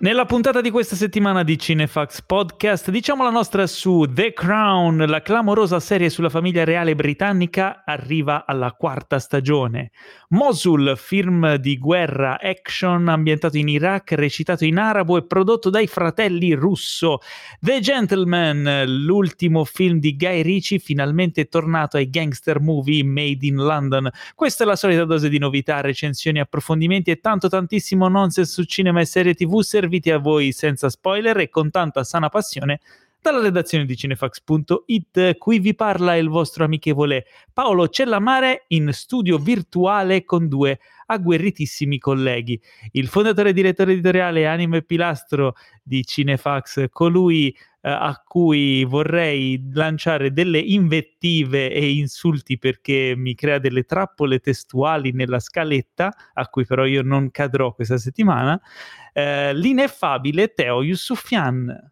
Nella puntata di questa settimana di Cinefax Podcast diciamo la nostra su The Crown, la clamorosa serie sulla famiglia reale britannica arriva alla 4ª stagione. Mosul, film di guerra action ambientato in Iraq, recitato in arabo e prodotto dai fratelli Russo. The Gentleman, l'ultimo film di Guy Ritchie, finalmente tornato ai gangster movie made in London. Questa è la solita dose di novità, recensioni, approfondimenti e tantissimo nonsense su cinema e serie TV serviti a voi senza spoiler e con tanta sana passione dalla redazione di cinefax.it. Qui vi parla il vostro amichevole Paolo Cellamare in studio virtuale con due agguerritissimi colleghi. Il fondatore e direttore editoriale, anima e pilastro di Cinefax, colui a cui vorrei lanciare delle invettive e insulti perché mi crea delle trappole testuali nella scaletta, a cui però io non cadrò questa settimana, l'ineffabile Teo Yusufian.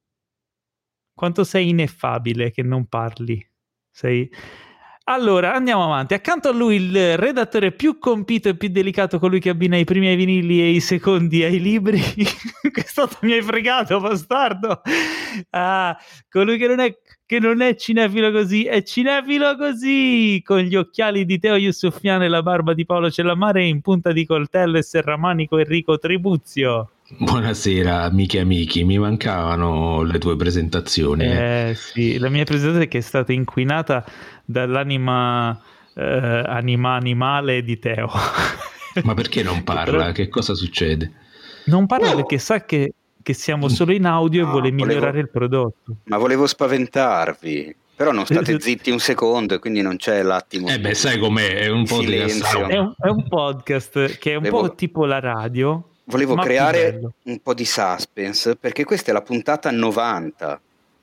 Quanto sei ineffabile che non parli. Allora, andiamo avanti. Accanto a lui il redattore più compito e più delicato, colui che abbina i primi ai vinili e i secondi ai libri. Quest'otto mi hai fregato, bastardo. Colui che non è cinefilo così, è cinefilo così, con gli occhiali di Teo Yusufian e la barba di Paolo Cellamare in punta di coltello e serramanico Enrico Tribuzio. Buonasera amici e amici, mi mancavano le tue presentazioni. Sì, la mia presentazione che è stata inquinata dall'anima animale di Teo. Ma perché non parla? Che cosa succede? Non parla perché sa che siamo solo in audio e vuole migliorare il prodotto. Ma volevo spaventarvi. Però non state zitti un secondo e quindi non c'è l'attimo. Sai com'è? È un po' di è un podcast che è un po' tipo la radio. Volevo creare un po' di suspense perché questa è la puntata 90.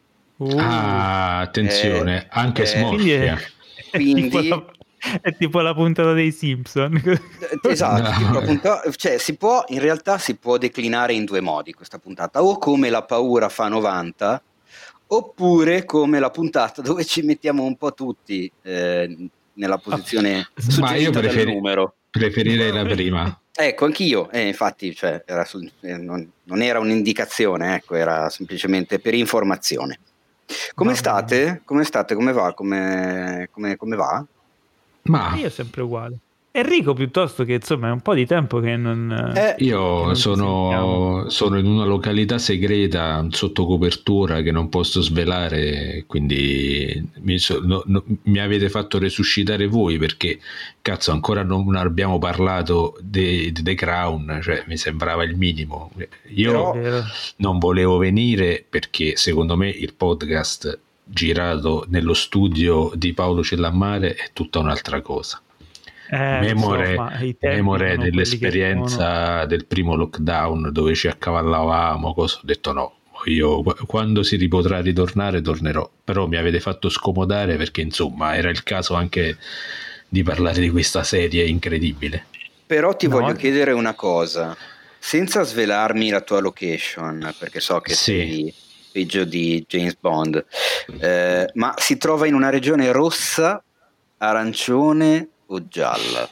Attenzione, anche smorfia. Quindi è tipo la puntata dei Simpson. Esatto, cioè in realtà si può declinare in due modi questa puntata, o come La paura fa 90, oppure come la puntata dove ci mettiamo un po' tutti nella posizione suggerita dal numero. Preferirei la prima. Ecco, anch'io, infatti, cioè, non era un'indicazione, ecco, era semplicemente per informazione. Come state? Come state? Come va? Come va? Ma io sempre uguale. Enrico piuttosto, che insomma è un po' di tempo che non io sono in una località segreta sotto copertura che non posso svelare, quindi mi avete fatto resuscitare voi, perché cazzo ancora non abbiamo parlato di The Crown, cioè mi sembrava il minimo. Io non volevo venire perché secondo me il podcast girato nello studio di Paolo Cellamare è tutta un'altra cosa. Memore dell'esperienza del primo lockdown dove ci accavallavamo, ho detto no, io quando si potrà ritornare tornerò, però mi avete fatto scomodare perché insomma era il caso anche di parlare di questa serie incredibile. Però ti voglio chiedere una cosa, senza svelarmi la tua location, perché so che sei peggio di James Bond, ma si trova in una regione rossa, arancione o gialla?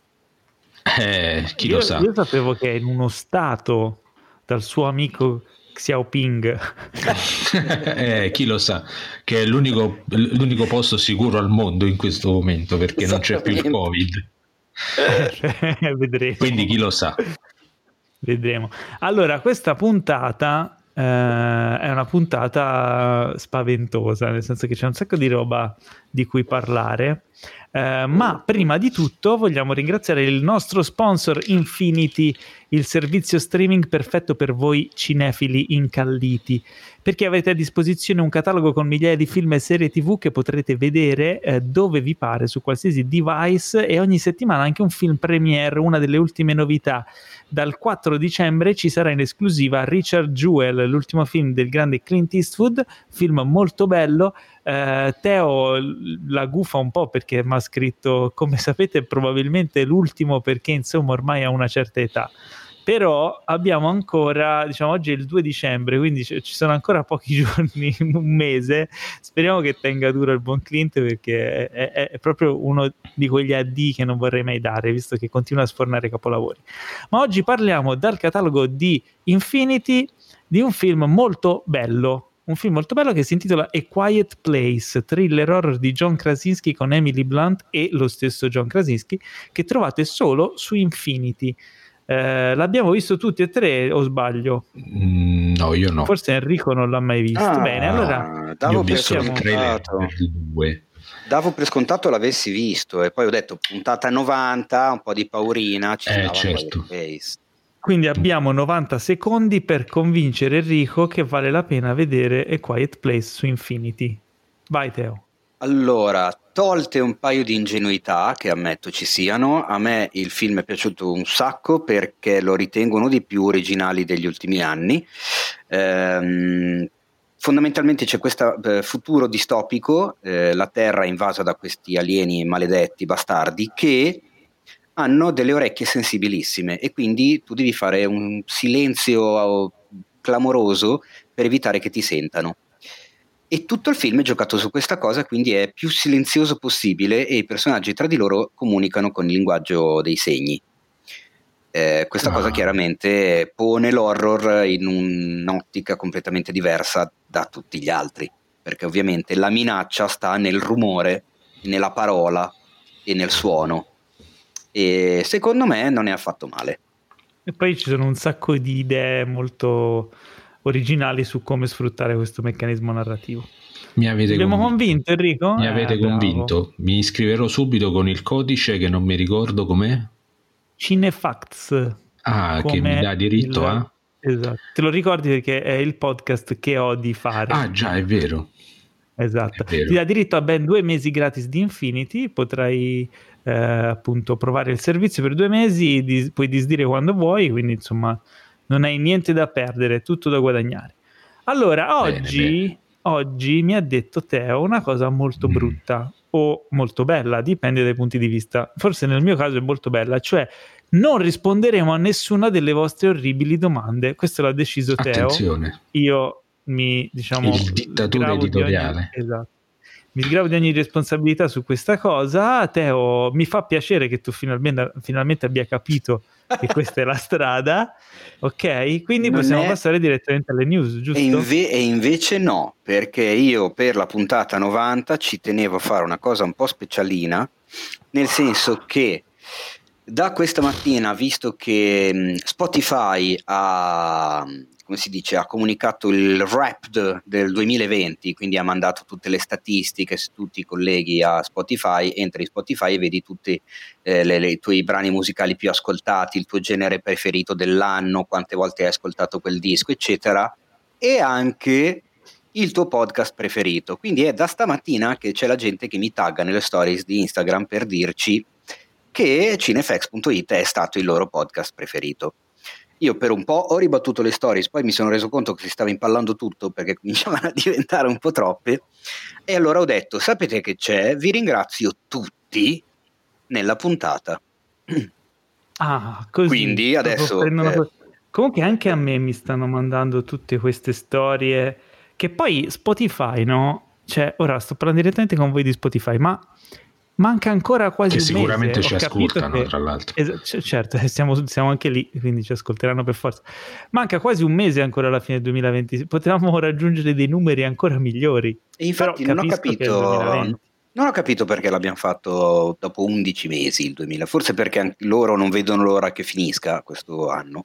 Chi lo sa? Io sapevo che è in uno stato dal suo amico Xiaoping. Chi lo sa, che è l'unico posto sicuro al mondo in questo momento, perché non c'è più il Covid. Vedremo. Quindi chi lo sa. Vedremo. Allora, questa puntata è una puntata spaventosa, nel senso che c'è un sacco di roba di cui parlare. Ma prima di tutto vogliamo ringraziare il nostro sponsor Infinity, il servizio streaming perfetto per voi cinefili incalliti, perché avete a disposizione un catalogo con migliaia di film e serie TV che potrete vedere dove vi pare, su qualsiasi device, e ogni settimana anche un film premiere, una delle ultime novità. Dal 4 dicembre ci sarà in esclusiva Richard Jewell, l'ultimo film del grande Clint Eastwood, film molto bello. Teo la gufa un po' perché mi ha scritto, come sapete probabilmente l'ultimo, perché insomma ormai ha una certa età, però abbiamo ancora, diciamo, oggi è il 2 dicembre, quindi ci sono ancora pochi giorni, un mese. Speriamo che tenga duro il buon Clint, perché è proprio uno di quegli AD che non vorrei mai dare, visto che continua a sfornare capolavori. Ma oggi parliamo dal catalogo di Infinity di un film molto bello, che si intitola A Quiet Place, thriller horror di John Krasinski con Emily Blunt e lo stesso John Krasinski, che trovate solo su Infinity. L'abbiamo visto tutti e tre, o sbaglio? No, io no. Forse Enrico non l'ha mai visto. Bene, allora io ho visto il trailer per il 2. Davo per scontato l'avessi visto, e poi ho detto puntata 90, un po' di paurina, ci stava certo. Quindi abbiamo 90 secondi per convincere Enrico che vale la pena vedere A Quiet Place su Infinity. Vai Teo. Allora, tolte un paio di ingenuità che ammetto ci siano, a me il film è piaciuto un sacco perché lo ritengo uno dei più originali degli ultimi anni. Fondamentalmente c'è questo futuro distopico, la Terra è invasa da questi alieni maledetti, bastardi, che hanno delle orecchie sensibilissime, e quindi tu devi fare un silenzio clamoroso per evitare che ti sentano. E tutto il film è giocato su questa cosa, quindi è più silenzioso possibile e i personaggi tra di loro comunicano con il linguaggio dei segni. Questa cosa chiaramente pone l'horror in un'ottica completamente diversa da tutti gli altri, perché ovviamente la minaccia sta nel rumore, nella parola e nel suono, e secondo me non è affatto male. E poi ci sono un sacco di idee molto originali su come sfruttare questo meccanismo narrativo. Abbiamo convinto Enrico? Mi avete convinto. Mi iscriverò subito con il codice che non mi ricordo com'è. Cinefacts. Che mi dà diritto a? Esatto. Te lo ricordi perché è il podcast che ho di fare. Già, è vero. Esatto. Ti dà diritto a ben 2 mesi gratis di Infinity, potrai appunto provare il servizio per 2 mesi, puoi disdire quando vuoi, quindi insomma non hai niente da perdere, tutto da guadagnare. Allora, oggi mi ha detto Teo una cosa molto brutta o molto bella, dipende dai punti di vista. Forse nel mio caso è molto bella, cioè non risponderemo a nessuna delle vostre orribili domande. Questo l'ha deciso Teo. Attenzione. Io il dittatore editoriale. Esatto. Mi sgravo di ogni responsabilità su questa cosa. Teo, mi fa piacere che tu finalmente abbia capito che questa è la strada, ok? Quindi possiamo passare direttamente alle news, giusto? E invece no, perché io per la puntata 90 ci tenevo a fare una cosa un po' specialina, nel senso che da questa mattina, visto che Spotify ha comunicato il Wrapped del 2020, quindi ha mandato tutte le statistiche su tutti i colleghi a Spotify, entri in Spotify e vedi tutti i tuoi brani musicali più ascoltati, il tuo genere preferito dell'anno, quante volte hai ascoltato quel disco, eccetera, e anche il tuo podcast preferito. Quindi è da stamattina che c'è la gente che mi tagga nelle stories di Instagram per dirci che Cinefx.it è stato il loro podcast preferito. Io per un po' ho ribattuto le stories, poi mi sono reso conto che si stava impallando tutto perché cominciavano a diventare un po' troppe, e allora ho detto: sapete che c'è? Vi ringrazio tutti nella puntata. Così. Quindi adesso comunque anche a me mi stanno mandando tutte queste storie, che poi Spotify, no? Cioè, ora sto parlando direttamente con voi di Spotify, ma manca ancora quasi un mese. Che sicuramente ci ascoltano, tra l'altro. Certo, siamo anche lì, quindi ci ascolteranno per forza. Manca quasi un mese ancora alla fine del 2020. Potevamo raggiungere dei numeri ancora migliori. E infatti non ho capito perché l'abbiamo fatto dopo 11 mesi il 2000. Forse perché loro non vedono l'ora che finisca questo anno.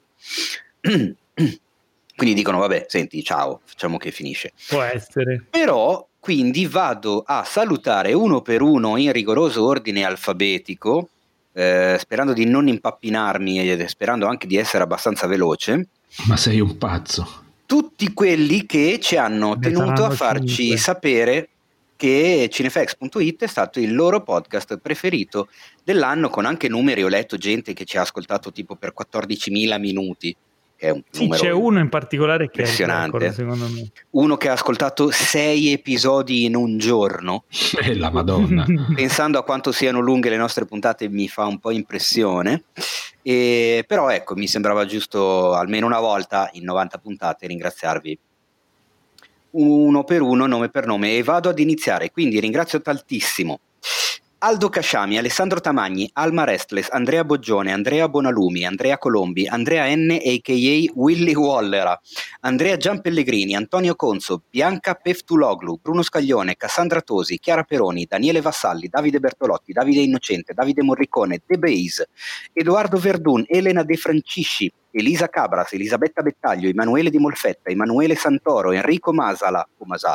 Quindi dicono: vabbè, senti, ciao, facciamo che finisce. Può essere. Però quindi vado a salutare uno per uno in rigoroso ordine alfabetico, sperando di non impappinarmi e sperando anche di essere abbastanza veloce. Ma sei un pazzo. Tutti quelli che ci hanno tenuto a farci sapere che Cinefx.it è stato il loro podcast preferito dell'anno, con anche numeri. Ho letto gente che ci ha ascoltato tipo per 14.000 minuti. che è un numero c'è uno in particolare che è impressionante, secondo me. Uno che ha ascoltato 6 episodi in un giorno. La Madonna. Pensando a quanto siano lunghe le nostre puntate mi fa un po' impressione, però ecco, mi sembrava giusto almeno una volta in 90 puntate ringraziarvi uno per uno, nome per nome, e vado ad iniziare. Quindi ringrazio tantissimo Aldo Casciami, Alessandro Tamagni, Alma Restless, Andrea Boggione, Andrea Bonalumi, Andrea Colombi, Andrea N a.k.a. Willy Wallera, Andrea Gianpellegrini, Antonio Conso, Bianca Peftuloglu, Bruno Scaglione, Cassandra Tosi, Chiara Peroni, Daniele Vassalli, Davide Bertolotti, Davide Innocente, Davide Morricone, The Base, Edoardo Verdun, Elena De Francisci, Elisa Cabras, Elisabetta Bettaglio, Emanuele Di Molfetta, Emanuele Santoro, Enrico Masala,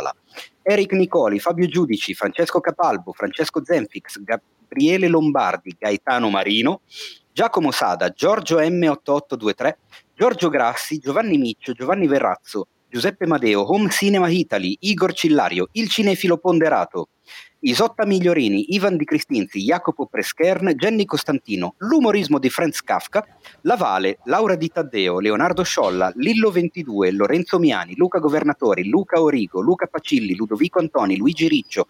Eric Nicoli, Fabio Giudici, Francesco Capalbo, Francesco Zenfix, Gabriele Lombardi, Gaetano Marino, Giacomo Sada, Giorgio M8823, Giorgio Grassi, Giovanni Miccio, Giovanni Verrazzo, Giuseppe Madeo, Home Cinema Italy, Igor Cillario, Il Cinefilo Ponderato, Isotta Migliorini, Ivan Di Cristinzi, Jacopo Preschern, Jenny Costantino, L'umorismo di Franz Kafka, La Vale, Laura Di Taddeo, Leonardo Sciolla, Lillo 22, Lorenzo Miani, Luca Governatori, Luca Origo, Luca Pacilli, Ludovico Antoni, Luigi Riccio,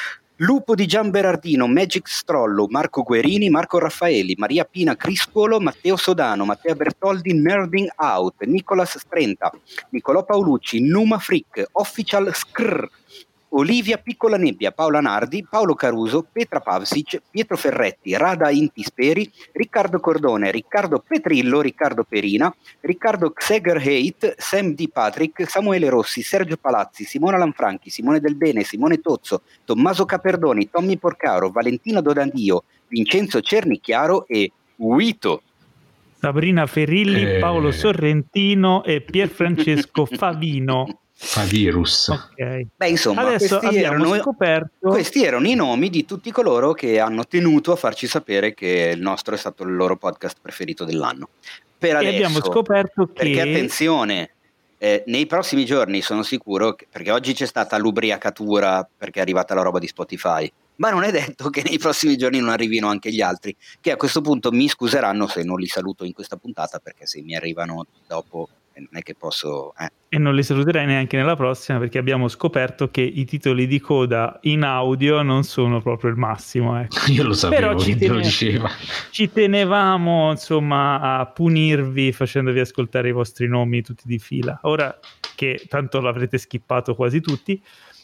Lupo di Gian Berardino, Magic Strollo, Marco Guerini, Marco Raffaeli, Maria Pina Crispolo, Matteo Sodano, Matteo Bertoldi, Nerding Out, Nicolas Strenta, Nicolò Paolucci, Numa Frick, Official Scrr, Olivia Piccola Nebbia, Paola Nardi, Paolo Caruso, Petra Pavsic, Pietro Ferretti, Rada Intisperi, Riccardo Cordone, Riccardo Petrillo, Riccardo Perina, Riccardo Xegerheit, Sam Di Patrick, Samuele Rossi, Sergio Palazzi, Simona Lanfranchi, Simone Del Bene, Simone Tozzo, Tommaso Caperdoni, Tommy Porcaro, Valentino Dodandio, Vincenzo Cernicchiaro e Uito. Sabrina Ferilli, Paolo Sorrentino e Pierfrancesco Favino. Favirus. Okay. Beh, insomma, adesso abbiamo scoperto. Questi erano i nomi di tutti coloro che hanno tenuto a farci sapere che il nostro è stato il loro podcast preferito dell'anno. Per adesso, abbiamo scoperto che. Perché attenzione, nei prossimi giorni sono sicuro che, perché oggi c'è stata l'ubriacatura perché è arrivata la roba di Spotify, ma non è detto che nei prossimi giorni non arrivino anche gli altri, che a questo punto mi scuseranno se non li saluto in questa puntata, perché se mi arrivano dopo non è che posso. E non li saluterai neanche nella prossima, perché abbiamo scoperto che i titoli di coda in audio non sono proprio il massimo. Ecco. Io lo sapevo, però lo diceva. Ci tenevamo insomma a punirvi facendovi ascoltare i vostri nomi tutti di fila. Ora che tanto l'avrete skippato quasi tutti,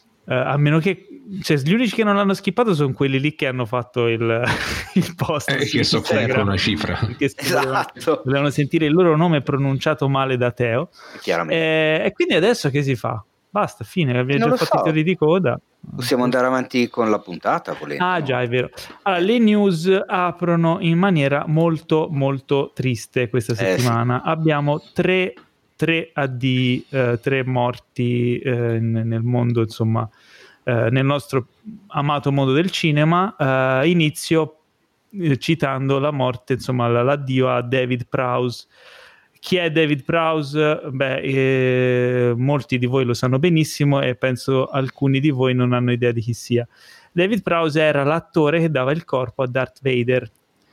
a meno che, cioè, gli unici che non l'hanno skippato sono quelli lì che hanno fatto il post che so comunque una cifra, esatto, volevano sentire il loro nome pronunciato male da Teo, chiaramente. E quindi adesso che si fa? Basta, fine, abbiamo già fatto i titoli di coda, possiamo andare avanti con la puntata volendo. Ah già, è vero. Allora, le news aprono in maniera molto molto triste questa settimana. Sì. Abbiamo tre addii, 3 morti nel mondo, insomma, nel nostro amato mondo del cinema. Inizio citando la morte, insomma, l'addio a David Prowse. Chi è David Prowse? Beh, molti di voi lo sanno benissimo e penso alcuni di voi non hanno idea di chi sia. David Prowse era l'attore che dava il corpo a Darth Vader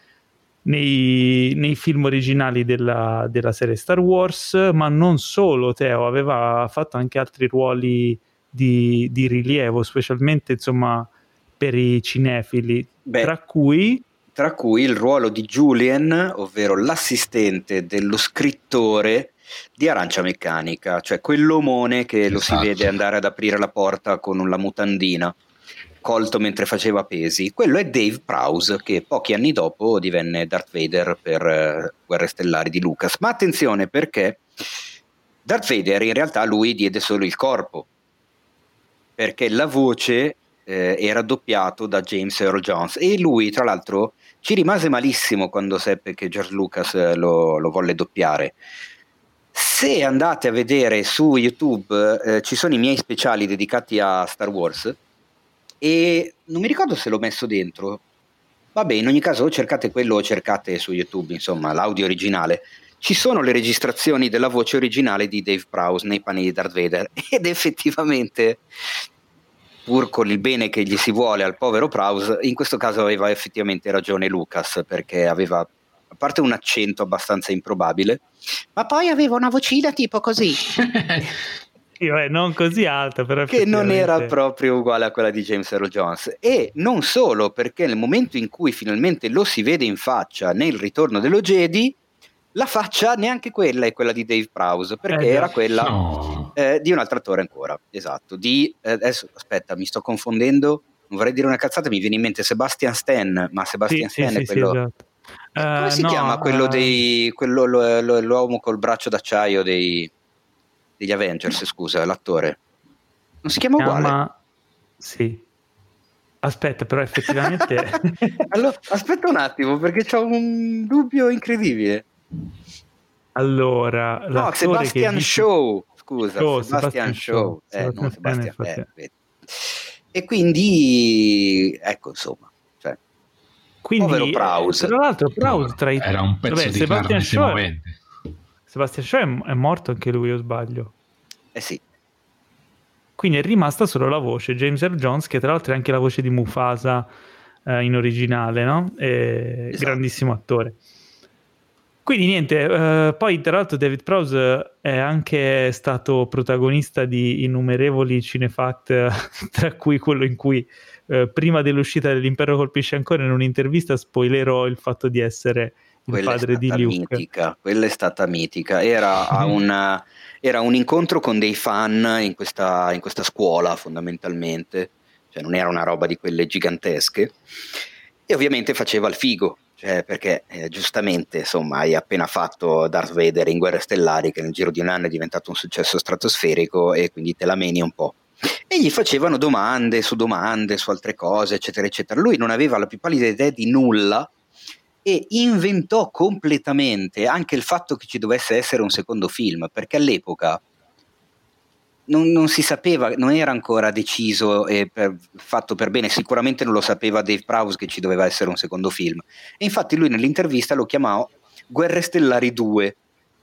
nei film originali della serie Star Wars, ma non solo. Teo aveva fatto anche altri ruoli di rilievo, specialmente insomma per i cinefili, tra cui il ruolo di Julian, ovvero l'assistente dello scrittore di Arancia Meccanica, cioè quell'omone che lo si vede andare ad aprire la porta con la mutandina, colto mentre faceva pesi. Quello è Dave Prowse, che pochi anni dopo divenne Darth Vader per Guerre Stellari di Lucas. Ma attenzione, perché Darth Vader in realtà lui diede solo il corpo, perché la voce era doppiato da James Earl Jones, e lui tra l'altro ci rimase malissimo quando seppe che George Lucas lo volle doppiare. Se andate a vedere su YouTube ci sono i miei speciali dedicati a Star Wars, e non mi ricordo se l'ho messo dentro. Vabbè, in ogni caso cercate quello o cercate su YouTube, insomma, l'audio originale. Ci sono le registrazioni della voce originale di Dave Prowse nei panni di Darth Vader, ed effettivamente, pur con il bene che gli si vuole al povero Prowse, in questo caso aveva effettivamente ragione Lucas, perché aveva a parte un accento abbastanza improbabile, ma poi aveva una vocina tipo così. Non così alta, però che non era proprio uguale a quella di James Earl Jones. E non solo, perché nel momento in cui finalmente lo si vede in faccia nel Ritorno dello Jedi, la faccia neanche quella è quella di Dave Prowse, perché era quella di un altro attore ancora, esatto, adesso aspetta, mi sto confondendo, non vorrei dire una cazzata, mi viene in mente Sebastian Stan, ma Sebastian Stan è quello... esatto. Come si chiama quello l'uomo col braccio d'acciaio degli Avengers, scusa, l'attore non si chiama uguale? Sì, aspetta, però effettivamente allora, aspetta un attimo perché c'ho un dubbio incredibile. Allora, no, Sebastian Shaw, scusa, Sebastian Shaw. Non Sebastian. E quindi ecco, insomma, cioè, quindi, povero Prowse. Tra l'altro Prowse era un pezzo di carne semovente. Sebastian Shaw è morto anche lui, o sbaglio? Sì. Quindi è rimasta solo la voce, James Earl Jones, che tra l'altro è anche la voce di Mufasa in originale, no? Esatto. Grandissimo attore. Quindi niente, poi tra l'altro David Prowse è anche stato protagonista di innumerevoli cinefact, tra cui quello in cui prima dell'uscita dell'Impero colpisce ancora, in un'intervista spoilerò il fatto di essere il padre di Luke. Quella è stata mitica, era un incontro con dei fan in questa scuola fondamentalmente, cioè non era una roba di quelle gigantesche, e ovviamente faceva il figo, cioè perché giustamente insomma hai appena fatto Darth Vader in Guerre Stellari, che nel giro di un anno è diventato un successo stratosferico, e quindi te la meni un po', e gli facevano domande su altre cose eccetera eccetera. Lui non aveva la più pallida idea di nulla e inventò completamente anche il fatto che ci dovesse essere un secondo film, perché all'epoca non si sapeva, non era ancora deciso e fatto per bene, sicuramente non lo sapeva Dave Prowse che ci doveva essere un secondo film, e infatti lui nell'intervista lo chiamò Guerre Stellari 2,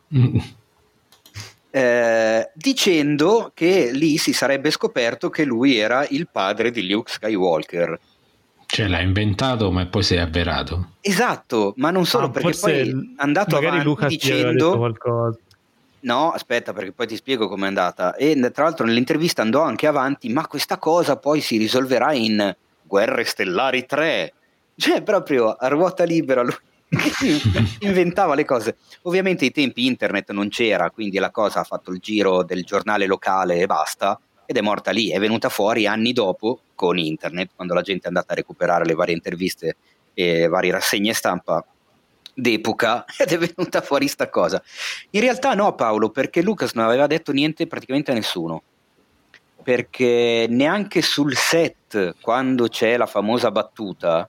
dicendo che lì si sarebbe scoperto che lui era il padre di Luke Skywalker. Cioè l'ha inventato ma poi si è avverato. Esatto, ma non solo, perché poi è andato avanti Lucas dicendo qualcosa. No, aspetta, perché poi ti spiego com'è andata. E tra l'altro nell'intervista andò anche avanti, ma questa cosa poi si risolverà in Guerre Stellari 3. Cioè proprio a ruota libera lui inventava le cose. Ovviamente ai tempi internet non c'era, quindi la cosa ha fatto il giro del giornale locale e basta, ed è morta lì. È venuta fuori anni dopo con internet, quando la gente è andata a recuperare le varie interviste e varie rassegne stampa d'epoca, ed è venuta fuori sta cosa. In realtà no, Paolo, perché Lucas non aveva detto niente praticamente a nessuno, perché neanche sul set, quando c'è la famosa battuta,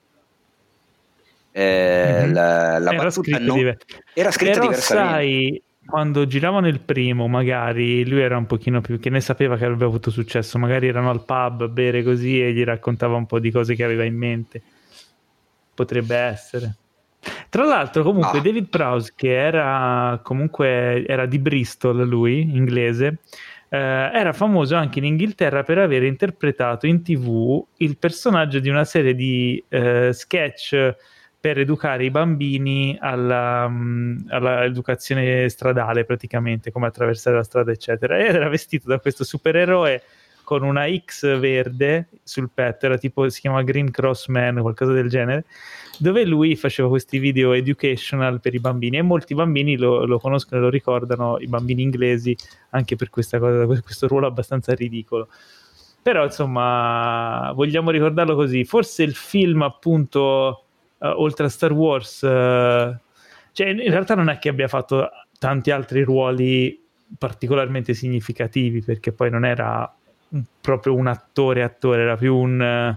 la battuta era scritta diversamente. Sai, quando giravano il primo, magari lui era un pochino più, che ne sapeva che avrebbe avuto successo, magari erano al pub a bere così e gli raccontava un po' di cose che aveva in mente. Potrebbe essere. Tra l'altro comunque David Prowse, che era di Bristol, lui, inglese, era famoso anche in Inghilterra per aver interpretato in TV il personaggio di una serie di sketch per educare i bambini all'educazione stradale, praticamente, come attraversare la strada eccetera, e era vestito da questo supereroe con una X verde sul petto, era tipo, si chiama Green Cross Man, qualcosa del genere, dove lui faceva questi video educational per i bambini, e molti bambini lo conoscono e lo ricordano, i bambini inglesi, anche per questa cosa, questo ruolo abbastanza ridicolo. Però insomma vogliamo ricordarlo così. Forse il film, appunto, oltre a Star Wars, cioè in realtà non è che abbia fatto tanti altri ruoli particolarmente significativi, perché poi non era proprio un attore, era più un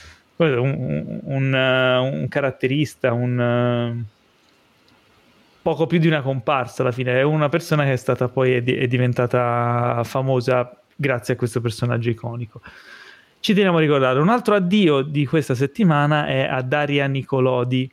caratterista, poco più di una comparsa alla fine. È una persona che è stata poi è diventata famosa grazie a questo personaggio iconico. Ci teniamo a ricordare. Un altro addio di questa settimana è a Daria Nicolodi,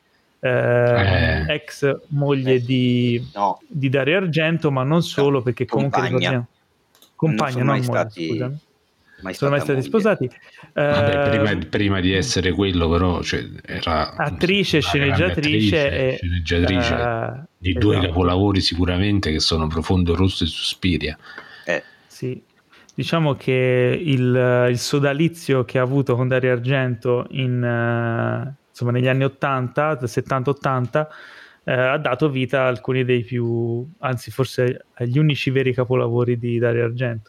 ex moglie di Dario Argento, ma non solo, perché comunque compagna, non moglie, scusami. sono mai stati sposati. Prima di essere quello, però, cioè, era attrice, sceneggiatrice di due capolavori sicuramente, che sono Profondo Rosso e Suspiria. Sì, diciamo che il sodalizio che ha avuto con Dario Argento insomma negli anni 80, 70-80, ha dato vita a alcuni dei più, anzi forse agli unici veri capolavori di Dario Argento.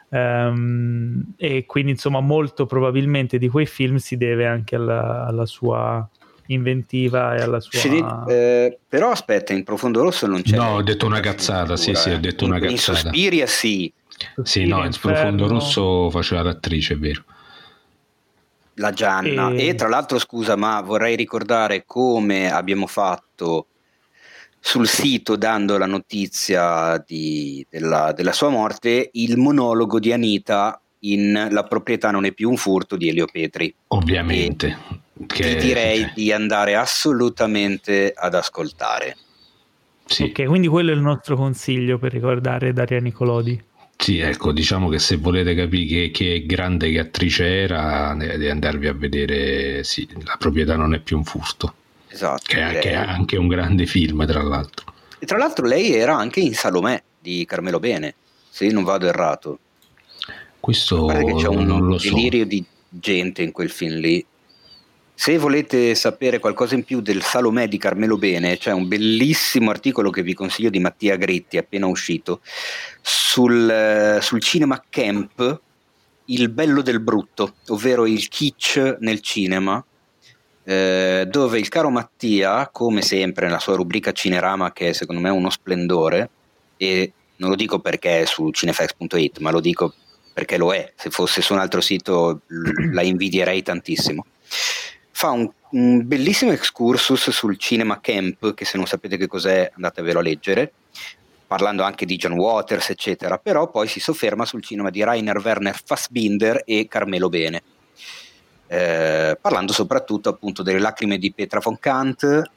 E quindi insomma molto probabilmente di quei film si deve anche alla sua inventiva e alla sua però aspetta, in Profondo Rosso non c'è. No, ho detto una cazzata, sì, ho detto una cazzata. In Suspiria sì. Sì, no, in Profondo Rosso faceva l'attrice, è vero. La Gianna. E tra l'altro, scusa, ma vorrei ricordare come abbiamo fatto sul sito, dando la notizia della sua morte, il monologo di Anita in La proprietà non è più un furto di Elio Petri. Ovviamente. Ti direi di andare assolutamente ad ascoltare. Sì. Ok, quindi quello è il nostro consiglio per ricordare Daria Nicolodi. Sì, ecco, diciamo che se volete capire che grande che attrice era, di andarvi a vedere La proprietà non è più un furto. Esatto, che è anche un grande film, tra l'altro. E tra l'altro lei era anche in Salomè di Carmelo Bene, se non vado errato. Questo che c'è non lo so. Delirio di gente in quel film lì. Se volete sapere qualcosa in più del Salomè di Carmelo Bene, c'è un bellissimo articolo che vi consiglio di Mattia Gritti, appena uscito, sul cinema camp, il bello del brutto, ovvero il kitsch nel cinema, dove il caro Mattia, come sempre nella sua rubrica Cinerama, che secondo me è uno splendore, e non lo dico perché è su cinefax.it, ma lo dico perché lo è, se fosse su un altro sito la invidierei tantissimo, fa un bellissimo excursus sul cinema camp, che se non sapete che cos'è andatevelo a leggere, parlando anche di John Waters eccetera, però poi si sofferma sul cinema di Rainer Werner Fassbinder e Carmelo Bene, parlando soprattutto appunto delle Lacrime di Petra von Kant,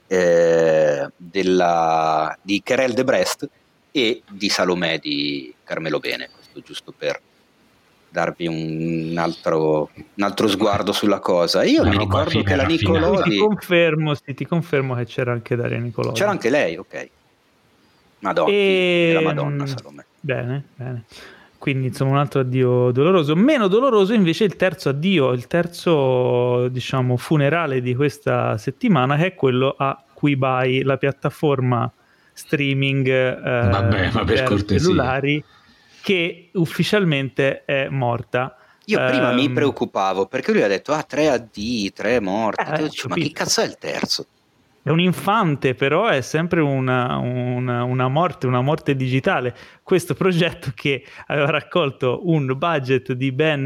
di Querelle de Brest e di Salomè di Carmelo Bene. Questo giusto per darvi un altro sguardo sulla cosa. Io mi ricordo che la Nicolodi, ti confermo che c'era anche Daria Nicolodi. C'era anche lei, ok. Madonna, la Madonna Salomè. Bene. Quindi insomma un altro addio doloroso. Meno doloroso invece il terzo addio, il terzo diciamo funerale di questa settimana, che è quello a Quibi, la piattaforma streaming per cellulari, che ufficialmente è morta. Io prima mi preoccupavo perché lui ha detto 3 addii, 3 morti. Ma che cazzo è il terzo? È un infante, però è sempre una morte digitale. Questo progetto che aveva raccolto un budget di ben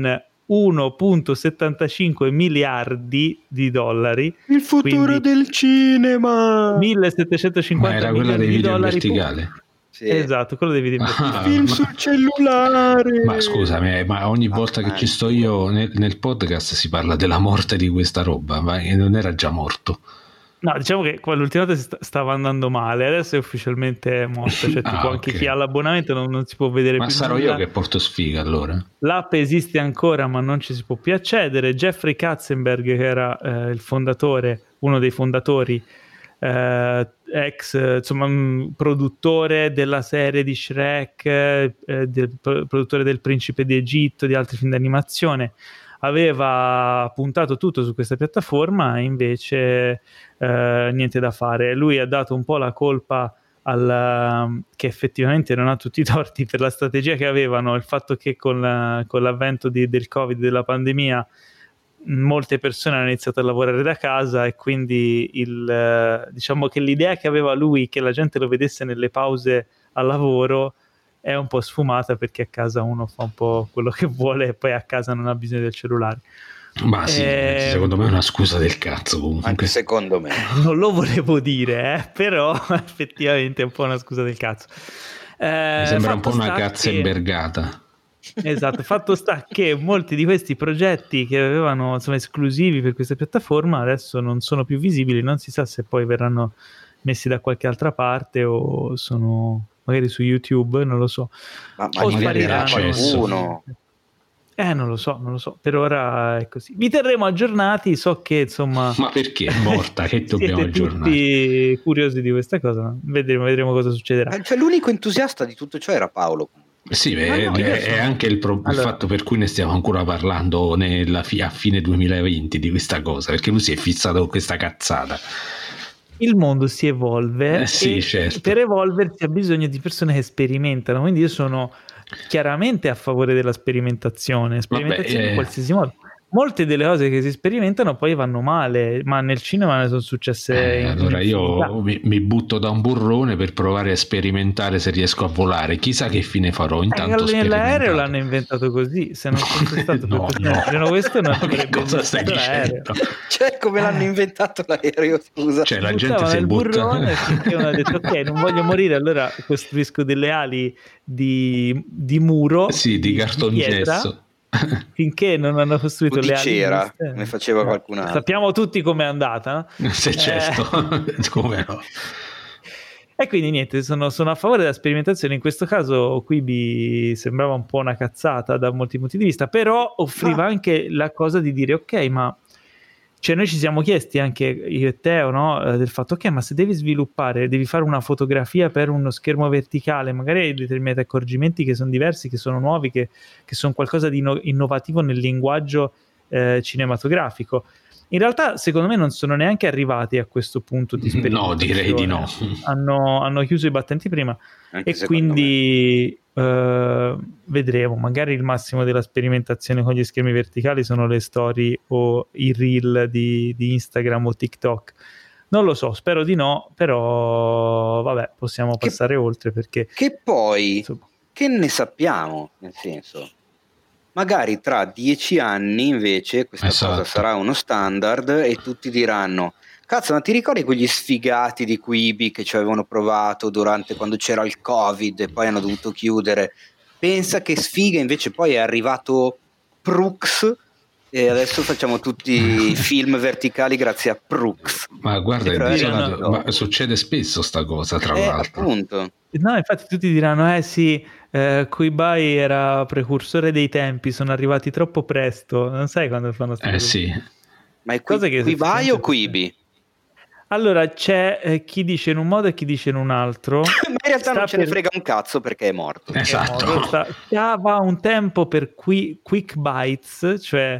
1,75 miliardi di dollari. Il futuro del cinema! 1.750 milioni di dollari. Verticale. Sì. Esatto, quello devi dire. Film sul cellulare. Ma scusami, ma ogni volta che ci sto io nel podcast si parla della morte di questa roba, ma non era già morto? No, diciamo che l'ultima volta stava andando male, adesso è ufficialmente morta, cioè tipo anche chi ha l'abbonamento non si può vedere ma più. Ma sarò io che porto sfiga allora? L'app esiste ancora ma non ci si può più accedere. Jeffrey Katzenberg, che era il fondatore, uno dei fondatori, produttore della serie di Shrek, produttore del Principe di Egitto, di altri film d'animazione, aveva puntato tutto su questa piattaforma e invece niente da fare. Lui ha dato un po' la colpa che effettivamente non ha tutti i torti per la strategia che avevano, il fatto che con l'avvento del Covid, della pandemia, molte persone hanno iniziato a lavorare da casa e quindi diciamo che l'idea che aveva lui che la gente lo vedesse nelle pause al lavoro è un po' sfumata, perché a casa uno fa un po' quello che vuole e poi a casa non ha bisogno del cellulare. Ma sì, secondo me è una scusa del cazzo comunque. Anche secondo me. Non lo volevo dire, però effettivamente è un po' una scusa del cazzo. Mi sembra un po' una cazzenbergata. Esatto, fatto sta che molti di questi progetti che avevano esclusivi per questa piattaforma adesso non sono più visibili, non si sa se poi verranno messi da qualche altra parte o sono magari su YouTube, non lo so. Ma magari era qualcuno. Non lo so, per ora è così. Vi terremo aggiornati, so che insomma... Ma perché è morta? Che dobbiamo aggiornare? Tutti curiosi di questa cosa, vedremo cosa succederà. Cioè, l'unico entusiasta di tutto ciò era Paolo. Sì, è anche il fatto per cui ne stiamo ancora parlando a fine 2020 di questa cosa, perché lui si è fissato con questa cazzata. Il mondo si evolve sì, e certo. Per evolversi ha bisogno di persone che sperimentano, quindi io sono chiaramente a favore della sperimentazione in qualsiasi modo. Molte delle cose che si sperimentano poi vanno male, ma nel cinema ne sono successe allora io mi butto da un burrone per provare a sperimentare se riesco a volare, chissà che fine farò. Intanto l'aereo l'hanno inventato così, se non fosse stato questo non che cosa stai dicendo? Cioè, come l'hanno inventato l'aereo, scusa? Cioè la gente si butta burrone finché uno ha detto ok, non voglio morire, allora costruisco delle ali di muro, di cartongesso. Finché non hanno costruito le ali cera, come faceva qualcun altro. Sappiamo tutti com'è andata, no? Se certo, come no. E quindi niente, sono a favore della sperimentazione. In questo caso Quibi sembrava un po' una cazzata da molti punti di vista, però offriva anche la cosa di dire ok, ma cioè noi ci siamo chiesti anche io e Teo, no? Del fatto ok, ma se devi sviluppare, devi fare una fotografia per uno schermo verticale, magari hai determinati accorgimenti che sono diversi, che sono nuovi, che sono qualcosa di innovativo nel linguaggio cinematografico. In realtà secondo me non sono neanche arrivati a questo punto di sperimentazione. No, direi di no. Hanno chiuso i battenti prima anche e quindi vedremo. Magari il massimo della sperimentazione con gli schermi verticali sono le storie o i reel di Instagram o TikTok. Non lo so, spero di no, però vabbè, possiamo passare oltre perché... Che poi, insomma, che ne sappiamo, nel senso... Magari tra 10 anni invece questa cosa sarà uno standard e tutti diranno cazzo, ma ti ricordi quegli sfigati di Quibi che ci avevano provato quando c'era il Covid e poi hanno dovuto chiudere? Pensa che sfiga, invece poi è arrivato Prux e adesso facciamo tutti film verticali grazie a Prux. Ma guarda, ma succede spesso sta cosa, tra l'altro. Appunto. No, infatti tutti diranno sì, Quibi era precursore dei tempi, sono arrivati troppo presto. Non sai quando fanno queste cose? Sì. Ma è Quibi o Quibi? Allora c'è chi dice in un modo e chi dice in un altro. Ma in realtà non ce ne frega un cazzo perché è morto. Esatto. Stava un tempo per quick bites, cioè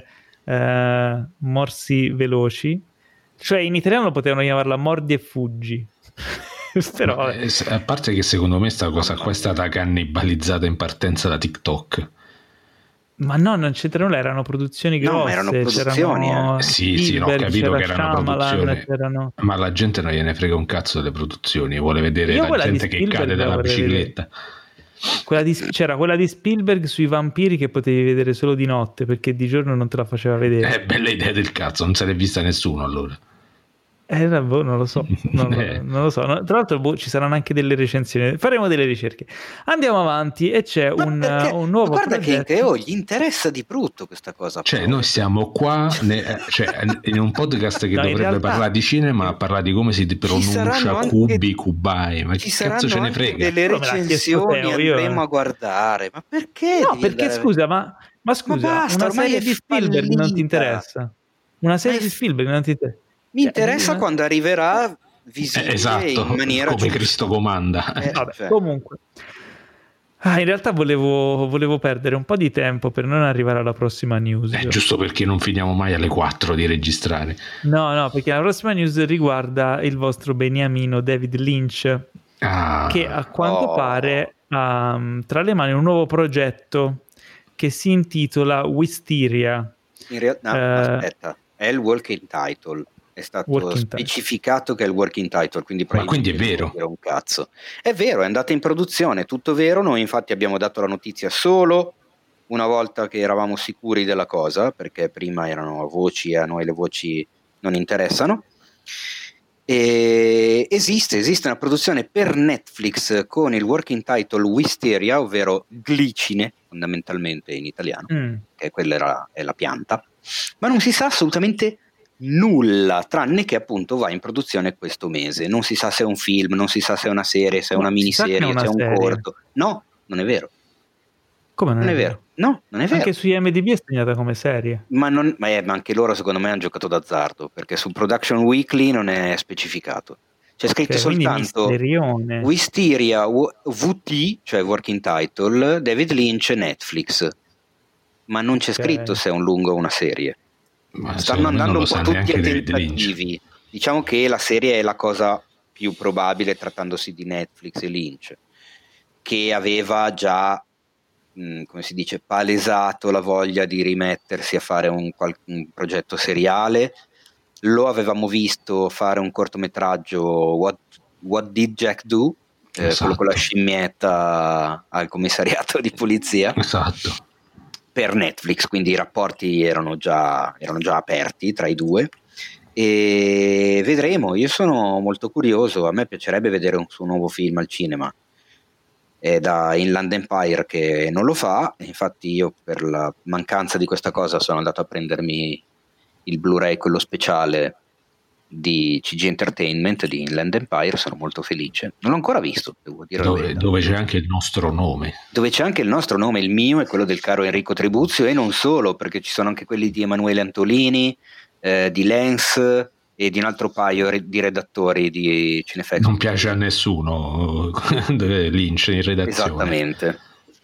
morsi veloci, cioè in italiano potevano chiamarla mordi e fuggi. Però, a parte che secondo me sta cosa qua è stata cannibalizzata in partenza da TikTok. Ma no, non c'entra nulla, erano produzioni grosse. No, erano produzioni. Sì, ho capito che erano produzioni. Ma la gente non gliene frega un cazzo delle produzioni, vuole vedere la gente che cade dalla bicicletta. C'era quella di Spielberg sui vampiri che potevi vedere solo di notte, perché di giorno non te la faceva vedere. È bella idea del cazzo, non se l'è vista nessuno allora. Non lo so, non lo so. Tra l'altro ci saranno anche delle recensioni, faremo delle ricerche. Andiamo avanti e c'è un nuovo guarda progetto. che gli interessa di brutto questa cosa. Cioè noi siamo qua in un podcast che dovrebbe parlare di cinema, a parlare di come si pronuncia Cubai, ma che cazzo ce ne frega? Delle recensioni andremo a guardare, ma perché? No, perché scusa, ma scusa, basta, una serie di Spielberg non ti interessa? Una serie di Spielberg non ti interessa? Mi interessa quando arriverà visibile in maniera come giusta. Cristo comanda. Vabbè, comunque. In realtà volevo perdere un po' di tempo per non arrivare alla prossima news. Giusto perché non finiamo mai alle 4 di registrare. No, perché la prossima news riguarda il vostro beniamino David Lynch, che a quanto pare ha tra le mani un nuovo progetto che si intitola Wisteria. Aspetta, è il working title. È stato specificato che è il working title, quindi ma quindi è vero? Un cazzo. È vero, è andata in produzione, tutto vero. Noi infatti abbiamo dato la notizia solo una volta che eravamo sicuri della cosa, perché prima erano voci e a noi le voci non interessano. E esiste una produzione per Netflix con il working title Wisteria, ovvero glicine fondamentalmente in italiano, che quella è la pianta, ma non si sa assolutamente nulla, tranne che appunto va in produzione questo mese. Non si sa se è un film, non si sa se è una serie, se è una miniserie, se è un corto. No, non è vero. Come non è vero? No, non è vero. Anche su IMDb è segnata come serie. Ma anche loro secondo me hanno giocato d'azzardo, perché su Production Weekly non è specificato. C'è scritto soltanto Wisteria VT, cioè Working Title, David Lynch, Netflix. Ma non c'è scritto se è un lungo o una serie. Ma stanno andando un po' tutti a David tentativi. Lynch. Diciamo che la serie è la cosa più probabile trattandosi di Netflix e Lynch, che aveva già, come si dice, palesato la voglia di rimettersi a fare un progetto seriale. Lo avevamo visto fare un cortometraggio What Did Jack Do? Esatto. Quello con la scimmietta al commissariato di polizia. Esatto. Per Netflix, quindi i rapporti erano già aperti tra i due e vedremo. Io sono molto curioso, a me piacerebbe vedere un suo nuovo film al cinema. È da Inland Empire che non lo fa, infatti io per la mancanza di questa cosa sono andato a prendermi il Blu-ray, quello speciale di CG Entertainment di Inland Empire, sono molto felice. Non l'ho ancora visto, devo dire dove c'è anche il nostro nome. Dove c'è anche il nostro nome, il mio e quello del caro Enrico Tribuzio, e non solo, perché ci sono anche quelli di Emanuele Antolini, di Lens e di un altro paio di redattori di Cinefx. Non piace a nessuno Lynch in redazione. Esattamente.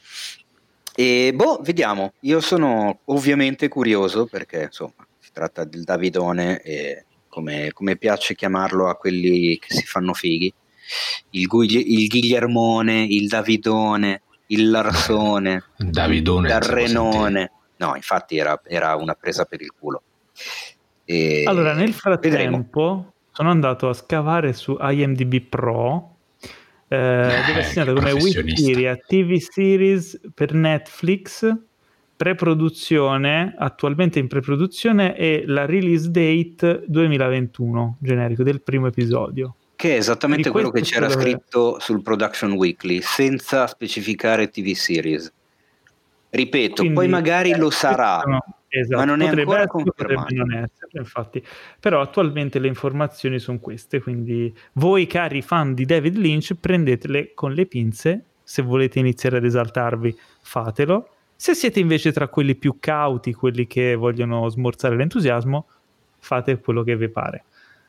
E vediamo. Io sono ovviamente curioso perché insomma si tratta del Davidone e come piace chiamarlo a quelli che si fanno fighi, il Guglielmone, il Davidone, il Larsone, Davidone, il Darrenone. No, infatti era una presa per il culo. Allora, nel frattempo sono andato a scavare su IMDb Pro, dove è segnato come Wisteria TV Series per Netflix, preproduzione, attualmente in preproduzione, e la release date 2021, generico, del primo episodio. Che è esattamente quello che c'era scritto sul Production Weekly, senza specificare TV Series. Ripeto, quindi, poi magari lo sarà, esatto, ma non è ancora confermato. Non essere, infatti. Però attualmente le informazioni sono queste, quindi voi cari fan di David Lynch prendetele con le pinze. Se volete iniziare ad esaltarvi, fatelo. Se siete invece tra quelli più cauti, quelli che vogliono smorzare l'entusiasmo, fate quello che vi pare.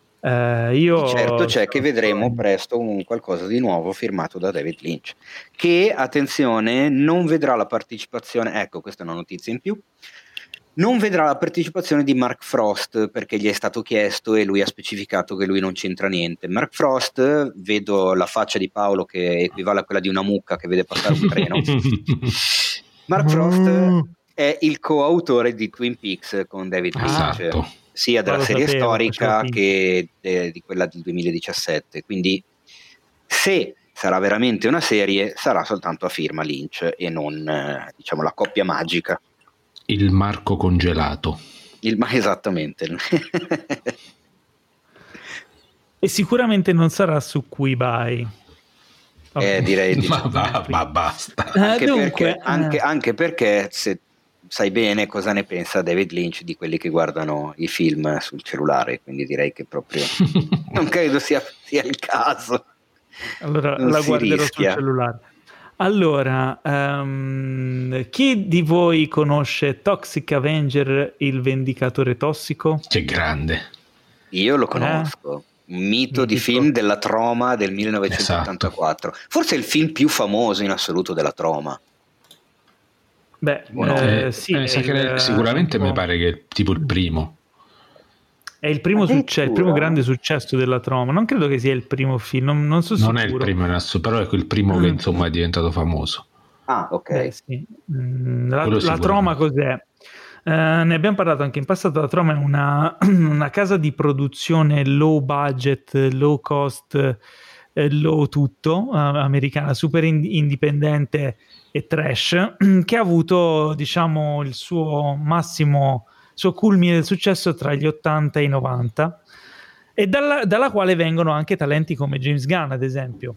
Certo c'è che vedremo presto un qualcosa di nuovo firmato da David Lynch, che, attenzione, non vedrà la partecipazione, ecco, questa è una notizia in più, non vedrà la partecipazione di Mark Frost, perché gli è stato chiesto e lui ha specificato che lui non c'entra niente. Mark Frost, vedo la faccia di Paolo che equivale a quella di una mucca che vede passare un treno. Mark Frost è il coautore di Twin Peaks con David Lynch. Esatto. Sia della serie storica che di quella del 2017, quindi se sarà veramente una serie sarà soltanto a firma Lynch e non diciamo la coppia magica, il Marco congelato, esattamente. E sicuramente non sarà su Quibi. Direi ma basta, anche perché se sai bene cosa ne pensa David Lynch di quelli che guardano i film sul cellulare, quindi direi che proprio non credo sia il caso. Allora la guarderò sul cellulare. Allora, chi di voi conosce Toxic Avenger, il vendicatore tossico? Che grande. Io lo conosco. Un mito di film della Troma del 1984. Esatto. Forse è il film più famoso in assoluto della Troma. Beh, sì, sicuramente mi pare che è tipo il primo. È il primo grande successo della Troma. Non credo che sia il primo film, non so sicuro. Non è il primo in assoluto, però è il primo che insomma è diventato famoso. Ah, ok. Sì. La Troma cos'è? Ne abbiamo parlato anche in passato. La Troma è una casa di produzione low budget, low cost, low tutto, americana, super indipendente e trash, che ha avuto, diciamo, il suo culmine del successo tra gli 80 e i 90, e dalla quale vengono anche talenti come James Gunn, ad esempio.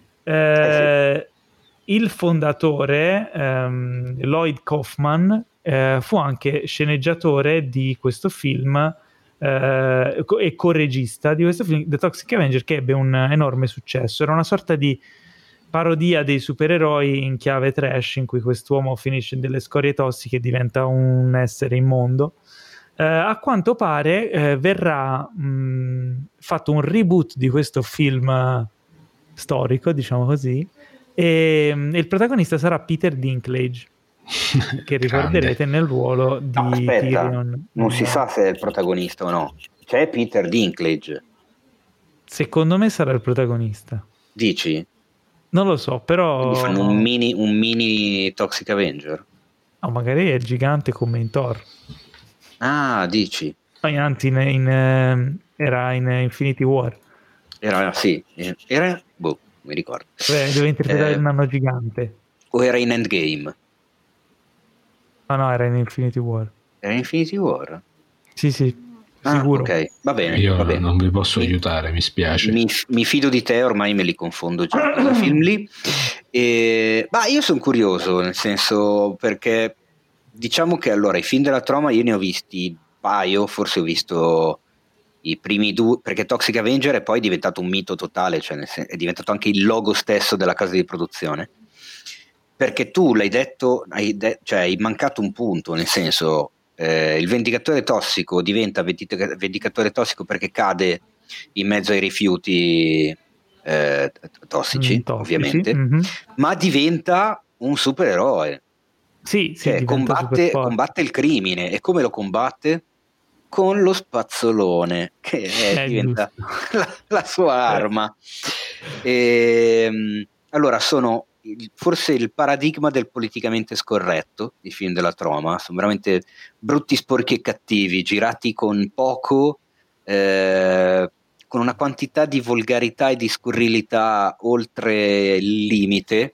Il fondatore, Lloyd Kaufman, fu anche sceneggiatore di questo film e co-regista di questo film, The Toxic Avenger, che ebbe un enorme successo. Era una sorta di parodia dei supereroi in chiave trash, in cui quest'uomo finisce in delle scorie tossiche e diventa un essere immondo. A quanto pare verrà fatto un reboot di questo film storico, diciamo così, e il protagonista sarà Peter Dinklage, che ricorderete nel ruolo di Tyrion. Non si sa se è il protagonista o no. C'è Peter Dinklage. Secondo me sarà il protagonista. Dici? Non lo so, però... Quindi fanno un mini Toxic Avenger? No, magari è gigante come in Thor. Ah, dici? Anzi, era in Infinity War. Era boh, mi ricordo. Dove interpretare il nano gigante. O era in Endgame? No, era in Infinity War. Era in Infinity War? Sì, sicuro. Ok, va bene. Io va bene. Non vi posso aiutare, mi spiace. Mi fido di te, ormai me li confondo già con quel film lì. Ma io sono curioso, nel senso, perché diciamo che allora i film della Troma io ne ho visti un paio, forse ho visto i primi due, perché Toxic Avenger è poi diventato un mito totale, cioè è diventato anche il logo stesso della casa di produzione, perché tu l'hai detto, cioè hai mancato un punto, nel senso il vendicatore tossico diventa vendicatore tossico perché cade in mezzo ai rifiuti tossici, ovviamente, ma diventa un supereroe. Sì, combatte il crimine. E come lo combatte? Con lo spazzolone, che diventa la sua arma. Allora, sono forse il paradigma del politicamente scorretto, i film della Troma. Sono veramente brutti, sporchi e cattivi, girati con poco, con una quantità di volgarità e di scurrilità oltre il limite,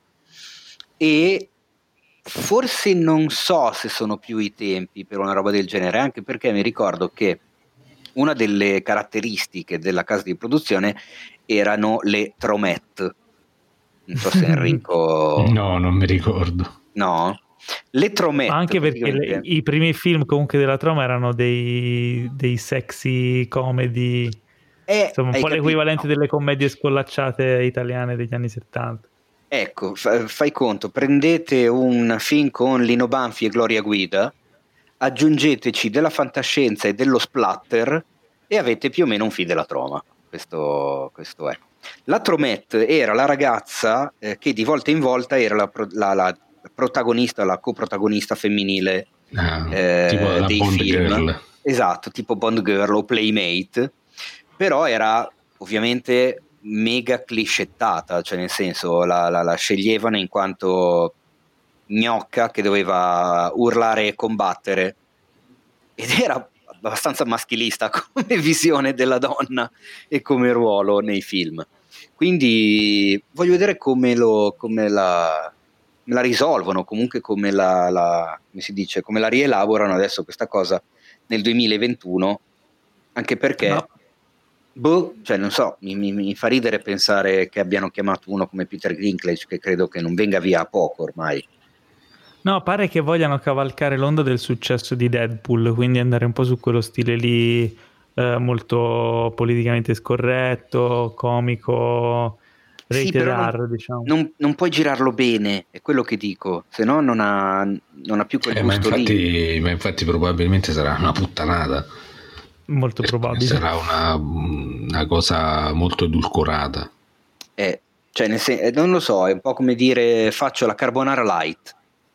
e forse non so se sono più i tempi per una roba del genere, anche perché mi ricordo che una delle caratteristiche della casa di produzione erano le tromette. Non so se Enrico... No, non mi ricordo. No? Le tromette... Anche perché i primi film comunque della Troma erano dei sexy comedy, insomma un po' l'equivalente delle commedie scollacciate italiane degli anni 70. Ecco, fai conto, prendete un film con Lino Banfi e Gloria Guida, aggiungeteci della fantascienza e dello splatter e avete più o meno un film della Troma. Questo è. La Tromette era la ragazza che di volta in volta era la protagonista, la coprotagonista femminile tipo la dei Bond film. Girl. Esatto, tipo Bond Girl o Playmate, però era ovviamente mega cliscettata, cioè nel senso la sceglievano in quanto gnocca che doveva urlare e combattere, ed era abbastanza maschilista come visione della donna e come ruolo nei film. Quindi voglio vedere come la risolvono, comunque come come si dice, come la rielaborano adesso questa cosa nel 2021, anche perché cioè non so, mi fa ridere pensare che abbiano chiamato uno come Peter Dinklage, che credo che non venga via a poco ormai. No, pare che vogliano cavalcare l'onda del successo di Deadpool, quindi andare un po' su quello stile lì, molto politicamente scorretto, comico, rated R, diciamo. Non puoi girarlo bene, è quello che dico, se no non ha più quel gusto lì. Ma infatti probabilmente sarà una puttanata. Molto probabile. Sarà una cosa molto edulcorata. Cioè non lo so, è un po' come dire faccio la carbonara light.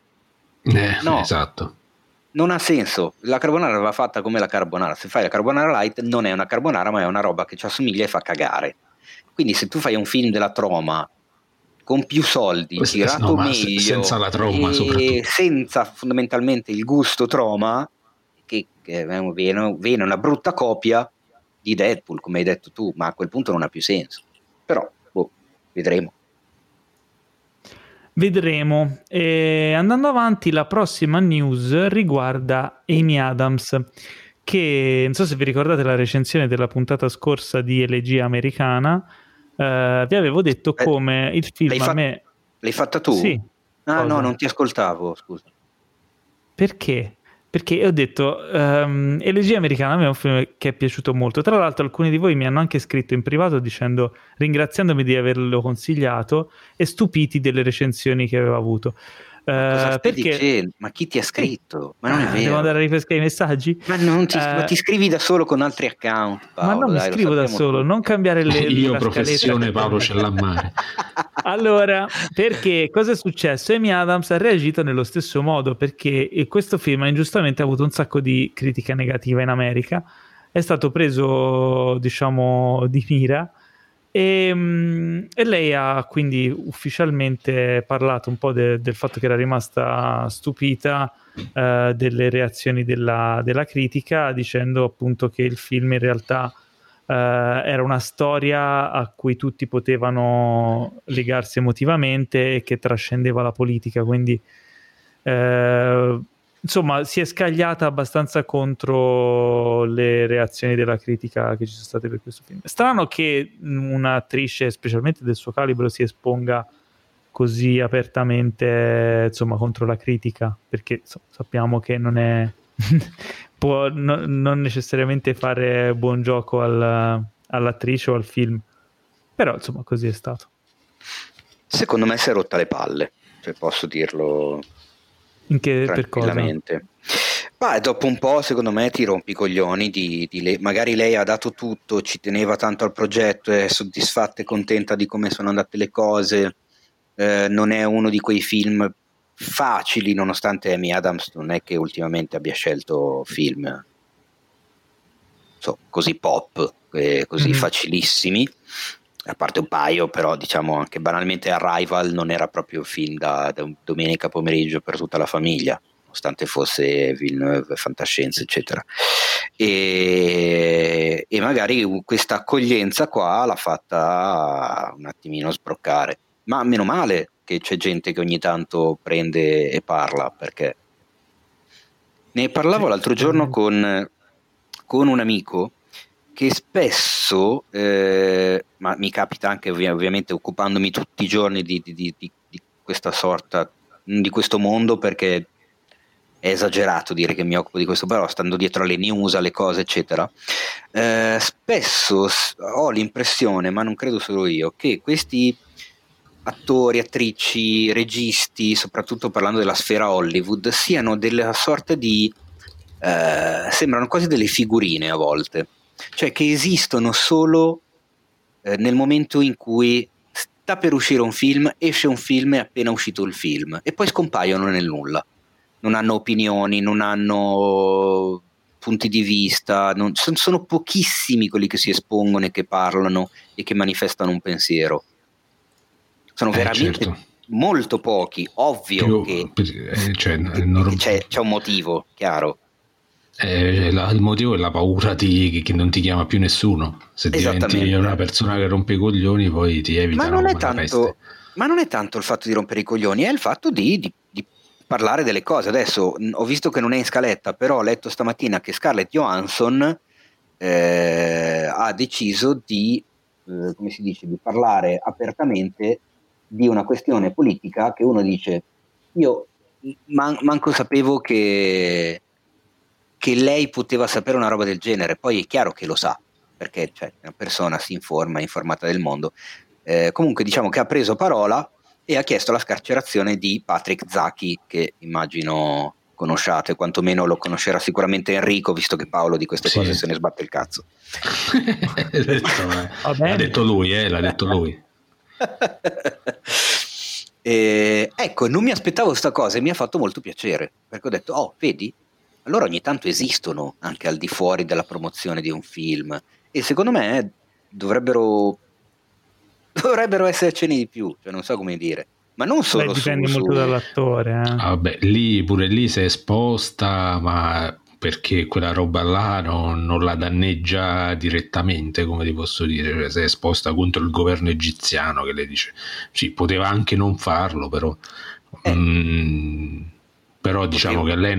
No, esatto. Non ha senso. La carbonara va fatta come la carbonara. Se fai la carbonara light non è una carbonara, ma è una roba che ci assomiglia e fa cagare. Quindi se tu fai un film della Troma con più soldi, girato meglio, senza la Troma soprattutto, senza fondamentalmente il gusto Troma, che viene una brutta copia di Deadpool, come hai detto tu, ma a quel punto non ha più senso. Però vedremo. E andando avanti, la prossima news riguarda Amy Adams, che non so se vi ricordate la recensione della puntata scorsa di Elegia Americana, vi avevo detto come il film L'hai fatta tu? Sì. No, non ti ascoltavo, scusa. Perché perché ho detto Elegia Americana a me è un film che è piaciuto molto. Tra l'altro alcuni di voi mi hanno anche scritto in privato ringraziandomi di averlo consigliato e stupiti delle recensioni che aveva avuto. Ma cosa stai dicendo? Ma chi ti ha scritto? Ma non è vero. Devo andare a ripescare i messaggi? Ma ti scrivi da solo con altri account, Paolo, ma non mi scrivo da solo, non cambiare io professione Paolo Cellammare. Allora, perché cosa è successo? Amy Adams ha reagito nello stesso modo, perché questo film ha ingiustamente avuto un sacco di critica negativa in America, è stato preso, diciamo, di mira, e lei ha quindi ufficialmente parlato un po' del fatto che era rimasta stupita delle reazioni della critica, dicendo appunto che il film in realtà era una storia a cui tutti potevano legarsi emotivamente e che trascendeva la politica, quindi insomma si è scagliata abbastanza contro le reazioni della critica che ci sono state per questo film. Strano che un'attrice specialmente del suo calibro si esponga così apertamente, insomma, contro la critica, perché sappiamo che non è può non necessariamente fare buon gioco all'attrice o al film, però insomma così è stato. Secondo me si è rotta le palle, cioè posso dirlo tranquillamente. Per cosa? Ma dopo un po' secondo me ti rompi i coglioni di lei. Magari lei ha dato tutto, ci teneva tanto al progetto, è soddisfatta e contenta di come sono andate le cose, non è uno di quei film facili, nonostante Amy Adams non è che ultimamente abbia scelto film così pop, così facilissimi, a parte un paio, però diciamo anche banalmente Arrival non era proprio un film da domenica pomeriggio per tutta la famiglia, nonostante fosse Villeneuve, fantascienza eccetera, e magari questa accoglienza qua l'ha fatta un attimino sbroccare, ma meno male che c'è gente che ogni tanto prende e parla, perché ne parlavo l'altro giorno con un amico che spesso, ma mi capita anche ovviamente occupandomi tutti i giorni di questa sorta, di questo mondo, perché è esagerato dire che mi occupo di questo, però stando dietro alle news, alle cose eccetera, spesso ho l'impressione, ma non credo solo io, che questi attori, attrici, registi, soprattutto parlando della sfera Hollywood, siano della sorta di sembrano quasi delle figurine a volte, cioè che esistono solo nel momento in cui sta per uscire un film, esce un film, è appena uscito il film e poi scompaiono nel nulla, non hanno opinioni, non hanno punti di vista, sono pochissimi quelli che si espongono e che parlano e che manifestano un pensiero. Sono veramente molto pochi, ovvio che c'è un motivo, chiaro. Il motivo è la paura che non ti chiama più nessuno. Se diventi una persona che rompe i coglioni, poi ti evitano. Ma non è tanto il fatto di rompere i coglioni, è il fatto di parlare delle cose. Adesso ho visto che non è in scaletta, però ho letto stamattina che Scarlett Johansson ha deciso di come si dice, di parlare apertamente di una questione politica che uno dice, io manco sapevo che lei poteva sapere una roba del genere, poi è chiaro che lo sa, perché una persona si informa, è informata del mondo. Comunque diciamo che ha preso parola e ha chiesto la scarcerazione di Patrick Zaki, che immagino conosciate, quantomeno lo conoscerà sicuramente Enrico, visto che Paolo di queste cose se ne sbatte il cazzo. L'ha detto lui. Ecco, non mi aspettavo sta cosa e mi ha fatto molto piacere, perché ho detto, vedi? Allora ogni tanto esistono anche al di fuori della promozione di un film, e secondo me dovrebbero essercene di più, cioè non so come dire, ma non solo dipende molto dall'attore. Vabbè, pure lì si è esposta, ma perché quella roba là non la danneggia direttamente, come ti posso dire, cioè, si è esposta contro il governo egiziano, che le dice sì, poteva anche non farlo, però però diciamo che a lei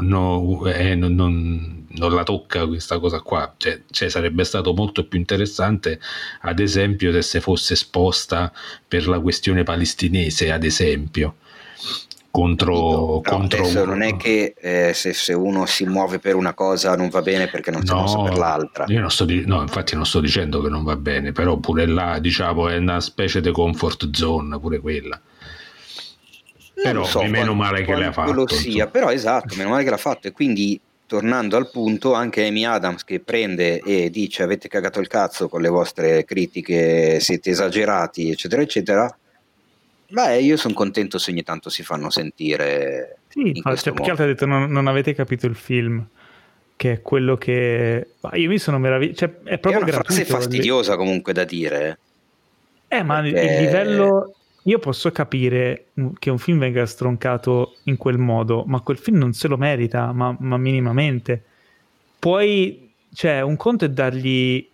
non la tocca questa cosa qua, cioè sarebbe stato molto più interessante, ad esempio, se fosse esposta per la questione palestinese, ad esempio, contro adesso non è che se uno si muove per una cosa non va bene perché non si è mosso per l'altra. Io infatti non sto dicendo che non va bene, però pure là, diciamo, è una specie di comfort zone pure quella. Però meno male che l'ha fatto. Sia, però esatto, meno male che l'ha fatto. E quindi, tornando al punto, anche Amy Adams che prende e dice avete cagato il cazzo con le vostre critiche, siete esagerati, eccetera eccetera. Beh, io sono contento se ogni tanto si fanno sentire. Sì, perché altro ha detto non avete capito il film, che è quello che io mi sono meravigliato, cioè, è proprio una gratuito. Frase fastidiosa comunque da dire. Ma il livello, io posso capire che un film venga stroncato in quel modo, ma quel film non se lo merita, ma minimamente. Poi, cioè, un conto è dargli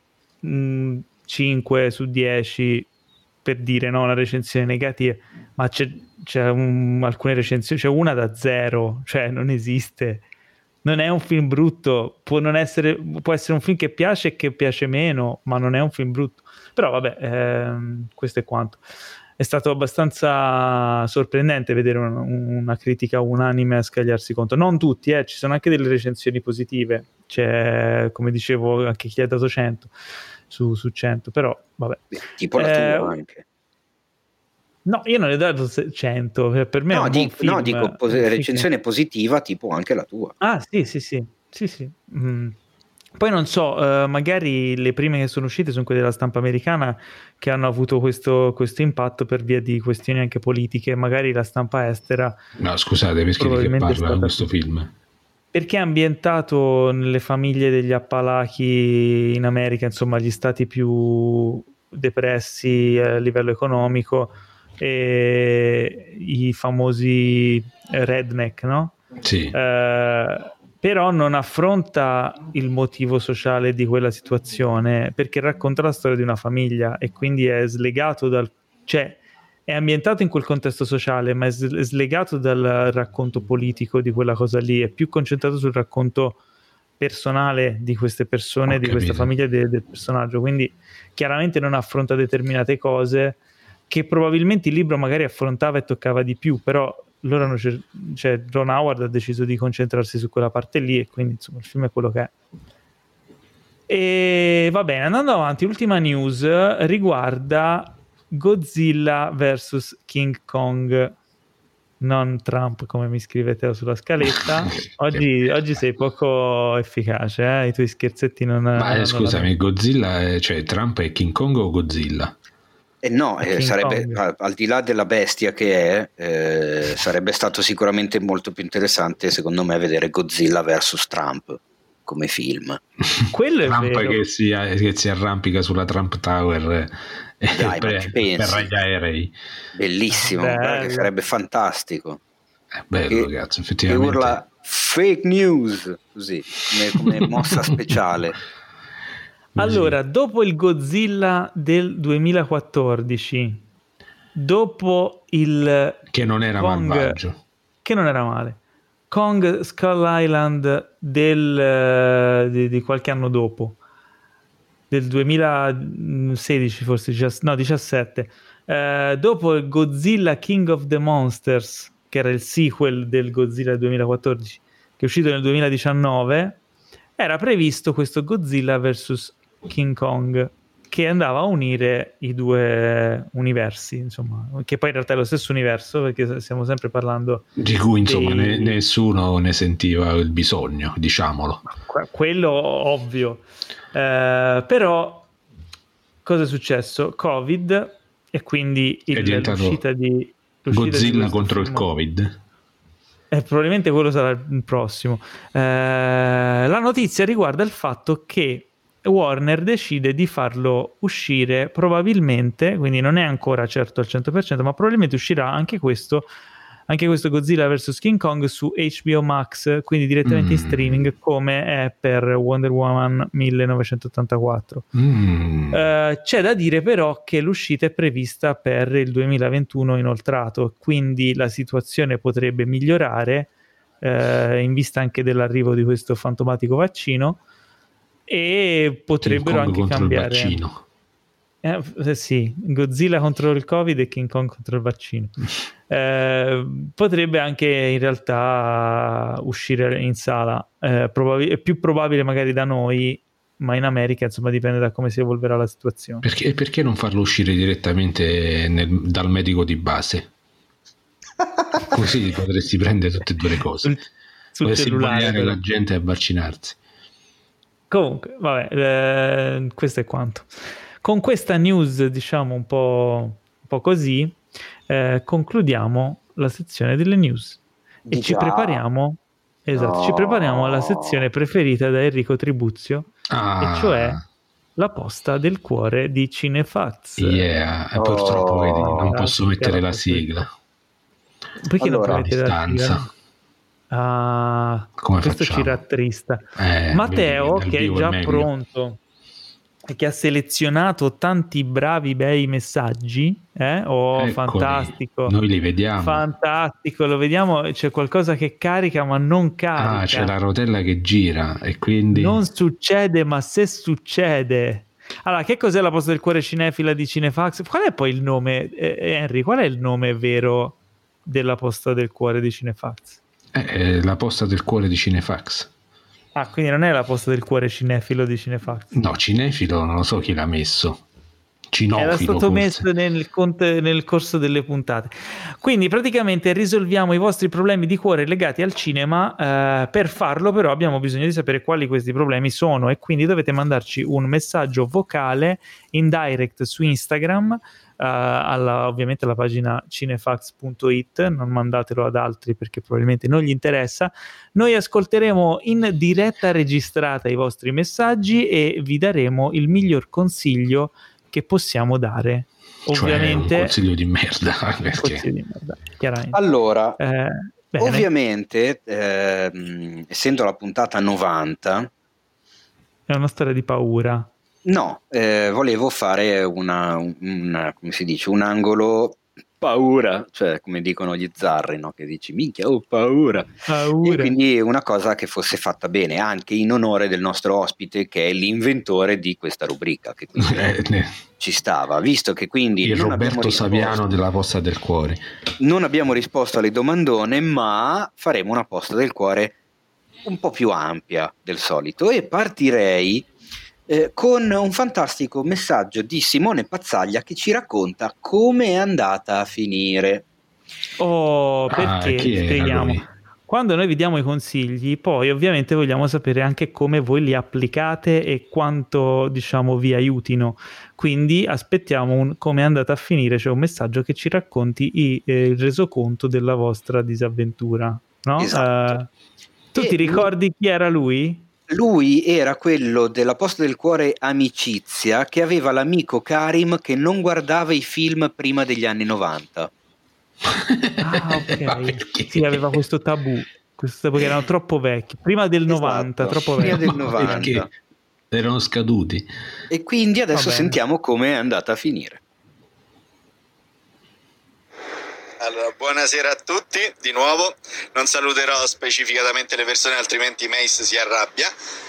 5 su 10 per dire una recensione negativa, ma c'è alcune recensioni, c'è una da 0, cioè non esiste. Non è un film brutto, può essere un film che piace e che piace meno, ma non è un film brutto. Però vabbè, questo è quanto. È stato abbastanza sorprendente vedere una critica unanime a scagliarsi contro. Non tutti, ci sono anche delle recensioni positive. C'è, come dicevo, anche chi ha dato 100 su 100, però vabbè. Tipo la tua anche. No, io non ne ho dato 100, per me è un buon film. No, dico recensione positiva, tipo anche la tua. Ah, sì. Poi non so, magari le prime che sono uscite sono quelle della stampa americana che hanno avuto questo impatto per via di questioni anche politiche, magari la stampa estera. No, scusate, perché di che parla questo film? Perché è ambientato nelle famiglie degli Appalachi in America, insomma, gli stati più depressi a livello economico, e i famosi redneck, no? Sì. Però non affronta il motivo sociale di quella situazione, perché racconta la storia di una famiglia e quindi è slegato cioè è ambientato in quel contesto sociale, ma è slegato dal racconto politico di quella cosa lì, è più concentrato sul racconto personale di queste persone, di questa famiglia del personaggio, quindi chiaramente non affronta determinate cose che probabilmente il libro magari affrontava e toccava di più, però loro Ron Howard ha deciso di concentrarsi su quella parte lì e quindi insomma il film è quello che è. E va bene, andando avanti, l'ultima news riguarda Godzilla vs King Kong, non Trump come mi scrivete sulla scaletta. Oggi sei poco efficace, i tuoi scherzetti non... Ma scusami, Godzilla, cioè Trump è King Kong o Godzilla? No, sarebbe, al di là della bestia che è, sarebbe stato sicuramente molto più interessante secondo me vedere Godzilla vs Trump come film. Quello è Trump vero. che si arrampica sulla Trump Tower per gli aerei. Bellissimo, che sarebbe fantastico. È bello, cazzo, effettivamente. E urla fake news così come mossa speciale. Allora, dopo il Godzilla del 2014, dopo il che non era malvagio, che non era male, Kong Skull Island di qualche anno dopo, del 2016 forse, 17, dopo il Godzilla King of the Monsters, che era il sequel del Godzilla del 2014, che è uscito nel 2019, era previsto questo Godzilla vs King Kong, che andava a unire i due universi, insomma, che poi in realtà è lo stesso universo, perché stiamo sempre parlando di cui insomma nessuno ne sentiva il bisogno, diciamolo. Quello ovvio, però cosa è successo? Covid, e quindi l'uscita di Godzilla contro il Covid. Probabilmente quello sarà il prossimo. La notizia riguarda il fatto che Warner decide di farlo uscire probabilmente, quindi non è ancora certo al 100%, ma probabilmente uscirà anche questo Godzilla vs King Kong su HBO Max, quindi direttamente in streaming, come è per Wonder Woman 1984. C'è da dire però che l'uscita è prevista per il 2021 inoltrato, quindi la situazione potrebbe migliorare in vista anche dell'arrivo di questo fantomatico vaccino, e potrebbero anche cambiare il vaccino. Sì, Godzilla contro il Covid e King Kong contro il vaccino. potrebbe anche in realtà uscire in sala, è più probabile magari da noi, ma in America insomma dipende da come si evolverà la situazione. Perché non farlo uscire direttamente dal medico di base? Così potresti prendere tutte e due le cose, potresti invogliare la gente a vaccinarsi. Comunque vabbè, questo è quanto. Con questa news diciamo un po' così concludiamo la sezione delle news e ci prepariamo alla sezione preferita da Enrico Tribuzio, e cioè la posta del cuore di Cinefax. Purtroppo vedi, non posso mettere la sigla. Perché non puoi mettere la sigla? Come questo facciamo? Ci rattrista. Matteo, che è già pronto e che ha selezionato tanti bravi bei messaggi, Eccoli, fantastico, noi li vediamo, fantastico, lo vediamo, c'è qualcosa che carica ma non carica, c'è la rotella che gira e quindi non succede, ma se succede. Allora, che cos'è la posta del cuore cinefila di Cinefax? Qual è poi il nome, Henry, qual è il nome vero della posta del cuore di Cinefax? La posta del cuore di Cinefax. Quindi non è la posta del cuore cinefilo di Cinefax? No, cinefilo non lo so chi l'ha messo. Cinofilo, era stato forse messo nel corso delle puntate. Quindi praticamente risolviamo i vostri problemi di cuore legati al cinema. Per farlo però abbiamo bisogno di sapere quali questi problemi sono, e quindi dovete mandarci un messaggio vocale in direct su Instagram, ovviamente alla pagina cinefax.it. non mandatelo ad altri perché probabilmente non gli interessa. Noi ascolteremo in diretta registrata i vostri messaggi e vi daremo il miglior consiglio che possiamo dare, ovviamente. Cioè, un consiglio di merda, chiaramente. Allora, ovviamente essendo la puntata 90 è una storia di paura. No, volevo fare come si dice, un angolo paura, cioè come dicono gli zarri, no? Che dici minchia, ho paura. E quindi una cosa che fosse fatta bene, anche in onore del nostro ospite che è l'inventore di questa rubrica, che quindi ci stava, visto che quindi il Roberto Saviano della posta del cuore. Non abbiamo risposto alle domandone, ma faremo una posta del cuore un po' più ampia del solito, e partirei con un fantastico messaggio di Simone Pazzaglia che ci racconta come è andata a finire. Perché spieghiamo. Quando noi vi diamo i consigli, poi ovviamente vogliamo sapere anche come voi li applicate e quanto, diciamo, vi aiutino. Quindi aspettiamo come è andata a finire, cioè un messaggio che ci racconti il resoconto della vostra disavventura, no? Esatto. Tu ti ricordi chi era lui? Lui era quello della posta del cuore Amicizia, che aveva l'amico Karim che non guardava i film prima degli anni 90. Ok. Sì, aveva questo tabù che erano troppo vecchi, prima del 90, troppo vecchi. Prima del 90. Perché erano scaduti. E quindi adesso sentiamo come è andata a finire. Allora, buonasera a tutti, di nuovo. Non saluterò specificatamente le persone, altrimenti Mace si arrabbia.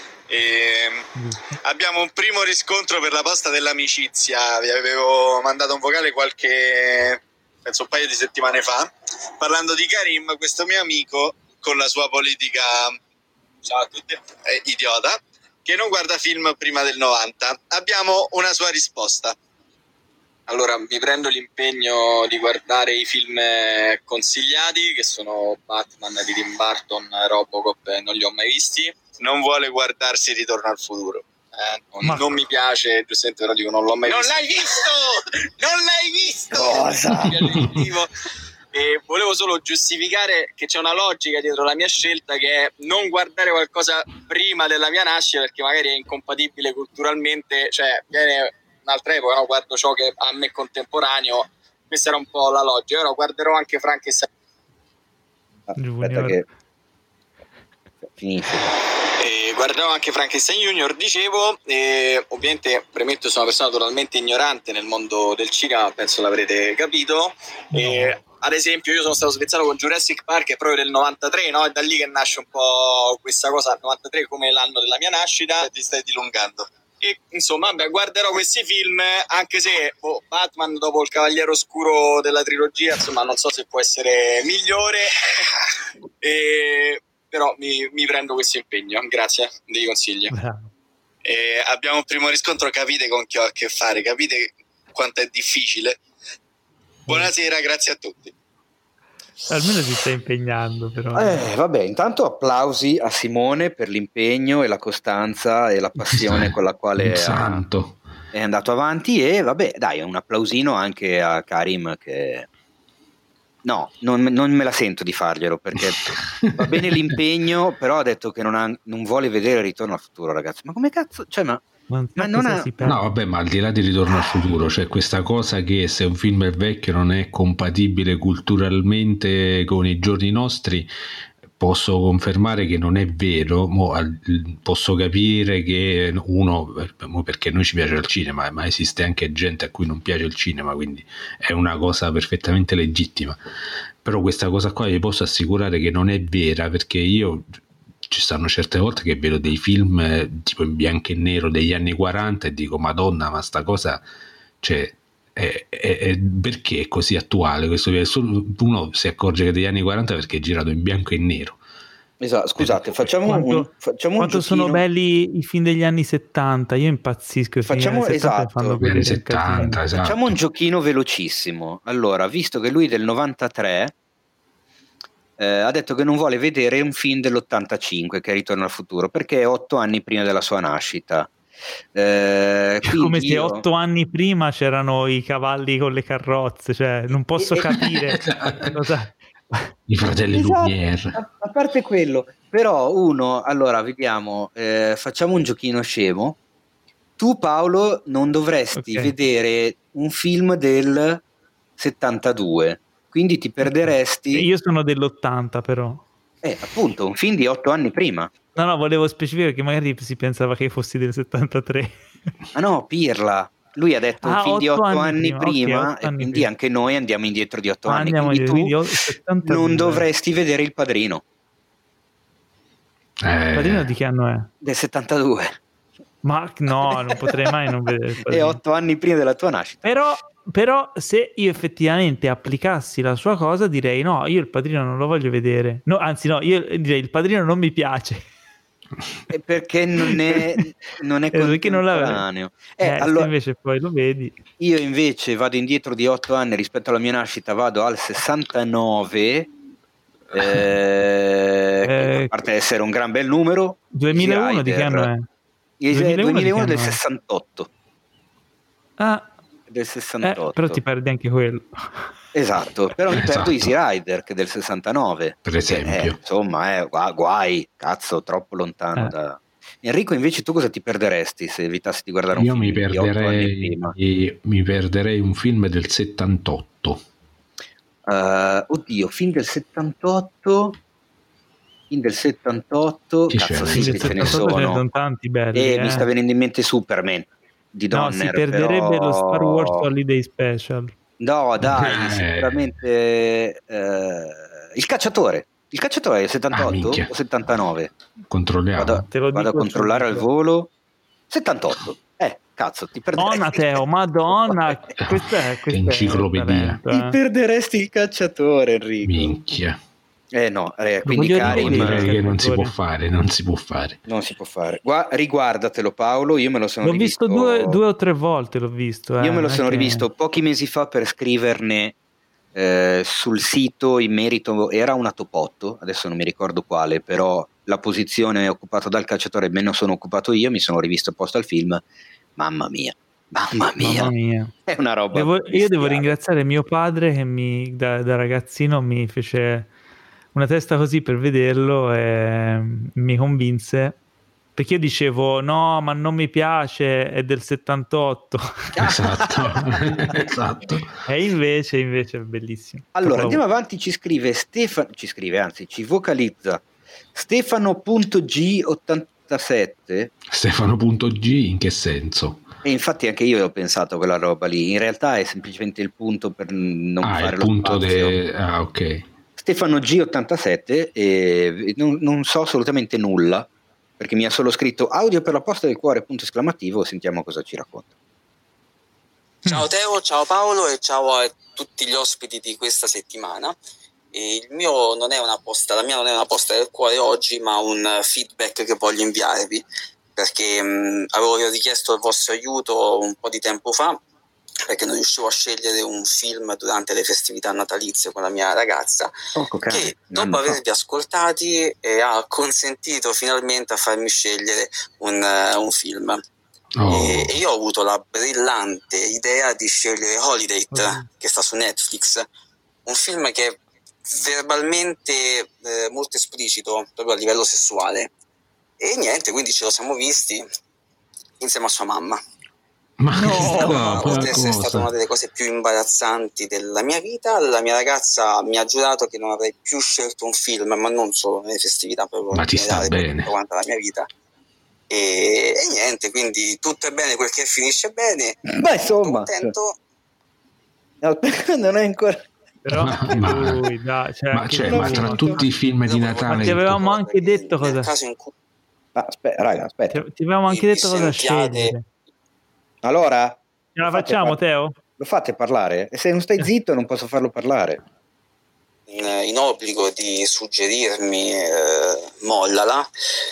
Abbiamo un primo riscontro per la posta dell'amicizia. Vi avevo mandato un vocale penso un paio di settimane fa, parlando di Karim, questo mio amico con la sua politica, ciao a tutti, idiota, che non guarda film prima del 90. Abbiamo una sua risposta. Allora, mi prendo l'impegno di guardare i film consigliati, che sono Batman di Tim Burton, Robocop, non li ho mai visti. Non vuole guardarsi Ritorno al futuro. Non mi piace, giustamente però dico non l'ho mai visto. Non l'hai visto! Cosa? E volevo solo giustificare che c'è una logica dietro la mia scelta, che è non guardare qualcosa prima della mia nascita, perché magari è incompatibile culturalmente, cioè viene un'altra epoca, no? Guardo ciò che a me è contemporaneo. Questa era un po' la logica. Ora guarderò anche Frankenstein. Aspetta che finisce. Guarderò anche Frankenstein Junior, dicevo, ovviamente premetto sono una persona totalmente ignorante nel mondo del cinema, penso l'avrete capito. Ad esempio io sono stato svezzato con Jurassic Park, che è proprio del 93, no? È da lì che nasce un po' questa cosa, 93 come l'anno della mia nascita. Ti stai dilungando. E insomma, guarderò questi film, anche se Batman dopo il Cavaliere Oscuro della trilogia, insomma, non so se può essere migliore, però mi prendo questo impegno. Grazie dei consigli. Abbiamo un primo riscontro, capite con chi ho a che fare, capite quanto è difficile. Buonasera, grazie a tutti. Almeno si sta impegnando, però. Vabbè, intanto applausi a Simone per l'impegno e la costanza e la passione con la quale è andato avanti, e vabbè, dai, un applausino anche a Karim che... No, non me la sento di farglielo, perché va bene l'impegno, però ha detto che non vuole vedere Ritorno al futuro, ragazzi. Ma come cazzo? Cioè, ma non ha... No, vabbè, ma al di là di Ritorno al futuro, c'è questa cosa che se un film è vecchio non è compatibile culturalmente con i giorni nostri, posso confermare che non è vero. Posso capire che uno, perché noi ci piace il cinema, ma esiste anche gente a cui non piace il cinema, quindi è una cosa perfettamente legittima. Però questa cosa qua vi posso assicurare che non è vera, perché io... ci stanno certe volte che vedo dei film tipo in bianco e nero degli anni 40 e dico madonna, ma sta cosa, cioè, è perché è così attuale questo? Uno si accorge che è degli anni 40 perché è girato in bianco e nero. Esatto, scusate, facciamo quanto sono belli i film degli anni 70, io impazzisco. Facciamo gli anni 70, esatto. Facciamo un giochino velocissimo. Allora, visto che lui è del 93, ha detto che non vuole vedere un film dell'85 che è Ritorno al futuro, perché è 8 anni prima della sua nascita. Come se 8 anni prima c'erano i cavalli con le carrozze, cioè non posso capire cosa... I fratelli Lumière. A parte quello, però allora vediamo, facciamo un giochino scemo. Tu, Paolo, non dovresti vedere un film del 72, quindi ti perderesti... Io sono dell'80 però. Appunto, un film di 8 anni prima. No, volevo specificare che magari si pensava che fossi del 73. Ah no, pirla. Lui ha detto un film di 8 anni prima, okay, e quindi anche noi andiamo indietro di 8 anni. Quindi tu 72. Non dovresti vedere Il Padrino. Il Padrino di che anno è? Del 72. Ma no, non potrei mai non vedere Il È Padrino. 8 anni prima della tua nascita. Però se io effettivamente applicassi la sua cosa, direi no, io Il Padrino non lo voglio vedere. No, anzi no, io direi Il Padrino non mi piace. Perché non è contemporaneo. Allora, invece poi lo vedi. Io invece vado indietro di 8 anni rispetto alla mia nascita, vado al 69, a parte essere un gran bel numero. 2001 di che anno è? Il 2001 del 68. Del 68. Però ti perdi anche quello. Esatto, però mi perdo Easy Rider che è del 69, per esempio. Insomma, guai, cazzo, troppo lontano da... Enrico, invece tu cosa ti perderesti se evitassi di guardare un film di 8 anni prima? Mi perderei un film del 78. Oddio, film del 78... cazzo, sì, ce ne sono tanti belli. Mi sta venendo in mente Superman di Donner. No, si perderebbe lo Star Wars Holiday Special. No, dai, sicuramente Il Cacciatore. Il Cacciatore è il 78 o 79? Controlliamo. Vado a controllare al volo. 78. Cazzo, ti perderesti. Matteo, Madonna, questa è enciclopedia. Ti perderesti Il Cacciatore, Enrico. Minchia. No, quindi Karim, direi che non si può fare. Non si può fare. Riguardatelo, Paolo. Io me lo sono rivisto 2 o 3 volte. L'ho visto. Io me lo sono rivisto pochi mesi fa per scriverne sul sito in merito. Era una top 8, adesso non mi ricordo quale, però la posizione occupata dal Cacciatore me ne sono occupato io. Mi sono rivisto apposta al film. Mamma mia. È una roba. Io devo ringraziare mio padre che da ragazzino mi fece una testa così per vederlo e mi convinse, perché io dicevo no, ma non mi piace, è del 78. Esatto. E invece è bellissimo. Allora andiamo avanti, ci vocalizza Stefano.g87. Stefano.g in che senso? E infatti anche io ho pensato a quella roba lì, in realtà è semplicemente il punto per non fare lo spazio. Ok. Stefano G87, non so assolutamente nulla perché mi ha solo scritto audio per la posta del cuore, punto esclamativo, sentiamo cosa ci racconta. Ciao Teo, ciao Paolo e ciao a tutti gli ospiti di questa settimana. E la mia non è una posta del cuore oggi, ma un feedback che voglio inviarvi, perché avevo richiesto il vostro aiuto un po' di tempo fa, perché non riuscivo a scegliere un film durante le festività natalizie con la mia ragazza, che dopo avervi ascoltati ha consentito finalmente a farmi scegliere un film. E io ho avuto la brillante idea di scegliere Holiday, che sta su Netflix, un film che è verbalmente molto esplicito proprio a livello sessuale, e niente, quindi ce lo siamo visti insieme a sua mamma. Oltre ad essere stata una delle cose più imbarazzanti della mia vita, la mia ragazza mi ha giurato che non avrei più scelto un film, ma non solo nelle festività, proprio ma ti sta bene quanto la mia vita. E niente, quindi tutto è bene quel che finisce bene. Ma insomma, contento. Non è ancora. Però ma tra tutti i film di Natale, ma ti avevamo anche detto cosa. Aspetta. Ti avevamo anche detto cosa scegliere. Allora, ce la facciamo, Teo? Lo fate parlare? E se non stai zitto non posso farlo parlare. In obbligo di suggerirmi mollala,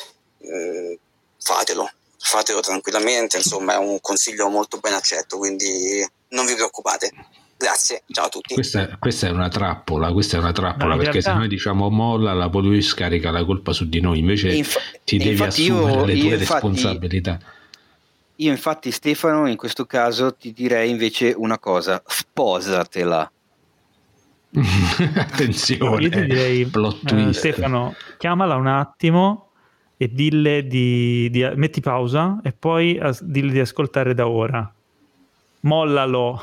fatelo tranquillamente, insomma è un consiglio molto ben accetto, quindi non vi preoccupate. Grazie, ciao a tutti. Questa è una trappola, perché realtà, se noi diciamo molla, la poi lui scarica la colpa su di noi, invece ti devi assumere le tue responsabilità. Io infatti, Stefano, in questo caso ti direi invece una cosa: sposatela. Attenzione, io ti direi, plot twist. Stefano, chiamala un attimo e dille metti pausa e poi dille di ascoltare da ora. Mollalo.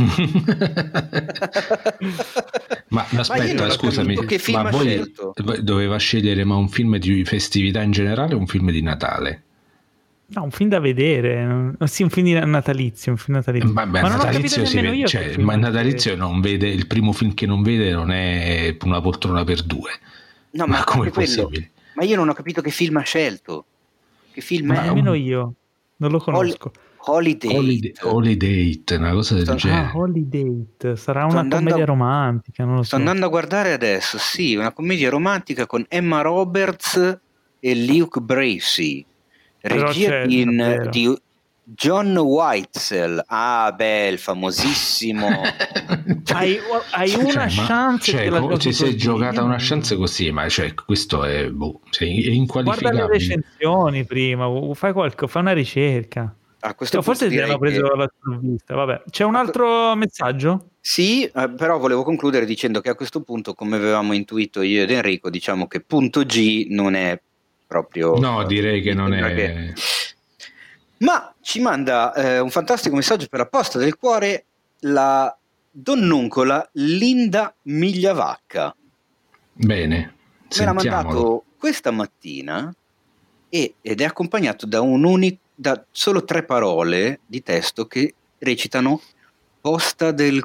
ma aspetta, scusami, che film ma ha scelto? Doveva scegliere un film di festività in generale o un film di Natale? No, un film da vedere, sì, un film natalizio, Vabbè, ma non natalizio si vede, ma natalizio non vede, il primo film che non vede non è Una poltrona per due. No, ma come è possibile? Ma io non ho capito che film ha scelto. Che film è? Nemmeno io, non lo conosco. Holiday, una cosa del genere. Holiday, sarà una commedia romantica, non lo so. Sto andando a guardare adesso, sì, una commedia romantica con Emma Roberts e Luke Bracey. Regia di John Whitesell. Il famosissimo. hai una chance, ti sei giocata una chance così, ma questo è inqualificabile. Guarda le recensioni prima, fai una ricerca. Forse ti hanno preso la sprovvista. Vabbè, c'è un altro messaggio? Sì, però volevo concludere dicendo che a questo punto, come avevamo intuito io ed Enrico, diciamo che punto G non è proprio. No, direi che non è. Ma ci manda un fantastico messaggio per la posta del cuore la donnuncola Linda Migliavacca. Bene, me l'ha mandato questa mattina ed è accompagnato da da solo 3 parole di testo che recitano posta del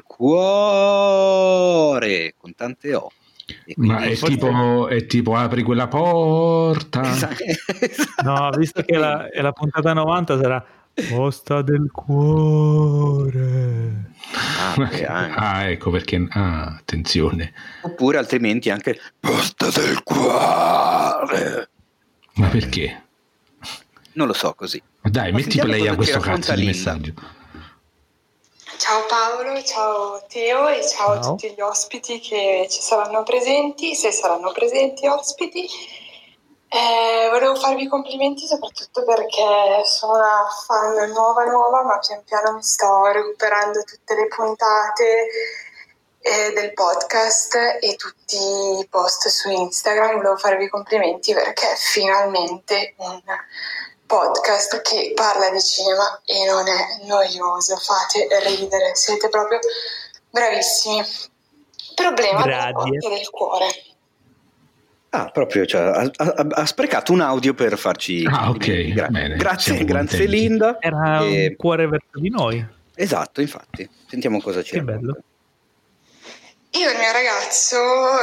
cuore con tante O. Ma è tipo apri quella porta. Esatto. No, visto che è la puntata 90 sarà posta del cuore. Ecco perché. Attenzione. Oppure altrimenti anche posta del cuore. Ma perché? Non lo so, così. Dai, metti play a questo cazzo di messaggio. Ciao Paolo, ciao Teo e ciao a tutti gli ospiti che ci saranno presenti, se saranno presenti ospiti. Volevo farvi i complimenti soprattutto perché sono una fan nuova, ma pian piano mi sto recuperando tutte le puntate del podcast e tutti i post su Instagram. Volevo farvi i complimenti perché finalmente un podcast che parla di cinema e non è noioso, fate ridere, siete proprio bravissimi. Problema del cuore. Proprio, ha sprecato un audio per farci. Ok, bene, grazie Linda. Era un cuore verso di noi. Esatto, infatti. Sentiamo cosa c'è. Che bello. Io e il mio ragazzo,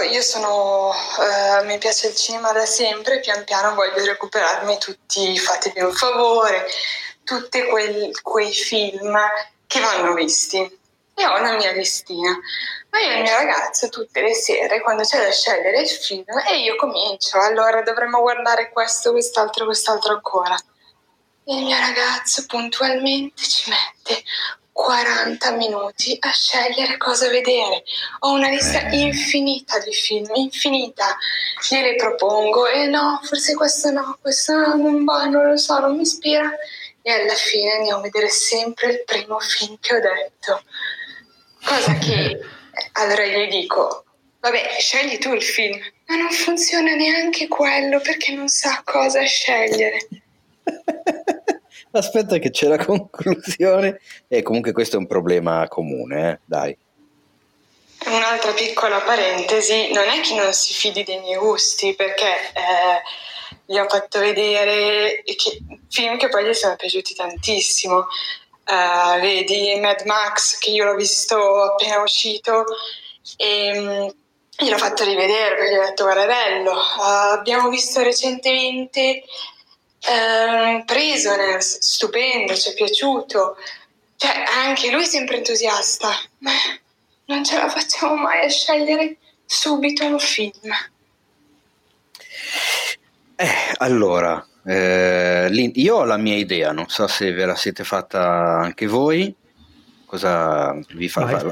mi piace il cinema da sempre, pian piano voglio recuperarmi tutti Fatemi un favore, tutti quei film che vanno visti. Io ho una mia listina, ma io e il mio ragazzo tutte le sere, quando c'è da scegliere il film, e io comincio, allora dovremmo guardare questo, quest'altro ancora. E il mio ragazzo puntualmente ci mette 40 minuti a scegliere cosa vedere. Ho una lista infinita di film, infinita. Gliele propongo e no, forse questo no, non va, non lo so, non mi ispira. E alla fine andiamo a vedere sempre il primo film che ho detto. Cosa che allora gli dico, vabbè, scegli tu il film. Ma non funziona neanche quello perché non sa cosa scegliere. Aspetta che c'è la conclusione. E comunque questo è un problema comune, dai. Un'altra piccola parentesi, non è che non si fidi dei miei gusti, perché gli ho fatto vedere film che poi gli sono piaciuti tantissimo. Vedi Mad Max, che io l'ho visto appena uscito, e gliel'ho fatto rivedere perché gli ho detto guarda, è bello. Abbiamo visto recentemente Prisoners, stupendo, ci è piaciuto, cioè anche lui sempre entusiasta, ma non ce la facciamo mai a scegliere subito un film. Allora, io ho la mia idea, non so se ve la siete fatta anche voi. Cosa vi fa?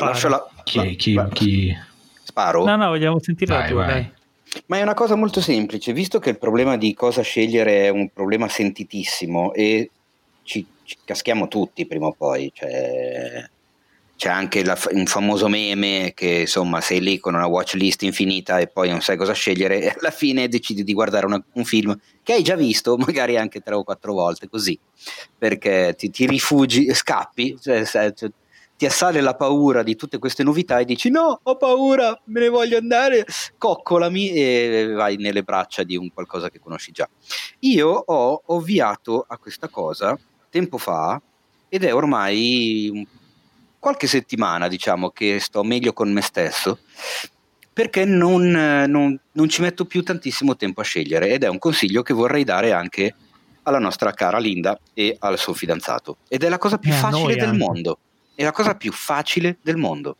Chi? Sparo? No, vogliamo sentire la tua, dai. Ma è una cosa molto semplice, visto che il problema di cosa scegliere è un problema sentitissimo e ci caschiamo tutti prima o poi, c'è anche un famoso meme che insomma sei lì con una watch list infinita e poi non sai cosa scegliere e alla fine decidi di guardare un film che hai già visto magari anche 3 o 4 volte, così, perché ti rifugi, scappi, ti assale la paura di tutte queste novità e dici no, ho paura, me ne voglio andare, coccolami, e vai nelle braccia di un qualcosa che conosci già. Io ho ovviato a questa cosa tempo fa ed è ormai qualche settimana, diciamo, che sto meglio con me stesso, perché non ci metto più tantissimo tempo a scegliere, ed è un consiglio che vorrei dare anche alla nostra cara Linda e al suo fidanzato, ed è la cosa più facile del mondo. È la cosa più facile del mondo.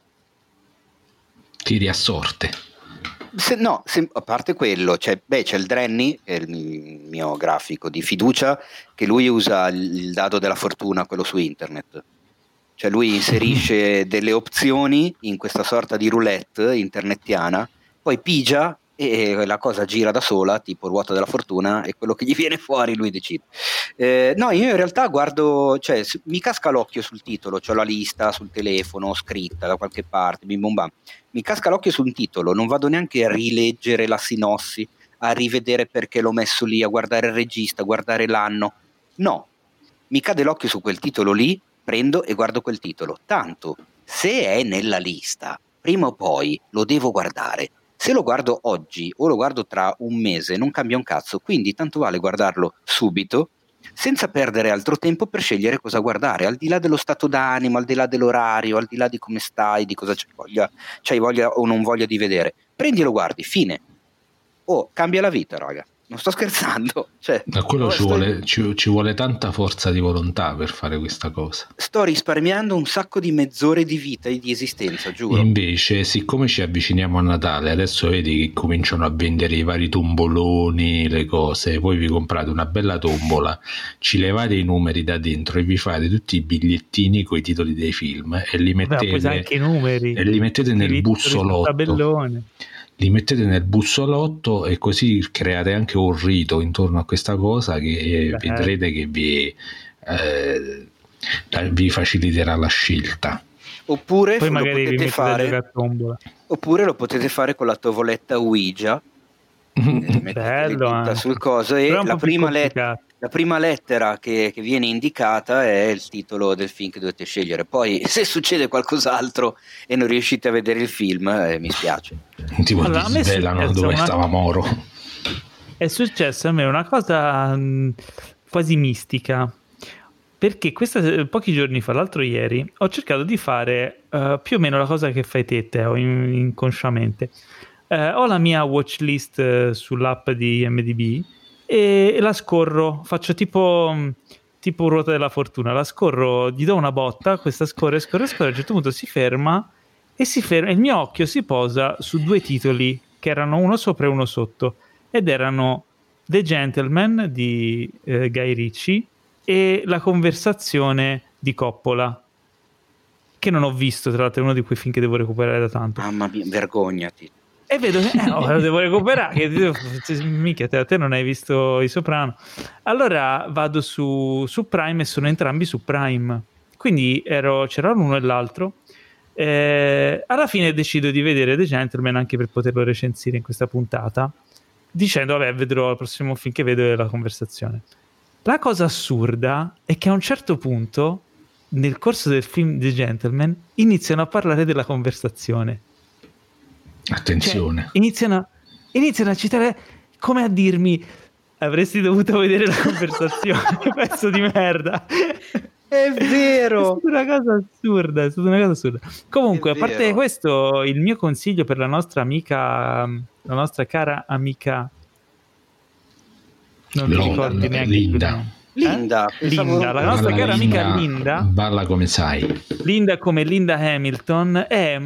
Tiri a sorte. A parte quello, c'è il Drenny, che è il mio grafico di fiducia, che lui usa il dado della fortuna, quello su internet. Cioè lui inserisce delle opzioni in questa sorta di roulette internetiana, poi pigia e la cosa gira da sola, tipo ruota della fortuna, e quello che gli viene fuori lui decide. No, io in realtà guardo, cioè mi casca l'occhio sul titolo, c'ho la lista sul telefono scritta da qualche parte, bim bum bam. Mi casca l'occhio sul titolo, non vado neanche a rileggere la sinossi, a rivedere perché l'ho messo lì, a guardare il regista, a guardare l'anno. No, mi cade l'occhio su quel titolo lì, prendo e guardo quel titolo. Tanto, se è nella lista, prima o poi lo devo guardare. Se lo guardo oggi o lo guardo tra un mese non cambia un cazzo, quindi tanto vale guardarlo subito, senza perdere altro tempo per scegliere cosa guardare, al di là dello stato d'animo, al di là dell'orario, al di là di come stai, di cosa c'hai voglia o non voglia di vedere. Prendi e lo guardi, fine. Cambia la vita, raga. Non sto scherzando. Da quello ci vuole tanta forza di volontà per fare questa cosa. Sto risparmiando un sacco di mezz'ore di vita e di esistenza, giuro. Invece, siccome ci avviciniamo a Natale, adesso vedi che cominciano a vendere i vari tomboloni, le cose, voi vi comprate una bella tombola, ci levate i numeri da dentro e vi fate tutti i bigliettini con i titoli dei film e li mettete, anche i numeri, e li mettete nel bussolotto. Li mettete nel bussolotto e così create anche un rito intorno a questa cosa che vedrete che vi faciliterà la scelta. Oppure poi lo magari potete fare, oppure lo potete fare con la tovoletta Ouija. Bello, sul coso, e la prima lettera che viene indicata è il titolo del film che dovete scegliere. Poi se succede qualcos'altro e non riuscite a vedere il film, mi spiace. Tipo allora, ti svelano dove stava Moro. È successo a me una cosa quasi mistica. perché pochi giorni fa, l'altro ieri, ho cercato di fare più o meno la cosa che fai te, Teo, inconsciamente. Ho la mia watchlist sull'app di IMDb e la scorro, faccio tipo ruota della fortuna, la scorro, gli do una botta, questa scorre, a un certo punto si ferma e il mio occhio si posa su 2 titoli che erano uno sopra e uno sotto, ed erano The Gentleman di Guy Ritchie e La conversazione di Coppola, che non ho visto, tra l'altro è uno di quei film che devo recuperare da tanto. Mamma mia, vergognati. E vedo che lo devo recuperare, mica te non hai visto I Soprano. Allora vado su Prime e sono entrambi su Prime, quindi c'era l'uno e l'altro. Alla fine decido di vedere The Gentleman anche per poterlo recensire in questa puntata, dicendo vabbè, vedrò il prossimo film che vedo è La conversazione. La cosa assurda è che a un certo punto nel corso del film The Gentleman iniziano a parlare della conversazione. Attenzione. Cioè, iniziano a citare, come a dirmi avresti dovuto vedere La conversazione. Pezzo di merda. È vero. È stata una cosa assurda. Comunque, a parte questo, il mio consiglio per la nostra amica, la nostra cara amica, non mi ricordi neanche Linda, la nostra cara amica Linda, balla come sai. Linda come Linda Hamilton è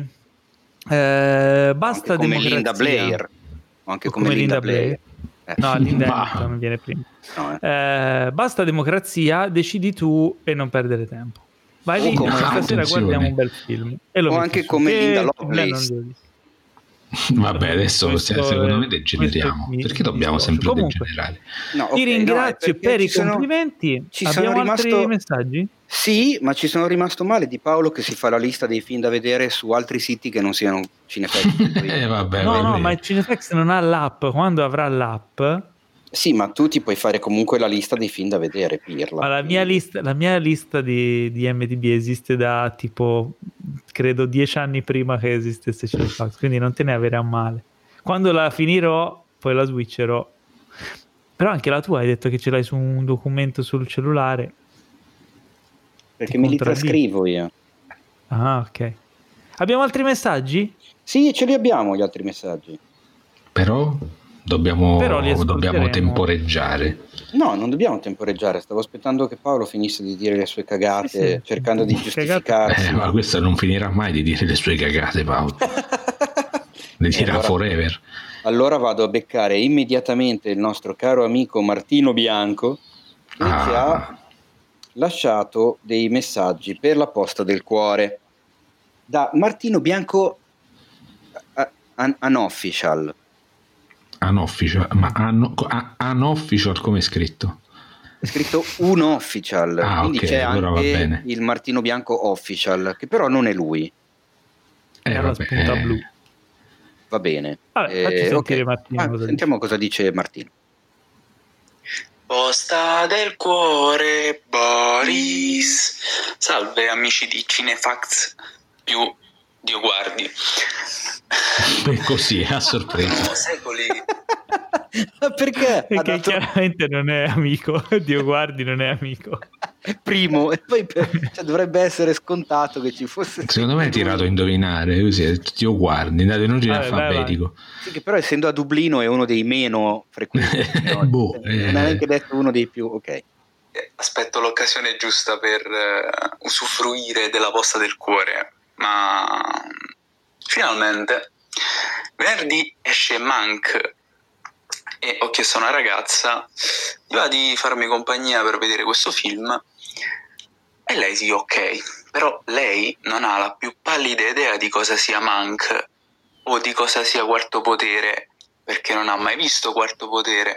basta come democrazia. Linda Blair, o anche come Linda Blair. No, Linda Hamilton non viene prima. No, basta democrazia, decidi tu e non perdere tempo. Vai lì, stasera guardiamo un bel film. O anche come Linda Lovelace. Vabbè, adesso secondo me degeneriamo. Perché dobbiamo sempre degenerare? No, ti ringrazio per i complimenti. Abbiamo altri messaggi? Sì, ma ci sono rimasto male di Paolo che si fa la lista dei film da vedere su altri siti che non siano Cinefx. Vabbè, no, ma il Cinefx non ha l'app. Quando avrà l'app... Sì, ma tu ti puoi fare comunque la lista dei film da vedere, pirla. Ma la mia lista di MDB esiste da tipo, credo 10 anni prima che esistesse Cinefx, quindi non te ne avere a male. Quando la finirò, poi la switcherò. Però anche la tua hai detto che ce l'hai su un documento sul cellulare. Perché me li trascrivo io. Ah, ok. Abbiamo altri messaggi? Sì, ce li abbiamo gli altri messaggi. Però dobbiamo temporeggiare. No, non dobbiamo temporeggiare. Stavo aspettando che Paolo finisse di dire le sue cagate, cercando di giustificarsi. Ma questa non finirà mai di dire le sue cagate, Paolo. Le dirà forever. Allora vado a beccare immediatamente il nostro caro amico Martino Bianco, che ci ha lasciato dei messaggi per la posta del cuore. Da Martino Bianco Unofficial. Ma unofficial come è scritto? È scritto Unofficial, quindi okay, c'è allora anche il Martino Bianco Official, che però non è lui. È la spunta blu. Va bene. Facci sentire Martino. Sentiamo cosa dice Martino. Posta del cuore, Boris. Salve amici di Cinefax più Dio guardi. Così a sorpresa. Secoli. Perché? Perché chiaramente non è amico. Dio guardi, non è amico. Primo, e poi dovrebbe essere scontato che ci fosse. Secondo me è tirato a indovinare. Così, Dio guardi, date in ordine alfabetico. Sì, che però essendo a Dublino è uno dei meno frequenti. No? Non è neanche detto uno dei più. Ok. Aspetto l'occasione giusta per usufruire della posta del cuore. Ma finalmente venerdì esce Mank e ho chiesto a una ragazza di farmi compagnia per vedere questo film e lei sì, ok, però lei non ha la più pallida idea di cosa sia Mank o di cosa sia Quarto Potere, perché non ha mai visto Quarto Potere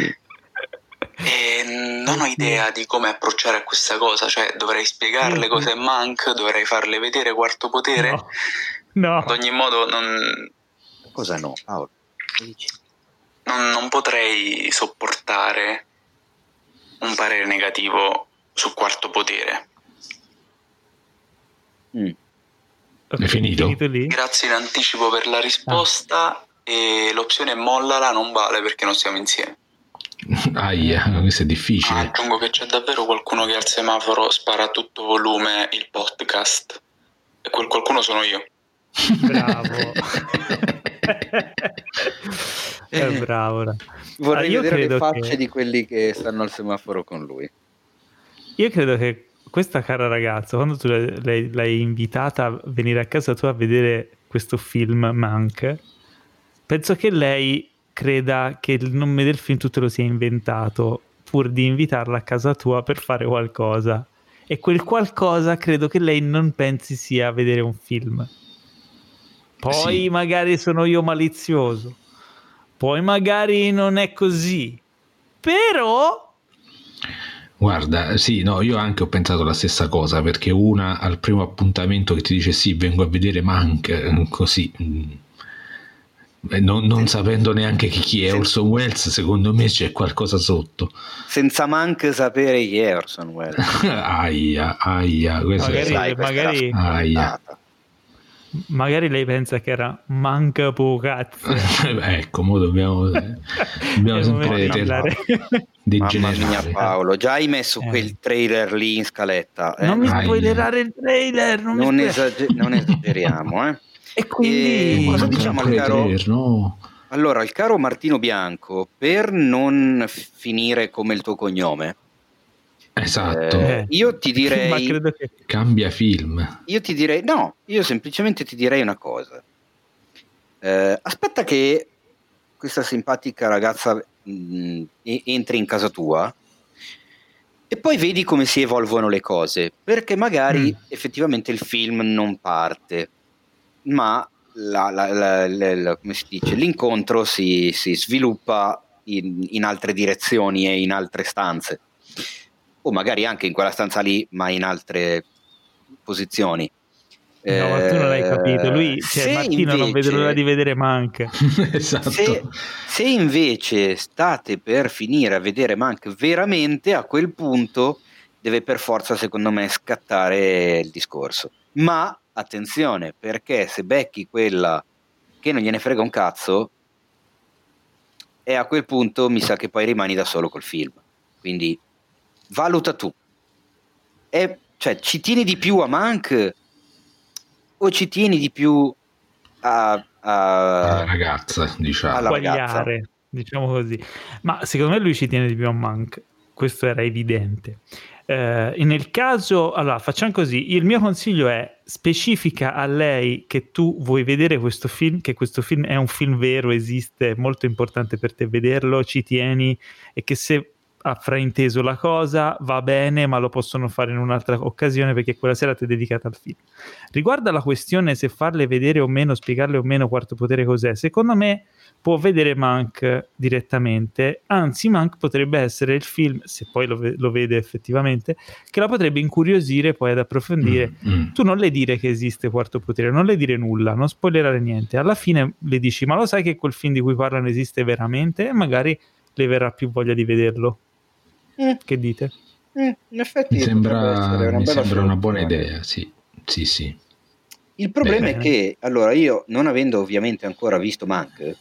e non ho idea di come approcciare a questa cosa, cioè dovrei spiegarle cosa è Mank, dovrei farle vedere Quarto Potere. No. Ad ogni modo Cosa no, Paolo? Non potrei sopportare un parere negativo su Quarto Potere. È finito lì? Grazie in anticipo per la risposta e l'opzione mollala non vale perché non siamo insieme. Questo è difficile. Aggiungo che c'è davvero qualcuno che al semaforo spara a tutto volume il podcast, e quel qualcuno sono io. Bravo. È bravo. Vorrei vedere le facce di quelli che stanno al semaforo con lui. Io credo che questa cara ragazza, quando tu l'hai invitata a venire a casa tua a vedere questo film Mank, penso che lei creda che il nome del film tu te lo sia inventato pur di invitarla a casa tua per fare qualcosa, e quel qualcosa credo che lei non pensi sia vedere un film. Poi sì, magari sono io malizioso, poi magari non è così, però guarda, sì, no, io anche ho pensato la stessa cosa, perché una al primo appuntamento che ti dice sì, vengo a vedere Mank, così non sapendo neanche chi è Orson Welles, secondo me c'è qualcosa sotto. Senza Mank sapere chi è Orson Welles. Aia, magari lei pensa che era Manca Pocazzo. Ecco, mo dobbiamo sempre degenerare. Mamma mia, Paolo, già hai messo quel trailer lì in scaletta. Non mi spoilerare il trailer. Non esageriamo, E quindi cosa diciamo al caro? No. Allora, il caro Martino Bianco, per non finire come il tuo cognome, esatto, io ti direi ma credo che cambia film. Io ti direi no, io semplicemente ti direi una cosa. Aspetta che questa simpatica ragazza entri in casa tua e poi vedi come si evolvono le cose, perché magari effettivamente il film non parte, ma come si dice, l'incontro si sviluppa in altre direzioni e in altre stanze, o magari anche in quella stanza lì, ma in altre posizioni. No, ma tu non hai capito. Lui, Martino invece, non vede l'ora di vedere Mank. Esatto. Se invece state per finire a vedere Mank veramente, a quel punto deve per forza, secondo me, scattare il discorso. Ma attenzione, perché se becchi quella che non gliene frega un cazzo, e a quel punto mi sa che poi rimani da solo col film. Quindi valuta tu. Cioè, ci tieni di più a Mank o ci tieni di più alla ragazza, diciamo. Alla ragazza, diciamo così. Ma secondo me lui ci tiene di più a Mank, questo era evidente. Nel caso, allora facciamo così, il mio consiglio è: specifica a lei che tu vuoi vedere questo film, che questo film è un film vero, esiste, è molto importante per te vederlo, ci tieni, e che se ha frainteso la cosa va bene, ma lo possono fare in un'altra occasione perché quella sera ti è dedicata al film. Riguardo alla questione se farle vedere o meno, spiegarle o meno Quarto Potere cos'è, secondo me può vedere Mank direttamente, anzi Mank potrebbe essere il film, se poi lo vede effettivamente, che la potrebbe incuriosire poi ad approfondire. Tu non le dire che esiste Quarto Potere, non le dire nulla, non spoilerare niente, alla fine le dici: ma lo sai che quel film di cui parlano esiste veramente? E magari le verrà più voglia di vederlo. Che dite? In effetti mi sembra una buona idea, sì. Il problema è che, allora, io non avendo ovviamente ancora visto Mank,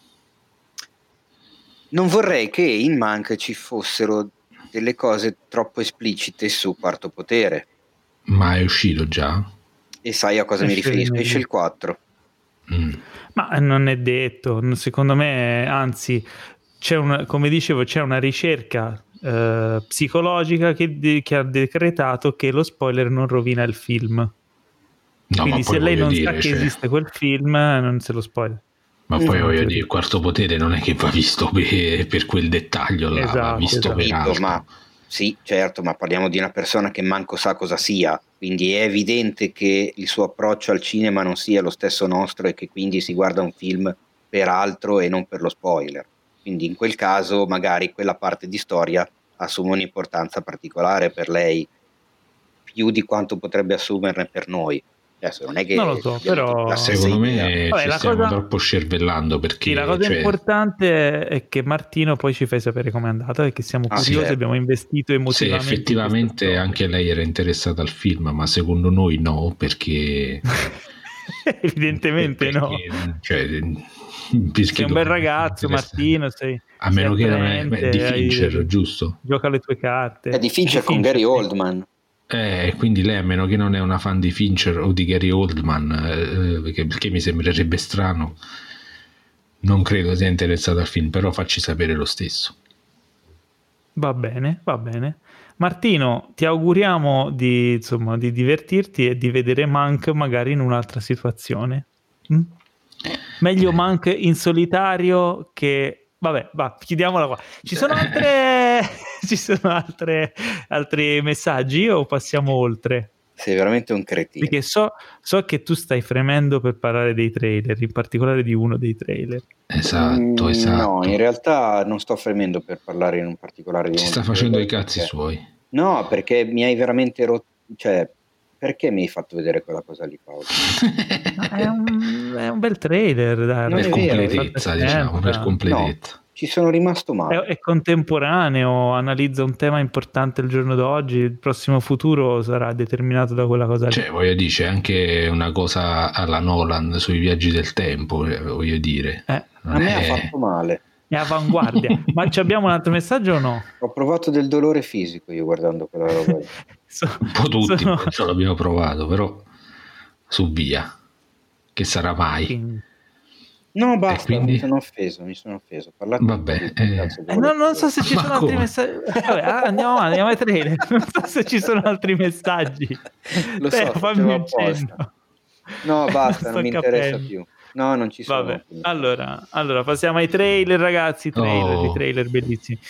non vorrei che in Mank ci fossero delle cose troppo esplicite su Quarto Potere. Ma è uscito già? E sai a cosa mi riferisco? Esce il 4. Ma non è detto, secondo me, anzi, come dicevo, c'è una ricerca psicologica che ha decretato che lo spoiler non rovina il film. No, quindi se lei non sa che esiste quel film, non se lo spoiler. Ma poi voglio dire, il Quarto Potere non è che va visto per quel dettaglio là, va visto per altro. Ma sì, certo, ma parliamo di una persona che manco sa cosa sia, quindi è evidente che il suo approccio al cinema non sia lo stesso nostro e che quindi si guarda un film per altro e non per lo spoiler. Quindi in quel caso magari quella parte di storia assume un'importanza particolare per lei, più di quanto potrebbe assumerne per noi. Adesso non è che non lo so, però secondo me ci stiamo troppo scervellando, perché la cosa importante è che Martino poi ci fai sapere com'è andata, perché siamo curiosi, abbiamo investito emotivamente. Se effettivamente anche lei era interessata al film, ma secondo noi no, perché Evidentemente no. Cioè, sei un bel ragazzo, Martino, a meno che non è di Fincher, giusto? Gioca le tue carte. È di Fincher con Gary Oldman. Quindi lei, a meno che non è una fan di Fincher o di Gary Oldman, perché mi sembrerebbe strano, non credo sia interessato al film, però facci sapere lo stesso. Va bene. Martino, ti auguriamo di divertirti e di vedere Mank magari in un'altra situazione. Meglio Mank in solitario che... Vabbè, chiudiamola qua. Ci sono altri messaggi o passiamo oltre? Sei veramente un cretino. Perché so che tu stai fremendo per parlare dei trailer, in particolare di uno dei trailer. Esatto. No, in realtà non sto fremendo per parlare in un particolare di uno. Ci sta facendo i cazzi suoi. No, perché mi hai veramente rotto. Cioè, perché mi hai fatto vedere quella cosa lì, Paolo? È un bel trailer, dai. Per completezza, diciamo, per completezza. No, ci sono rimasto male. È contemporaneo, analizza un tema importante il giorno d'oggi, il prossimo futuro sarà determinato da quella cosa lì. Cioè, voglio dire, c'è anche una cosa alla Nolan sui viaggi del tempo, voglio dire. A me ha fatto male. È avanguardia. Ma abbiamo un altro messaggio o no? Ho provato del dolore fisico io guardando quella roba lì. Un po' tutti ce l'abbiamo provato, però su via, che sarà mai. No, basta, quindi... mi sono offeso. Parlate. Vabbè, non so se ci sono altri messaggi. Vabbè, andiamo ai trailer. Non so se ci sono altri messaggi. Lo so, fammi un cenno. No, basta, non mi interessa più. No, non ci sono. Vabbè, allora passiamo ai trailer, ragazzi. I trailer bellissimi.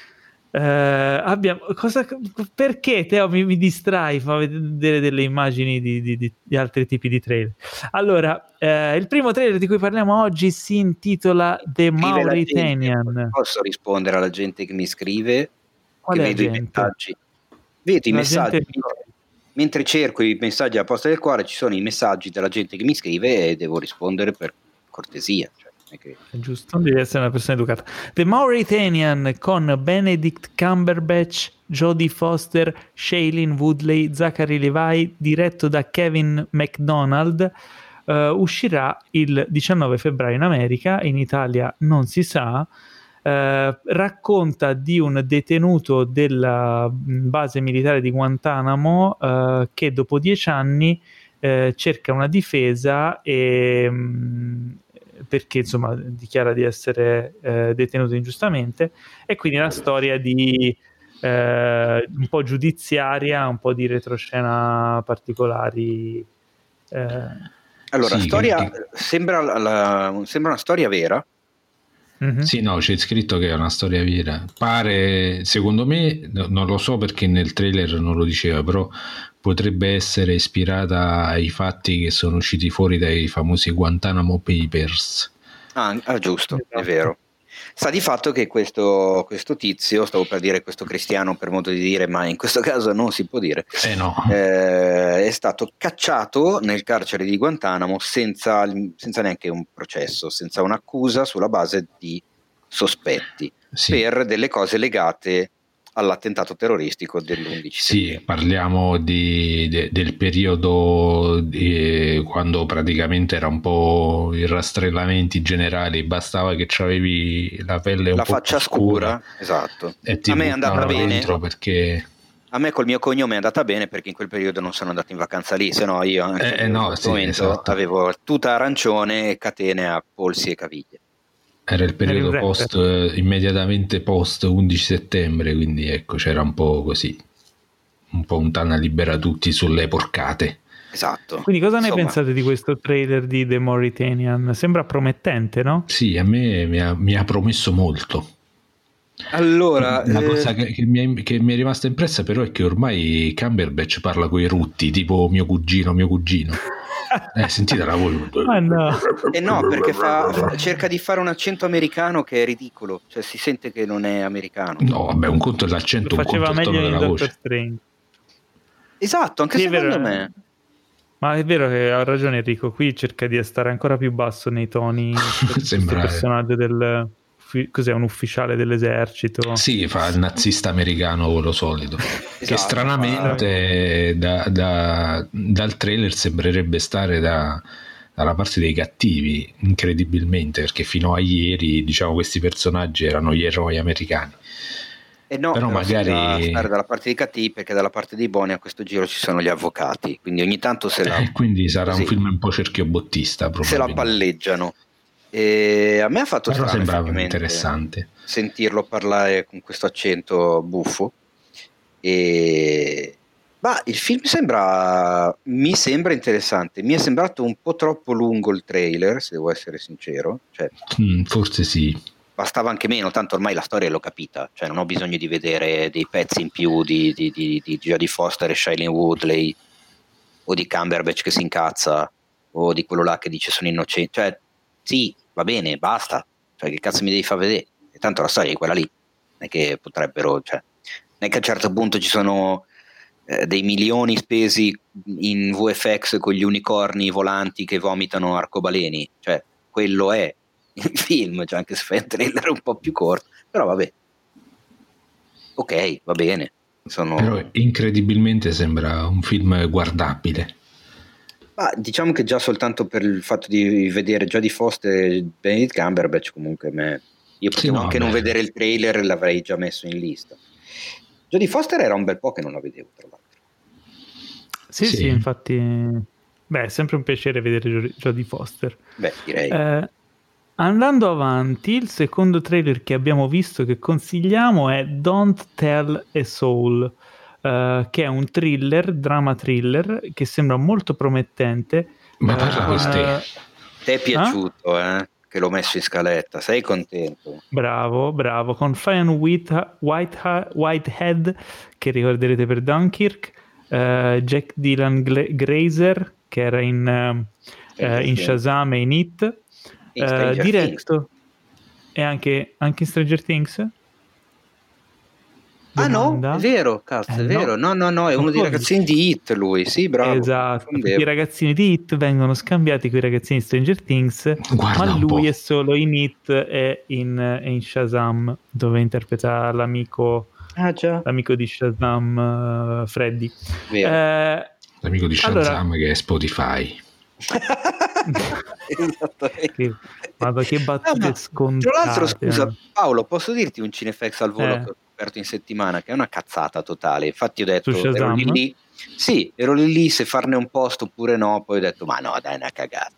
Perché Teo mi distrai, fa vedere delle immagini di altri tipi di trailer. Allora, il primo trailer di cui parliamo oggi si intitola The Mauritanian. Posso rispondere alla gente che mi scrive? Quale che vedo i messaggi. Vedo i messaggi. Mentre cerco i messaggi alla posta del cuore, ci sono i messaggi della gente che mi scrive e devo rispondere per cortesia. È giusto, devi essere una persona educata. The Mauritanian con Benedict Cumberbatch, Jodie Foster, Shailene Woodley, Zachary Levi, diretto da Kevin MacDonald, uscirà il 19 febbraio in America, in Italia non si sa. Racconta di un detenuto della base militare di Guantanamo che dopo 10 anni cerca una difesa e perché insomma dichiara di essere detenuto ingiustamente, e quindi la storia di un po' giudiziaria, un po' di retroscena particolari. Allora, sì, storia sembra una storia vera. Mm-hmm. Sì, no, c'è scritto che è una storia vera. Pare, secondo me, non lo so perché nel trailer non lo diceva, però potrebbe essere ispirata ai fatti che sono usciti fuori dai famosi Guantanamo Papers. Ah, giusto, è vero. Sta di fatto che questo tizio, stavo per dire questo cristiano per modo di dire, ma in questo caso non si può dire, no. È stato cacciato nel carcere di Guantanamo senza neanche un processo, senza un'accusa, sulla base di sospetti, sì, per delle cose legate all'attentato terroristico dell'11 settembre. Sì, parliamo del periodo quando praticamente era un po' i rastrellamenti generali, bastava che c'avevi la pelle un po' faccia scura, esatto. E ti a me è andata bene perché a me col mio cognome è andata bene perché in quel periodo non sono andato in vacanza lì, se no io anche in questo momento esatto, avevo tuta arancione e catene a polsi e caviglie. Era il periodo immediatamente post 11 settembre, quindi ecco, c'era un po' così, un po' un Tana libera tutti sulle porcate. Esatto. Quindi cosa ne pensate di questo trailer di The Mauritanian? Sembra promettente, no? Sì, a me mi ha promesso molto. Allora, una cosa che mi è rimasta impressa però è che ormai Cumberbatch parla coi rutti, tipo mio cugino. Sentite la voce. No, perché cerca di fare un accento americano che è ridicolo, cioè si sente che non è americano. No, vabbè, un conto è l'accento, un conto è il tono della voce. Esatto, anche secondo me. Ma è vero che ha ragione Enrico, qui cerca di stare ancora più basso nei toni. Sembra il personaggio cos'è, un ufficiale dell'esercito? Sì, fa il nazista americano, quello solito. Esatto, che stranamente dal trailer sembrerebbe stare da dalla parte dei cattivi, incredibilmente, perché fino a ieri, diciamo, questi personaggi erano gli eroi americani. No, però magari stare dalla parte dei cattivi, perché dalla parte dei buoni a questo giro ci sono gli avvocati, quindi ogni tanto quindi sarà un film un po' cerchiobottista, se la palleggiano. E a me ha fatto però strano, sembrava interessante sentirlo parlare con questo accento buffo. Ma il film mi sembra interessante. Mi è sembrato un po' troppo lungo il trailer, se devo essere sincero, cioè, forse sì, bastava anche meno, tanto ormai la storia l'ho capita, cioè non ho bisogno di vedere dei pezzi in più di Jodie Foster e Shailene Woodley, o di Cumberbatch che si incazza, o di quello là che dice sono innocente. Cioè sì, va bene, basta, cioè che cazzo mi devi far vedere? E tanto la storia è quella lì, non è che potrebbero, cioè non è che a un certo punto ci sono dei milioni spesi in VFX con gli unicorni volanti che vomitano arcobaleni, cioè quello è il film, cioè anche se fa il trailer un po' più corto, però vabbè, ok, va bene. Però incredibilmente sembra un film guardabile. Ma diciamo che già soltanto per il fatto di vedere Jodie Foster e Benedict Cumberbatch, comunque io potevo non vedere il trailer, l'avrei già messo in lista. Jodie Foster era un bel po' che non la vedevo, tra l'altro. Sì, infatti è sempre un piacere vedere Jodie Foster. Beh, direi. Andando avanti, il secondo trailer che abbiamo visto, che consigliamo, è Don't Tell a Soul, che è un drama thriller, che sembra molto promettette. Ma parla per te. Ti è piaciuto, che l'ho messo in scaletta, sei contento? Bravo, con Fionn Whitehead, che ricorderete per Dunkirk, Jack Dylan Grazer, che era in Shazam e in It, diretto e anche in Stranger Things. Domanda? No, è vero, cazzo, è vero. No, è uno dei ragazzini di It, lui, sì, bravo. Esatto, i ragazzini di It vengono scambiati con i ragazzini di Stranger Things, ma lui è solo in It e in Shazam, dove interpreta l'amico di Shazam, Freddy. L'amico di Shazam, che è Spotify. Che battute scontate. Tra l'altro, scusa Paolo, posso dirti un Cinefax al volo che ho scoperto in settimana, che è una cazzata totale. Infatti ho detto, ero lì se farne un post oppure no, poi ho detto ma no, dai, è una cagata.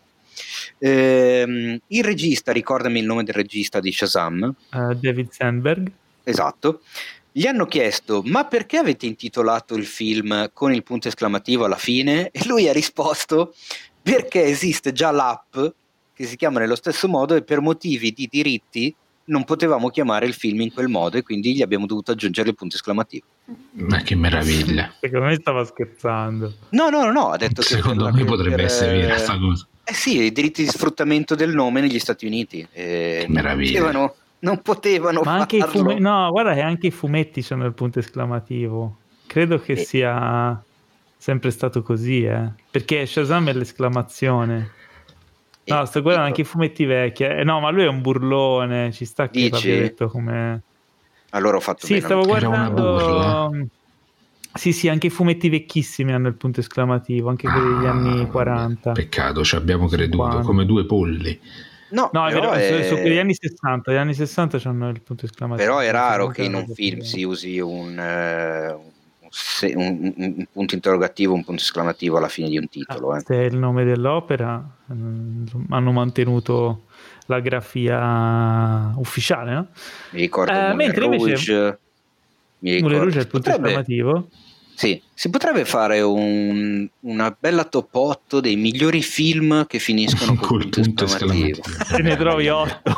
Il regista, ricordami il nome del regista di Shazam. David Sandberg. Esatto. Gli hanno chiesto, ma perché avete intitolato il film con il punto esclamativo alla fine? E lui ha risposto, perché esiste già l'app che si chiama nello stesso modo e per motivi di diritti non potevamo chiamare il film in quel modo e quindi gli abbiamo dovuto aggiungere il punto esclamativo. Ma che meraviglia. Secondo me stava scherzando. No, ha detto che secondo me potrebbe essere vera sta cosa. Sì, i diritti di sfruttamento del nome negli Stati Uniti. Che meraviglia. Non potevano ma anche farlo. No, guarda che anche i fumetti sono il punto esclamativo. Credo che sia sempre stato così, perché Shazam è l'esclamazione. No, sto guardando anche i fumetti vecchi. No, ma lui è un burlone, ci sta che l'abbia detto come... Allora ho fatto bene. Sì, stavo guardando... Sì, anche i fumetti vecchissimi hanno il punto esclamativo, anche quelli degli anni 40. Peccato, ci abbiamo creduto, come due polli. No, è vero, su quegli anni 60. Gli anni 60 c'hanno il punto esclamativo. Però è raro che in un film si usi un punto interrogativo, un punto esclamativo alla fine di un titolo. Se è il nome dell'opera, hanno mantenuto la grafia ufficiale, no? Mi ricordo Moulin Rouge. Moulin Rouge è il punto esclamativo? Sì, si potrebbe fare una bella top 8 dei migliori film che finiscono col punto esclamativo. Se ne trovi 8.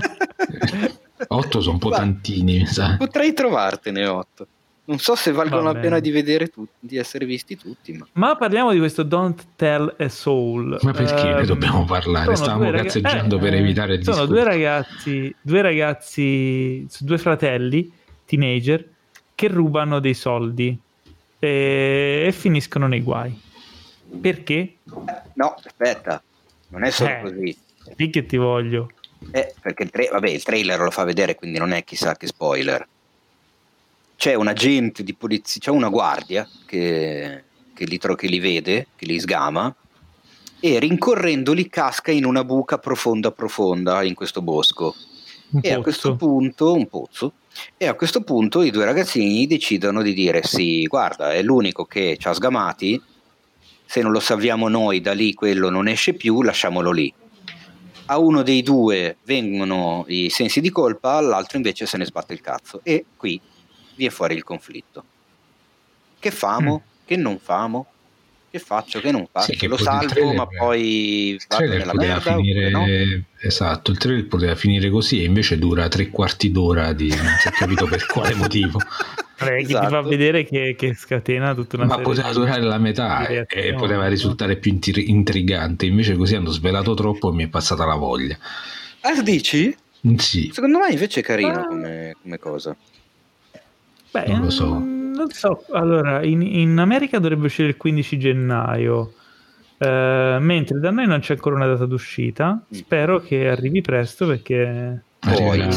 8 sono un po' tantini, mi sa. Potrei trovartene 8. Non so se valgono la pena di vedere tutti, di essere visti tutti. Ma parliamo di questo Don't Tell a Soul. Ma perché ne dobbiamo parlare? Stavamo cazzeggiando per evitare il discorso. Sono due ragazzi, due fratelli, teenager, che rubano dei soldi e finiscono nei guai. Perché? No, aspetta, non è solo così. Sì che ti voglio. Perché il trailer lo fa vedere, quindi non è chissà che spoiler. C'è un agente di polizia, c'è una guardia che li vede, che li sgama e rincorrendoli casca in una buca profonda in questo bosco. A questo punto un pozzo. E a questo punto i due ragazzini decidono di dire: sì, guarda, è l'unico che ci ha sgamati, se non lo salviamo noi da lì quello non esce più, lasciamolo lì. A uno dei due vengono i sensi di colpa, all'altro invece se ne sbatte il cazzo, e qui viene fuori il conflitto. Che famo? Che non famo? Che faccio? Che non faccio? Sì, lo salvo, ma poi vado nella merda? Finire, no? Esatto, il trailer poteva finire così e invece dura 3/4 d'ora di non si è capito per quale motivo. Esatto. Ti fa vedere che scatena tutta una serie. Ma poteva durare la metà e poteva risultare più intrigante, invece così hanno svelato troppo e mi è passata la voglia. Dici? Sì. Secondo me invece è carino come cosa. Beh, non lo so. Non so, allora in America dovrebbe uscire il 15 gennaio, mentre da noi non c'è ancora una data d'uscita. Spero che arrivi presto, perché poi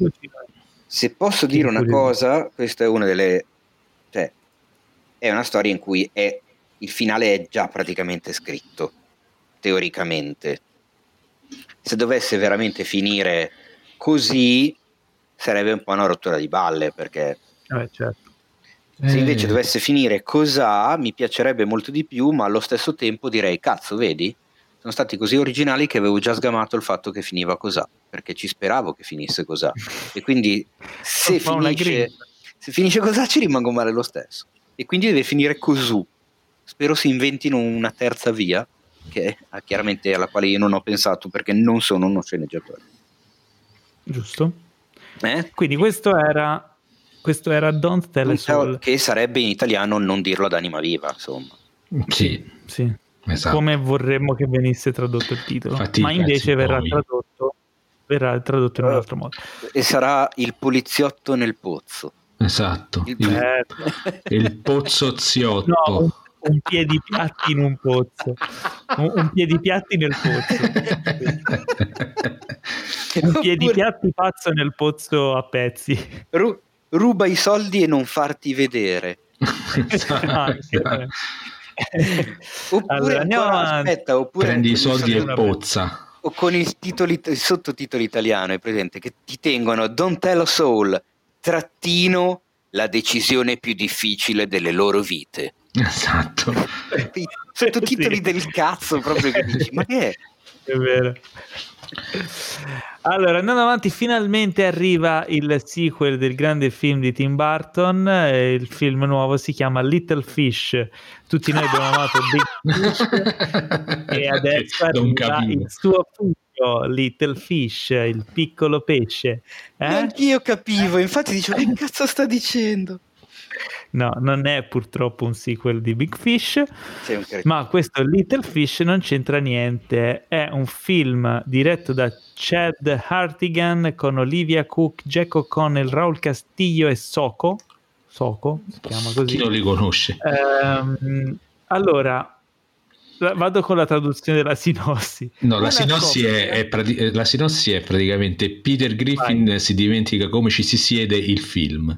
se posso dire una cosa, questa è una delle, cioè è una storia in cui il finale è già praticamente scritto, teoricamente. Se dovesse veramente finire così sarebbe un po' una rottura di balle, perché certo. Se invece dovesse finire cosà mi piacerebbe molto di più, ma allo stesso tempo direi: cazzo, vedi? Sono stati così originali che avevo già sgamato il fatto che finiva cosà, perché ci speravo che finisse cosà, e quindi se finisce cosà ci rimango male lo stesso, e quindi deve finire così. Spero si inventino una terza via, che è chiaramente alla quale io non ho pensato, perché non sono uno sceneggiatore. Giusto. Quindi questo era Don't Tell a Soul, che sarebbe in italiano Non dirlo ad anima viva, insomma. Sì. Esatto. Come vorremmo che venisse tradotto il titolo. Ma invece verrà tradotto in un altro modo. E sarà Il poliziotto nel pozzo. Esatto. Il pozzoziotto. No, un piedipiatti in un pozzo. Un piedipiatti nel pozzo. Un piedipiatti pazzo nel pozzo a pezzi. Ruba i soldi e non farti vedere. Oppure prendi i soldi e pozza. O con il sottotitolo italiano, è presente, che ti tengono Don't Tell a Soul _ la decisione più difficile delle loro vite. Esatto. Sottotitoli del cazzo, proprio, che dici: ma che è? È vero. Allora, andando avanti, finalmente arriva il sequel del grande film di Tim Burton. Il film nuovo si chiama Little Fish. Tutti noi abbiamo amato Big Fish e adesso arriva il suo figlio Little Fish, il piccolo pesce. Anch'io capivo, infatti dicevo: che cazzo sta dicendo? No, non è purtroppo un sequel di Big Fish, ma questo Little Fish non c'entra niente. È un film diretto da Chad Hartigan con Olivia Cook, Jack O'Connell, Raul Castillo e Soko si chiama così. Chi non li conosce? Allora, vado con la traduzione della sinossi. No, la sinossi è praticamente Peter Griffin si dimentica come ci si siede il film.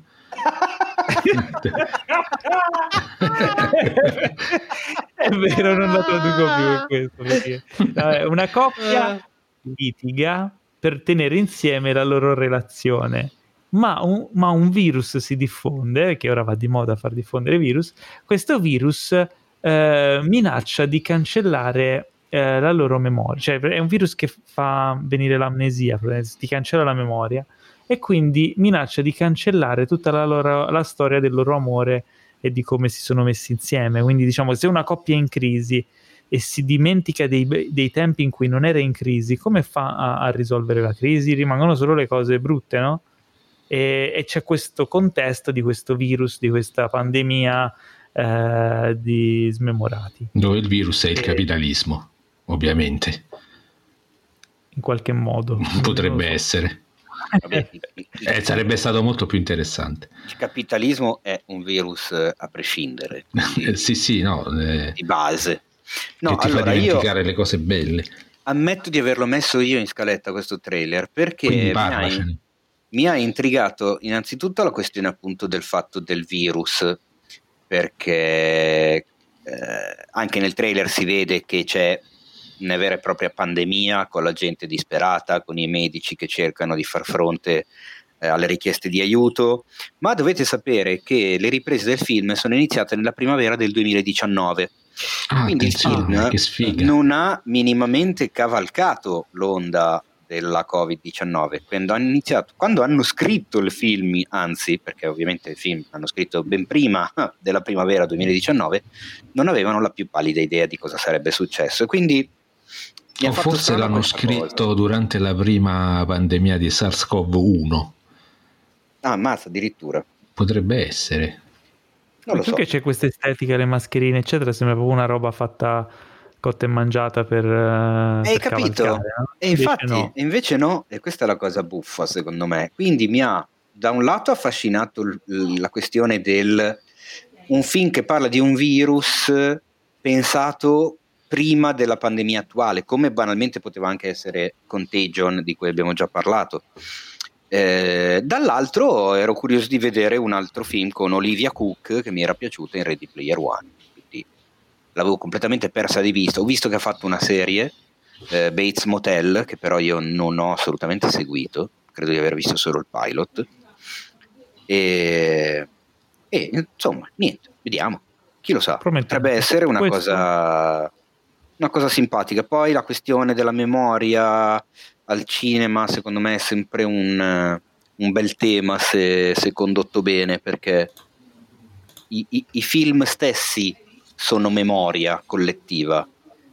È vero, non la traduco più questo, perché una coppia litiga per tenere insieme la loro relazione, ma un virus si diffonde, che ora va di moda far diffondere virus. Questo virus minaccia di cancellare la loro memoria, cioè è un virus che fa venire l'amnesia, ti cancella la memoria, e quindi minaccia di cancellare tutta la storia del loro amore e di come si sono messi insieme. Quindi diciamo, se una coppia è in crisi e si dimentica dei tempi in cui non era in crisi, come fa a risolvere la crisi? Rimangono solo le cose brutte, no? E c'è questo contesto di questo virus, di questa pandemia di smemorati. Dove il virus è il capitalismo, ovviamente. In qualche modo. Potrebbe essere. Vabbè, sarebbe stato molto più interessante. Il capitalismo è un virus a prescindere. Di base. No, che ti fa dimenticare le cose belle. Ammetto di averlo messo io in scaletta questo trailer, perché mi ha intrigato innanzitutto la questione appunto del fatto del virus, perché anche nel trailer si vede che c'è una vera e propria pandemia, con la gente disperata, con i medici che cercano di far fronte alle richieste di aiuto, ma dovete sapere che le riprese del film sono iniziate nella primavera del 2019. Quindi il film non ha minimamente cavalcato l'onda della Covid-19. Quando hanno scritto il film, anzi, perché ovviamente il film hanno scritto ben prima della primavera 2019, non avevano la più pallida idea di cosa sarebbe successo. Quindi forse l'hanno scritto durante la prima pandemia di SARS-CoV-1. Ah, ammazza, addirittura. Potrebbe essere. Non lo so. Che c'è questa estetica, le mascherine, eccetera, sembra proprio una roba fatta cotta e mangiata per hai capito? No? E infatti, invece no, e questa è la cosa buffa secondo me. Quindi mi ha da un lato affascinato la questione del un film che parla di un virus pensato prima della pandemia attuale, come banalmente poteva anche essere Contagion, di cui abbiamo già parlato. Dall'altro ero curioso di vedere un altro film con Olivia Cook che mi era piaciuta in Ready Player One, quindi l'avevo completamente persa di vista. Ho visto che ha fatto una serie, Bates Motel, che però io non ho assolutamente seguito, credo di aver visto solo il pilot, e insomma niente, vediamo, chi lo sa, potrebbe essere una cosa simpatica. Poi la questione della memoria al cinema secondo me è sempre un bel tema se condotto bene, perché i film stessi sono memoria collettiva,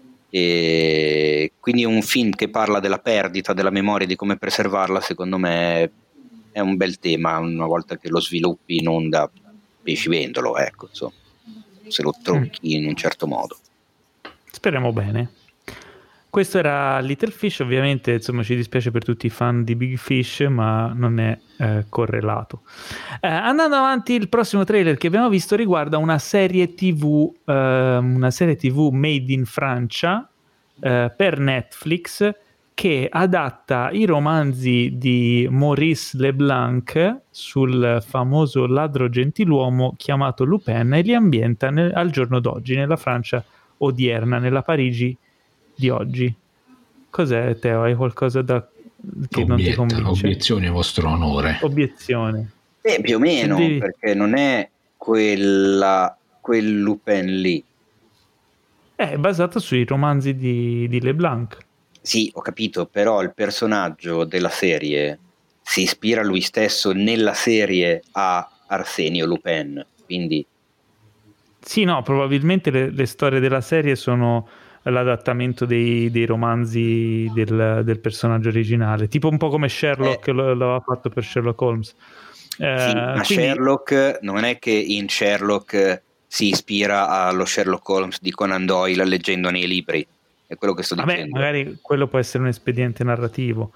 e quindi un film che parla della perdita della memoria e di come preservarla secondo me è un bel tema, una volta che lo sviluppi non da pescivendolo, ecco, insomma, se lo trucchi in un certo modo. Speriamo bene. Questo era Little Fish, ovviamente insomma ci dispiace per tutti i fan di Big Fish, ma non è correlato. Andando avanti, il prossimo trailer che abbiamo visto riguarda una serie TV made in Francia per Netflix, che adatta i romanzi di Maurice Leblanc sul famoso ladro gentiluomo chiamato Lupin e li ambienta al giorno d'oggi, nella Francia odierna, nella Parigi di oggi. Cos'è, Teo? Hai qualcosa che non ti convince? Obiezione, vostro onore. Obiezione. Più o meno, perché non è quel Lupin lì. È basato sui romanzi di Leblanc. Sì, ho capito, però il personaggio della serie si ispira lui stesso nella serie a Arsenio Lupin, quindi... Sì, no, probabilmente le storie della serie sono l'adattamento dei romanzi del personaggio originale, tipo un po' come Sherlock l'aveva fatto per Sherlock Holmes. Sì, ma quindi... Sherlock non è che in Sherlock si ispira allo Sherlock Holmes di Conan Doyle leggendo nei libri, è quello che sto dicendo. Magari quello può essere un espediente narrativo.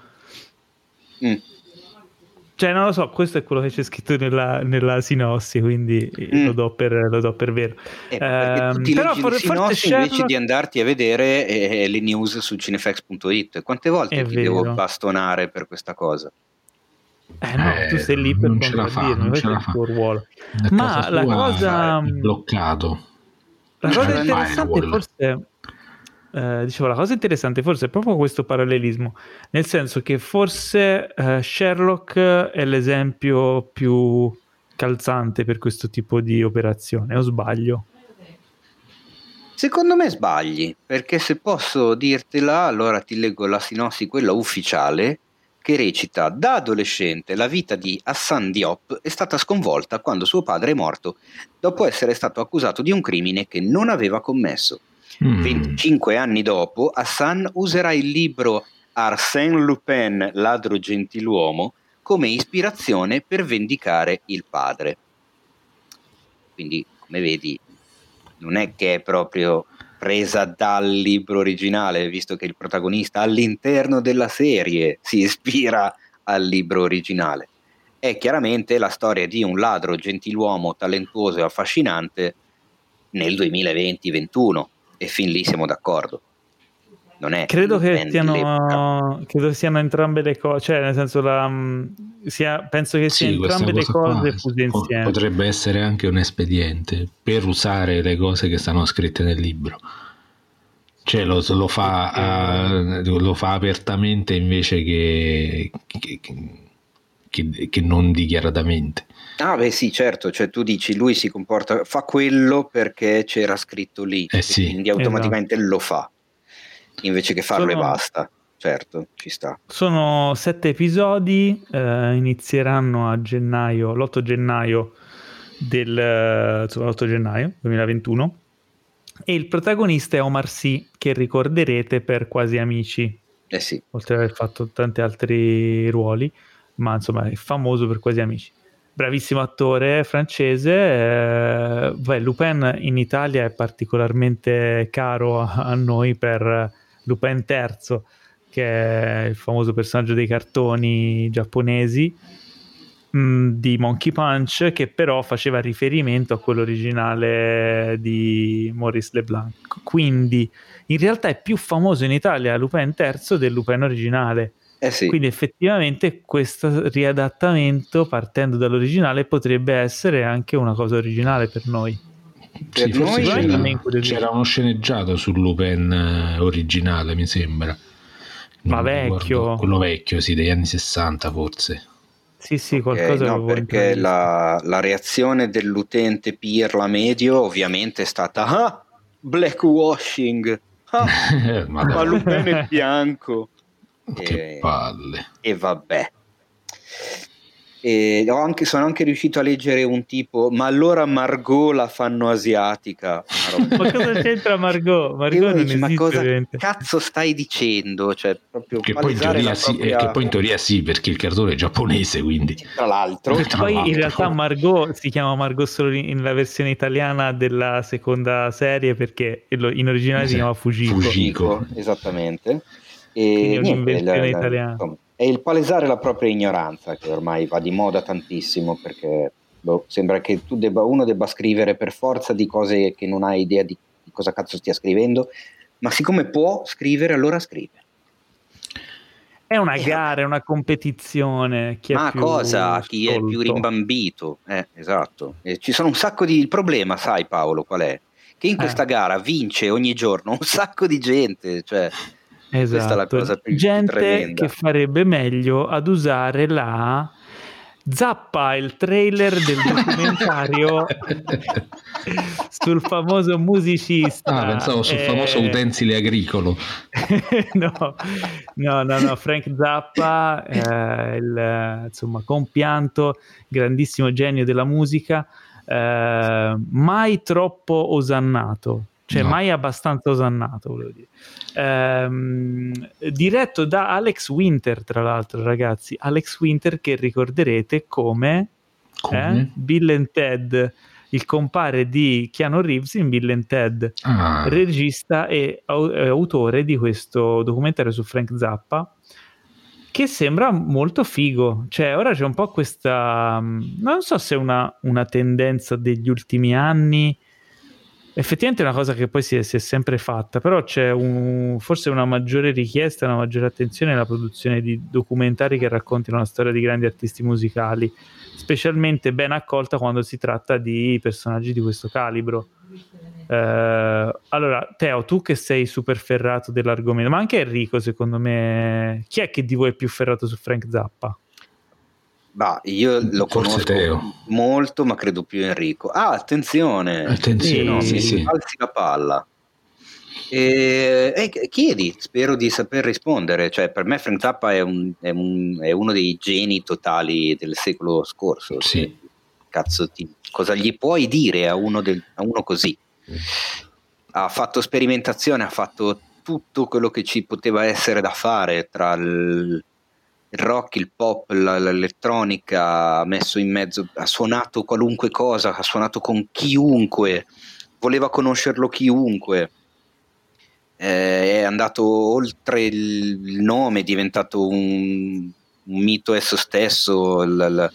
Cioè, non lo so, questo è quello che c'è scritto nella sinossi, quindi lo do per vero. Tutti però leggi sinossi invece di andarti a vedere le news su cinefax.it. Quante volte ti devo bastonare per questa cosa? Tu sei lì per contraddirmi, questo è il tuo ruolo. Ma la cosa... bloccato. La cosa interessante forse... dicevo, la cosa interessante forse è proprio questo parallelismo, nel senso che forse Sherlock è l'esempio più calzante per questo tipo di operazione, o sbaglio? Secondo me sbagli, perché se posso dirtela, allora ti leggo la sinossi, quella ufficiale, che recita: da adolescente la vita di Hassan Diop è stata sconvolta quando suo padre è morto dopo essere stato accusato di un crimine che non aveva commesso. 25 anni dopo, Hassan userà il libro Arsène Lupin, ladro gentiluomo, come ispirazione per vendicare il padre. Quindi, come vedi, non è che è proprio presa dal libro originale, visto che il protagonista all'interno della serie si ispira al libro originale. È chiaramente la storia di un ladro gentiluomo talentuoso e affascinante nel 2020-21. E fin lì siamo d'accordo. Non è credo che siano entrambe le cose, cioè nel senso penso che siano entrambe le cose fuse insieme. Potrebbe essere anche un espediente per usare le cose che stanno scritte nel libro. Cioè lo fa apertamente invece che non dichiaratamente. Ah beh sì, certo, cioè tu dici lui si comporta, fa quello perché c'era scritto lì, Sì, quindi automaticamente lo fa, invece che farlo e basta. Certo, ci sta. Sono 7 episodi, inizieranno a gennaio, l'8 gennaio l'8 gennaio 2021, e il protagonista è Omar Sy, che ricorderete per Quasi Amici. Sì. Oltre ad aver fatto tanti altri ruoli, ma insomma è famoso per Quasi Amici. Bravissimo attore francese. Lupin in Italia è particolarmente caro a noi per Lupin III, che è il famoso personaggio dei cartoni giapponesi di Monkey Punch, che però faceva riferimento a quello originale di Maurice Leblanc. Quindi in realtà è più famoso in Italia Lupin III del Lupin originale. Sì. Quindi effettivamente questo riadattamento, partendo dall'originale, potrebbe essere anche una cosa originale per noi. Sì, forse c'era uno sceneggiato sul Lupin originale, mi sembra. Ma vecchio? Quello vecchio, sì, degli anni 60 forse. Sì, qualcosa. No, perché la reazione dell'utente pirla medio ovviamente è stata blackwashing, ma Lupin è bianco. Che palle. E vabbè. Sono anche riuscito a leggere un tipo, ma allora Margot la fanno asiatica. Ma cosa c'entra Margot? Margot non esiste, ma cosa ovviamente. Cazzo stai dicendo? Cioè, proprio che poi in teoria che poi in teoria sì, perché il creatore è giapponese, quindi tra l'altro. Poi in realtà Margot si chiama Margot solo nella versione italiana della seconda serie, perché in originale si chiama Fujiko. Esattamente. Quindi è un'invenzione italiana. Insomma, è il palesare la propria ignoranza, che ormai va di moda tantissimo, perché sembra che uno debba scrivere per forza di cose che non ha idea di cosa cazzo stia scrivendo, ma siccome può scrivere, allora scrive. È una gara, è una competizione. Chi è più rimbambito? Esatto. Ci sono un sacco di... Il problema, sai Paolo, qual è? Che in questa gara vince ogni giorno un sacco di gente, cioè... Esatto. Questa è la cosa più gente tremenda. Che farebbe meglio ad usare la Zappa, il trailer del documentario sul famoso musicista. Pensavo sul famoso utensile agricolo. No, Frank Zappa, insomma, compianto, grandissimo genio della musica, mai troppo osannato. Cioè mai abbastanza osannato, volevo dire. Diretto da Alex Winter, tra l'altro, ragazzi. Alex Winter, che ricorderete come? Bill and Ted, il compare di Keanu Reeves in Bill and Ted, regista e autore di questo documentario su Frank Zappa, che sembra molto figo. Cioè ora c'è un po' questa, non so se è una tendenza degli ultimi anni. Effettivamente è una cosa che poi si è sempre fatta, però c'è forse una maggiore richiesta, una maggiore attenzione alla produzione di documentari che raccontino la storia di grandi artisti musicali, specialmente ben accolta quando si tratta di personaggi di questo calibro. Allora, Teo, tu che sei super ferrato dell'argomento, ma anche Enrico, secondo me, chi è che di voi è più ferrato su Frank Zappa? Io lo conosco molto, ma credo più Enrico. Attenzione, sì. Alzi la palla. Chiedi, spero di saper rispondere. Cioè, per me Frank Zappa è uno dei geni totali del secolo scorso. Sì. Cazzo, cosa gli puoi dire a uno così? Ha fatto sperimentazione, ha fatto tutto quello che ci poteva essere da fare tra il rock, il pop, l'elettronica, ha messo in mezzo, ha suonato qualunque cosa, ha suonato con chiunque, voleva conoscerlo chiunque, è andato oltre il nome, è diventato un mito esso stesso, la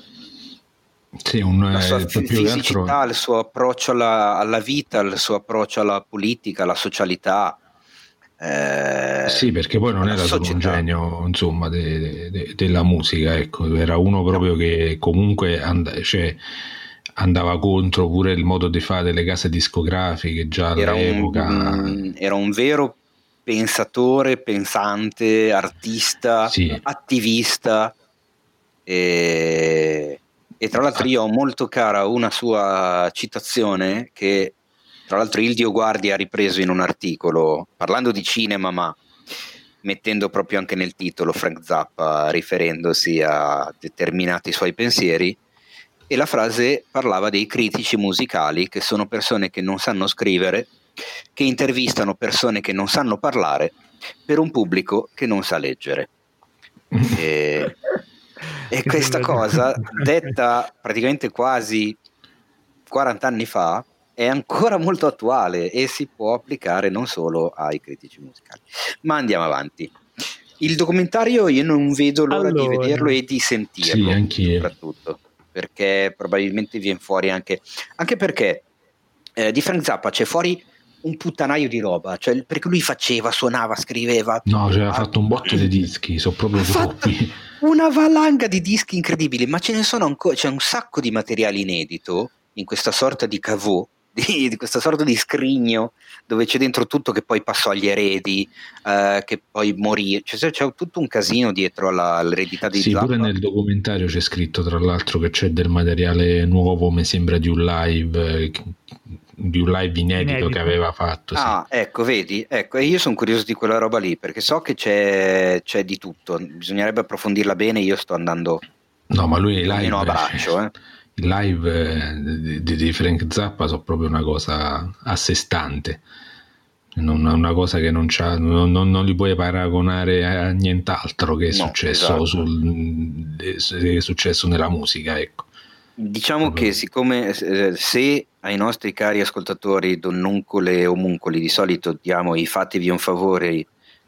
sua fisicità, il suo approccio alla vita, il suo approccio alla politica, alla socialità. Sì, perché poi non era solo un genio, insomma, della musica, ecco, era uno proprio che comunque andava contro pure il modo di fare delle case discografiche già all'epoca. Era un vero pensatore, pensante, artista, attivista, e tra l'altro io ho molto cara una sua citazione che tra l'altro il Dio Guardi ha ripreso in un articolo parlando di cinema, ma mettendo proprio anche nel titolo Frank Zappa, riferendosi a determinati suoi pensieri, e la frase parlava dei critici musicali, che sono persone che non sanno scrivere, che intervistano persone che non sanno parlare per un pubblico che non sa leggere. E questa cosa, detta praticamente quasi 40 anni fa, è ancora molto attuale e si può applicare non solo ai critici musicali. Ma andiamo avanti. Il documentario io non vedo l'ora di vederlo e di sentirlo, soprattutto perché probabilmente viene fuori anche perché di Frank Zappa c'è fuori un puttanaio di roba, cioè perché lui faceva, suonava, scriveva. No, aveva fatto un botto di dischi, sono proprio troppi. Una valanga di dischi incredibili, ma ce ne sono ancora, c'è un sacco di materiale inedito in questa sorta di caveau, di questa sorta di scrigno dove c'è dentro tutto, che poi passò agli eredi, che poi morì, c'è tutto un casino dietro all'eredità di Zappa. Pure nel documentario c'è scritto tra l'altro che c'è del materiale nuovo, mi sembra di un live inedito che aveva fatto. Ecco, vedi, e io sono curioso di quella roba lì, perché so che c'è di tutto, bisognerebbe approfondirla bene. Io sto andando, no, ma lui live, a braccio, il live di Frank Zappa sono proprio una cosa a sé stante, una cosa che non li puoi paragonare a nient'altro che è successo, esatto. È successo nella musica, ecco. Diciamo che siccome se ai nostri cari ascoltatori donnuncole e omuncoli di solito diamo i fatevi un favore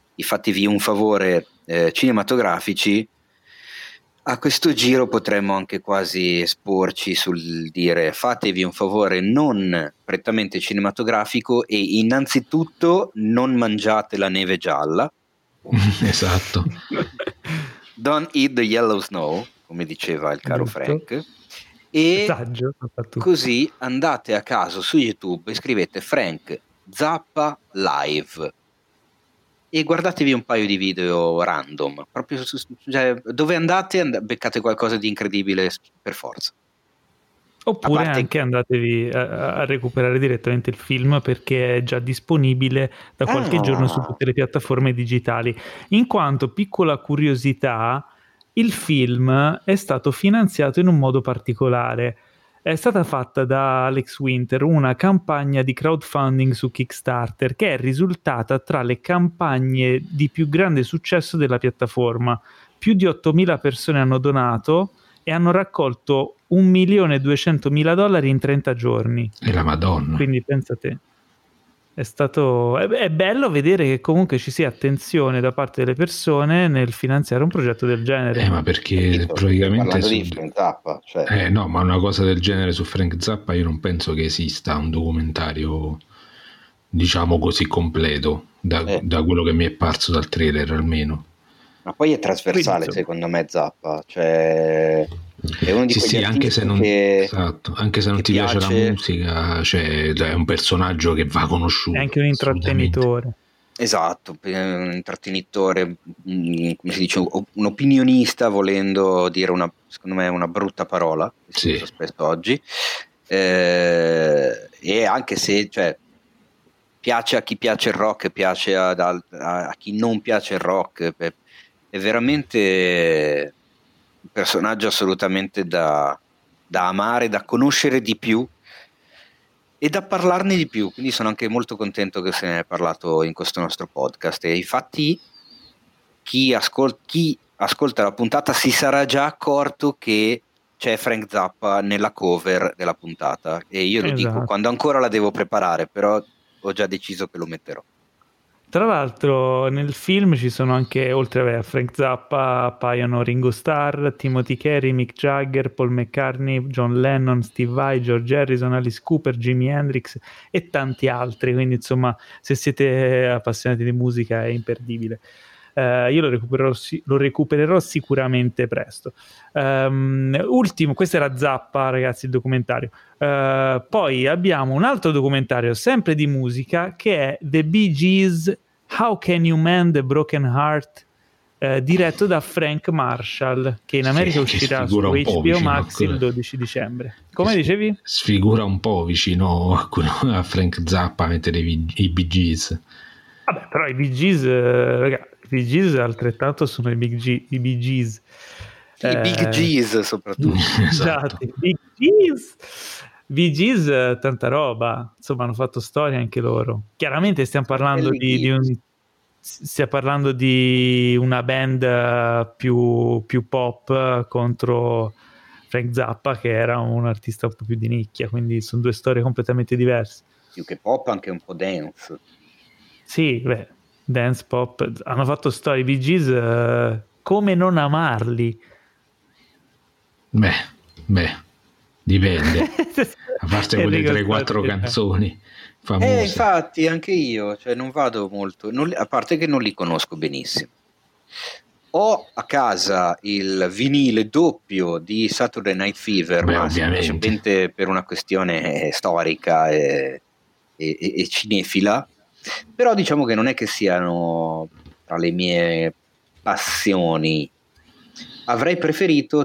cinematografici, a questo giro potremmo anche quasi esporci sul dire fatevi un favore non prettamente cinematografico e innanzitutto non mangiate la neve gialla. Esatto. Don't eat the yellow snow, come diceva il caro Frank. E così andate a caso su YouTube e scrivete Frank Zappa live e guardatevi un paio di video random, proprio dove andate beccate qualcosa di incredibile per forza. Oppure anche andatevi a recuperare direttamente il film, perché è già disponibile da qualche giorno su tutte le piattaforme digitali. In quanto, piccola curiosità, il film è stato finanziato in un modo particolare. È stata fatta da Alex Winter una campagna di crowdfunding su Kickstarter che è risultata tra le campagne di più grande successo della piattaforma. Più di 8.000 persone hanno donato e hanno raccolto $1.200.000 in 30 giorni. E la Madonna. Quindi pensa te. È bello vedere che comunque ci sia attenzione da parte delle persone nel finanziare un progetto del genere. Ma perché praticamente di Frank Zappa, cioè. No, ma una cosa del genere su Frank Zappa io non penso che esista un documentario, diciamo così, completo da quello che mi è parso dal trailer almeno. Ma poi è trasversale, secondo me, Zappa, cioè è uno di quegli anche se non, esatto, anche se non ti piace la musica, cioè è un personaggio che va conosciuto, è anche un intrattenitore. Esatto, un intrattenitore, come si dice, un opinionista, volendo dire secondo me una brutta parola che si usa spesso oggi, e anche se, cioè, piace a chi piace il rock, piace a chi non piace il rock, è veramente un personaggio assolutamente da amare, da conoscere di più e da parlarne di più, quindi sono anche molto contento che se ne è parlato in questo nostro podcast. E infatti chi ascolta la puntata si sarà già accorto che c'è Frank Zappa nella cover della puntata, e io lo dico quando ancora la devo preparare, però ho già deciso che lo metterò. Tra l'altro nel film ci sono anche, oltre a Frank Zappa, appaiono Ringo Starr, Timothy Carey, Mick Jagger, Paul McCartney, John Lennon, Steve Vai, George Harrison, Alice Cooper, Jimi Hendrix e tanti altri, quindi insomma se siete appassionati di musica è imperdibile. Io lo recupererò sicuramente presto. Ultimo, questo era Zappa, ragazzi, il documentario. Poi abbiamo un altro documentario sempre di musica che è The Bee Gees How Can You Mend a Broken Heart, diretto da Frank Marshall, che in America uscirà su HBO Max il 12 dicembre. Come dicevi? Sfigura un po' vicino a Frank Zappa mentre i Bee Gees. Vabbè, però i Bee Gees, ragazzi, i Bee Gees altrettanto sono i Bee Gees. I Big Gees soprattutto. Esatto, i Big Gees. Bee Gees, tanta roba, insomma hanno fatto storia anche loro. Chiaramente stiamo parlando di una band più pop contro Frank Zappa, che era un artista un po' più di nicchia, quindi sono due storie completamente diverse. Più che pop, anche un po' dance. Sì, dance pop, hanno fatto storie. Bee Gees, come non amarli? Beh, dipende. A parte quelle 3-4 canzoni famose. Infatti anche io, cioè non vado molto, a parte che non li conosco benissimo. Ho a casa il vinile doppio di Saturday Night Fever, ma semplicemente per una questione storica e cinefila, però diciamo che non è che siano tra le mie passioni. Avrei preferito,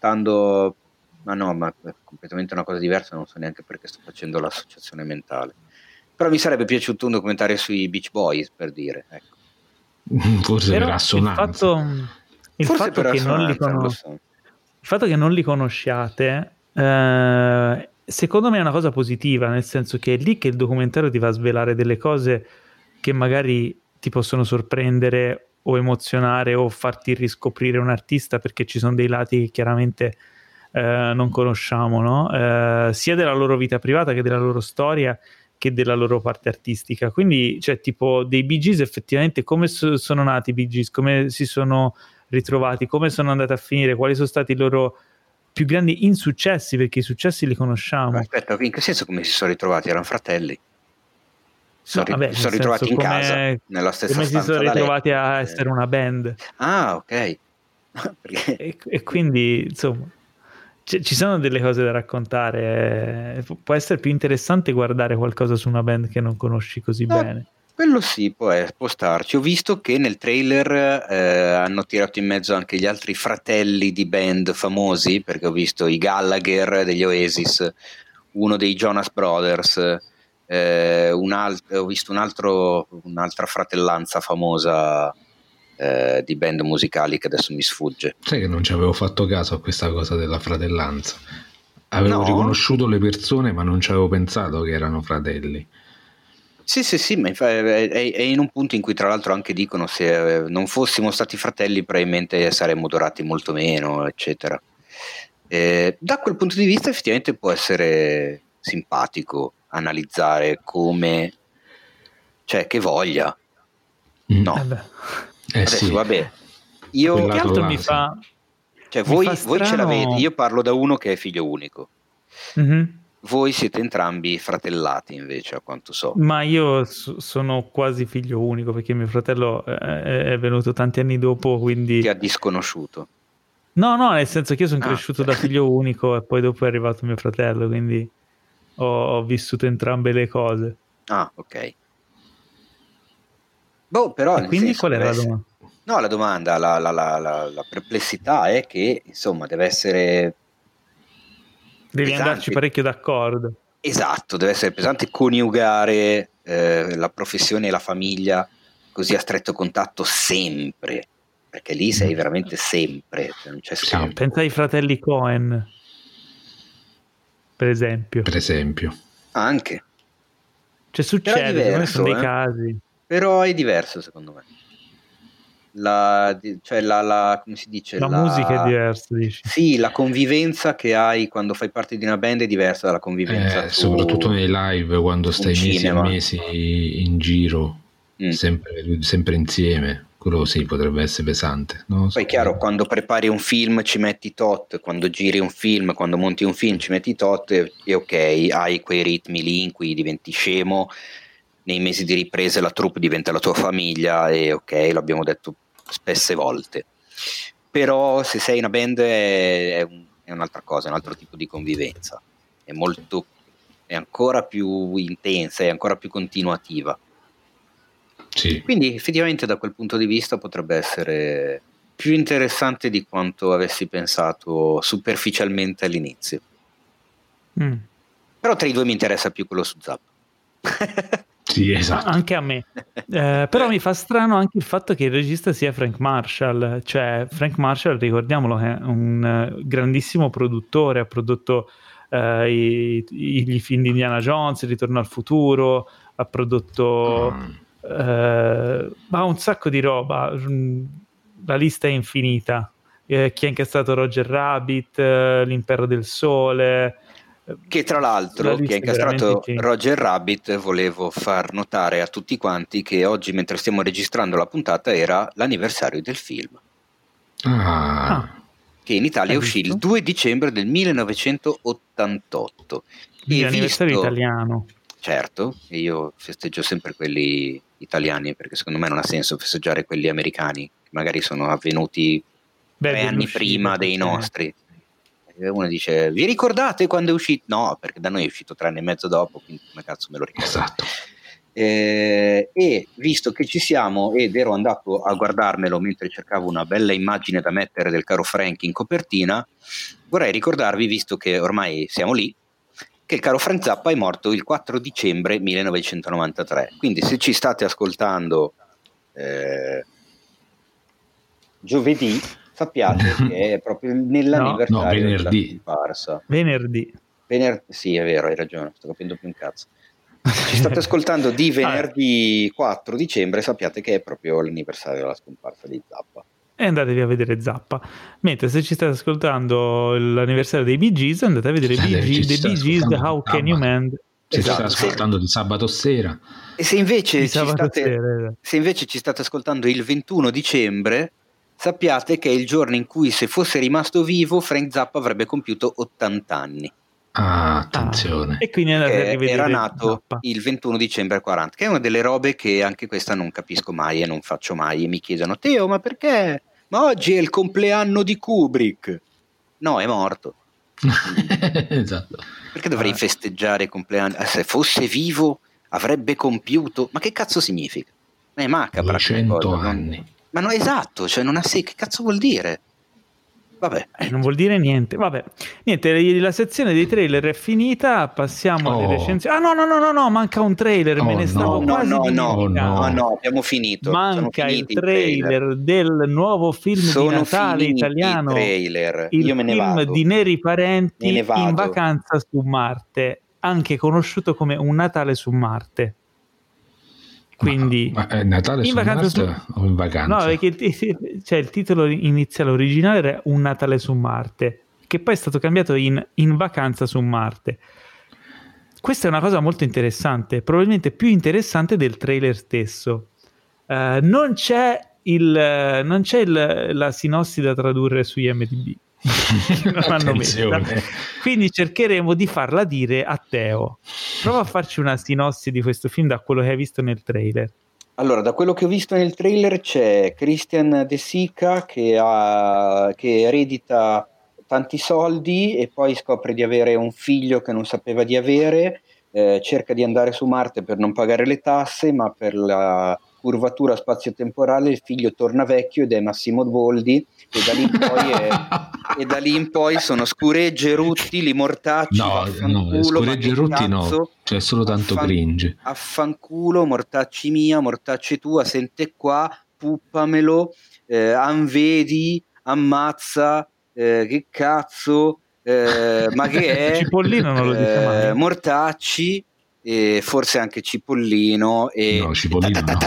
ma è completamente una cosa diversa, non so neanche perché sto facendo l'associazione mentale, però mi sarebbe piaciuto un documentario sui Beach Boys, per dire, ecco. Forse però per assonanza. Il fatto che non li conosciate, secondo me è una cosa positiva, nel senso che è lì che il documentario ti fa svelare delle cose che magari ti possono sorprendere o emozionare o farti riscoprire un artista, perché ci sono dei lati che chiaramente non conosciamo, no? Sia della loro vita privata che della loro storia che della loro parte artistica. Quindi, cioè, tipo dei Bee Gees, effettivamente come sono nati i Bee Gees, come si sono ritrovati, come sono andati a finire, quali sono stati i loro più grandi insuccessi, perché i successi li conosciamo. Ma aspetta, in che senso come si sono ritrovati? Erano fratelli? Si sono ritrovati in casa, nella stessa come stanza. Come si sono ritrovati a essere una band. Ah, ok. e quindi, insomma, ci sono delle cose da raccontare. Può essere più interessante guardare qualcosa su una band che non conosci così bene. Quello sì, può starci. Ho visto che nel trailer hanno tirato in mezzo anche gli altri fratelli di band famosi, perché ho visto i Gallagher degli Oasis, uno dei Jonas Brothers, ho visto un'altra fratellanza famosa di band musicali che adesso mi sfugge. Sai che non ci avevo fatto caso a questa cosa della fratellanza. Avevo riconosciuto le persone, ma non ci avevo pensato che erano fratelli. Sì, ma è in un punto in cui tra l'altro anche dicono se non fossimo stati fratelli probabilmente saremmo durati molto meno, eccetera. Da quel punto di vista effettivamente può essere simpatico analizzare come, cioè, che voglia. No. Adesso sì. Vabbè, io che altro mi fa, cioè voi ce l'avete, io parlo da uno che è figlio unico. Mm-hmm. Voi siete entrambi fratellati invece, a quanto so. Ma io sono quasi figlio unico, perché mio fratello è venuto tanti anni dopo, quindi ti ha disconosciuto. No, nel senso che io sono cresciuto da figlio unico e poi dopo è arrivato mio fratello, quindi ho vissuto entrambe le cose. Ah, ok. Però e quindi qual è la domanda? No, la domanda, la perplessità è che insomma deve essere devi pesante. Andarci parecchio d'accordo. Esatto, deve essere pesante coniugare la professione e la famiglia così a stretto contatto sempre, perché lì sei veramente sempre, non c'è scampo. Pensa ai fratelli Cohen, per esempio. Anche. Cioè succede, diverso, sono dei casi. Però è diverso secondo me. Come si dice? La musica è diversa, dici? Sì, la convivenza che hai quando fai parte di una band è diversa dalla convivenza soprattutto nei live, quando stai mesi e mesi in giro, sempre insieme. Quello sì, potrebbe essere pesante, no? Poi chiaro, quando prepari un film ci metti tot, quando giri un film, quando monti un film ci metti tot, e ok, hai quei ritmi lì in cui diventi scemo. Nei mesi di riprese la troupe diventa la tua famiglia, e ok, l'abbiamo detto spesse volte. Però se sei una band è un'altra cosa, è un altro tipo di convivenza, è ancora più intensa, è ancora più continuativa. Sì. Quindi effettivamente da quel punto di vista potrebbe essere più interessante di quanto avessi pensato superficialmente all'inizio. Però tra i due mi interessa più quello su Zappa. Sì, esatto. Anche a me. Però mi fa strano anche il fatto che il regista sia Frank Marshall. Cioè, Frank Marshall, ricordiamolo, è un grandissimo produttore, ha prodotto i film di Indiana Jones, Il Ritorno al Futuro, ha prodotto ma un sacco di roba, la lista è infinita. Chi ha incastrato Roger Rabbit, L'Impero del Sole, che tra l'altro chi ha incastrato Roger Rabbit, volevo far notare a tutti quanti che oggi, mentre stiamo registrando la puntata, era l'anniversario del film, che in Italia uscì il 2 dicembre del 1988. L'anniversario italiano. Certo, e io festeggio sempre quelli italiani, perché secondo me non ha senso festeggiare quelli americani, che magari sono avvenuti 3 anni prima dei nostri. Uno dice: vi ricordate quando è uscito? No, perché da noi è uscito 3 anni e mezzo dopo, quindi come cazzo me lo ricordo? Esatto. E visto che ci siamo, ed ero andato a guardarmelo mentre cercavo una bella immagine da mettere del caro Frank in copertina, vorrei ricordarvi, visto che ormai siamo lì, che il caro Frank Zappa è morto il 4 dicembre 1993. Quindi se ci state ascoltando giovedì, sappiate che è proprio nell'anniversario della scomparsa. Venerdì. Sì, è vero, hai ragione, sto capendo più un cazzo. Ci state ascoltando di venerdì 4 dicembre, sappiate che è proprio l'anniversario della scomparsa di Zappa. E andatevi a vedere Zappa. Mentre se ci state ascoltando l'anniversario dei Bee Gees, andate a vedere The Bee Gees, How Can You Mend. Se ci state ascoltando di sabato sera. E se invece ci state ascoltando il 21 dicembre, sappiate che è il giorno in cui, se fosse rimasto vivo, Frank Zappa avrebbe compiuto 80 anni. Attenzione. E quindi andate a rivedere. Era nato Zappa il 21 dicembre 40, che è una delle robe che anche questa non capisco mai e non faccio mai, e mi chiedono: Teo, ma perché? Ma oggi è il compleanno di Kubrick. No, è morto. Esatto. Perché dovrei festeggiare il compleanno? Se fosse vivo avrebbe compiuto. Ma che cazzo significa? È macabra. 200 anni. Ma no, esatto, cioè non ha che cazzo vuol dire? Vabbè. Non vuol dire niente. Vabbè, niente, la sezione dei trailer è finita, passiamo alle recensioni. No, manca un trailer, me ne stavo quasi dimenticando. No, abbiamo finito. Manca il trailer del nuovo film di Natale italiano, il film di Neri Parenti, In vacanza su Marte, anche conosciuto come Un Natale su Marte. Quindi ma è Natale su Marte o in vacanza? No, perché il titolo iniziale originale era Un Natale su Marte, che poi è stato cambiato in vacanza su Marte. Questa è una cosa molto interessante, probabilmente più interessante del trailer stesso. Non c'è la sinossi da tradurre su IMDb. Non hanno messo. Quindi cercheremo di farla dire a Teo. Prova a farci una sinossi di questo film da quello che hai visto nel trailer. Allora, da quello che ho visto nel trailer c'è Christian De Sica che eredita tanti soldi e poi scopre di avere un figlio che non sapeva di avere, cerca di andare su Marte per non pagare le tasse, ma per la curvatura spazio-temporale il figlio torna vecchio ed è Massimo Boldi, e da lì in poi sono scuregge, rutti, li mortacci, scuregge, rutti no, cioè solo tanto cringe. Affanculo, mortacci mia, mortacci tua, sente qua, puppamelo, anvedi, ammazza, che cazzo, ma che è? Cipollino non lo dice mai. Mortacci, e forse anche Cipollino e no, Cipollino no.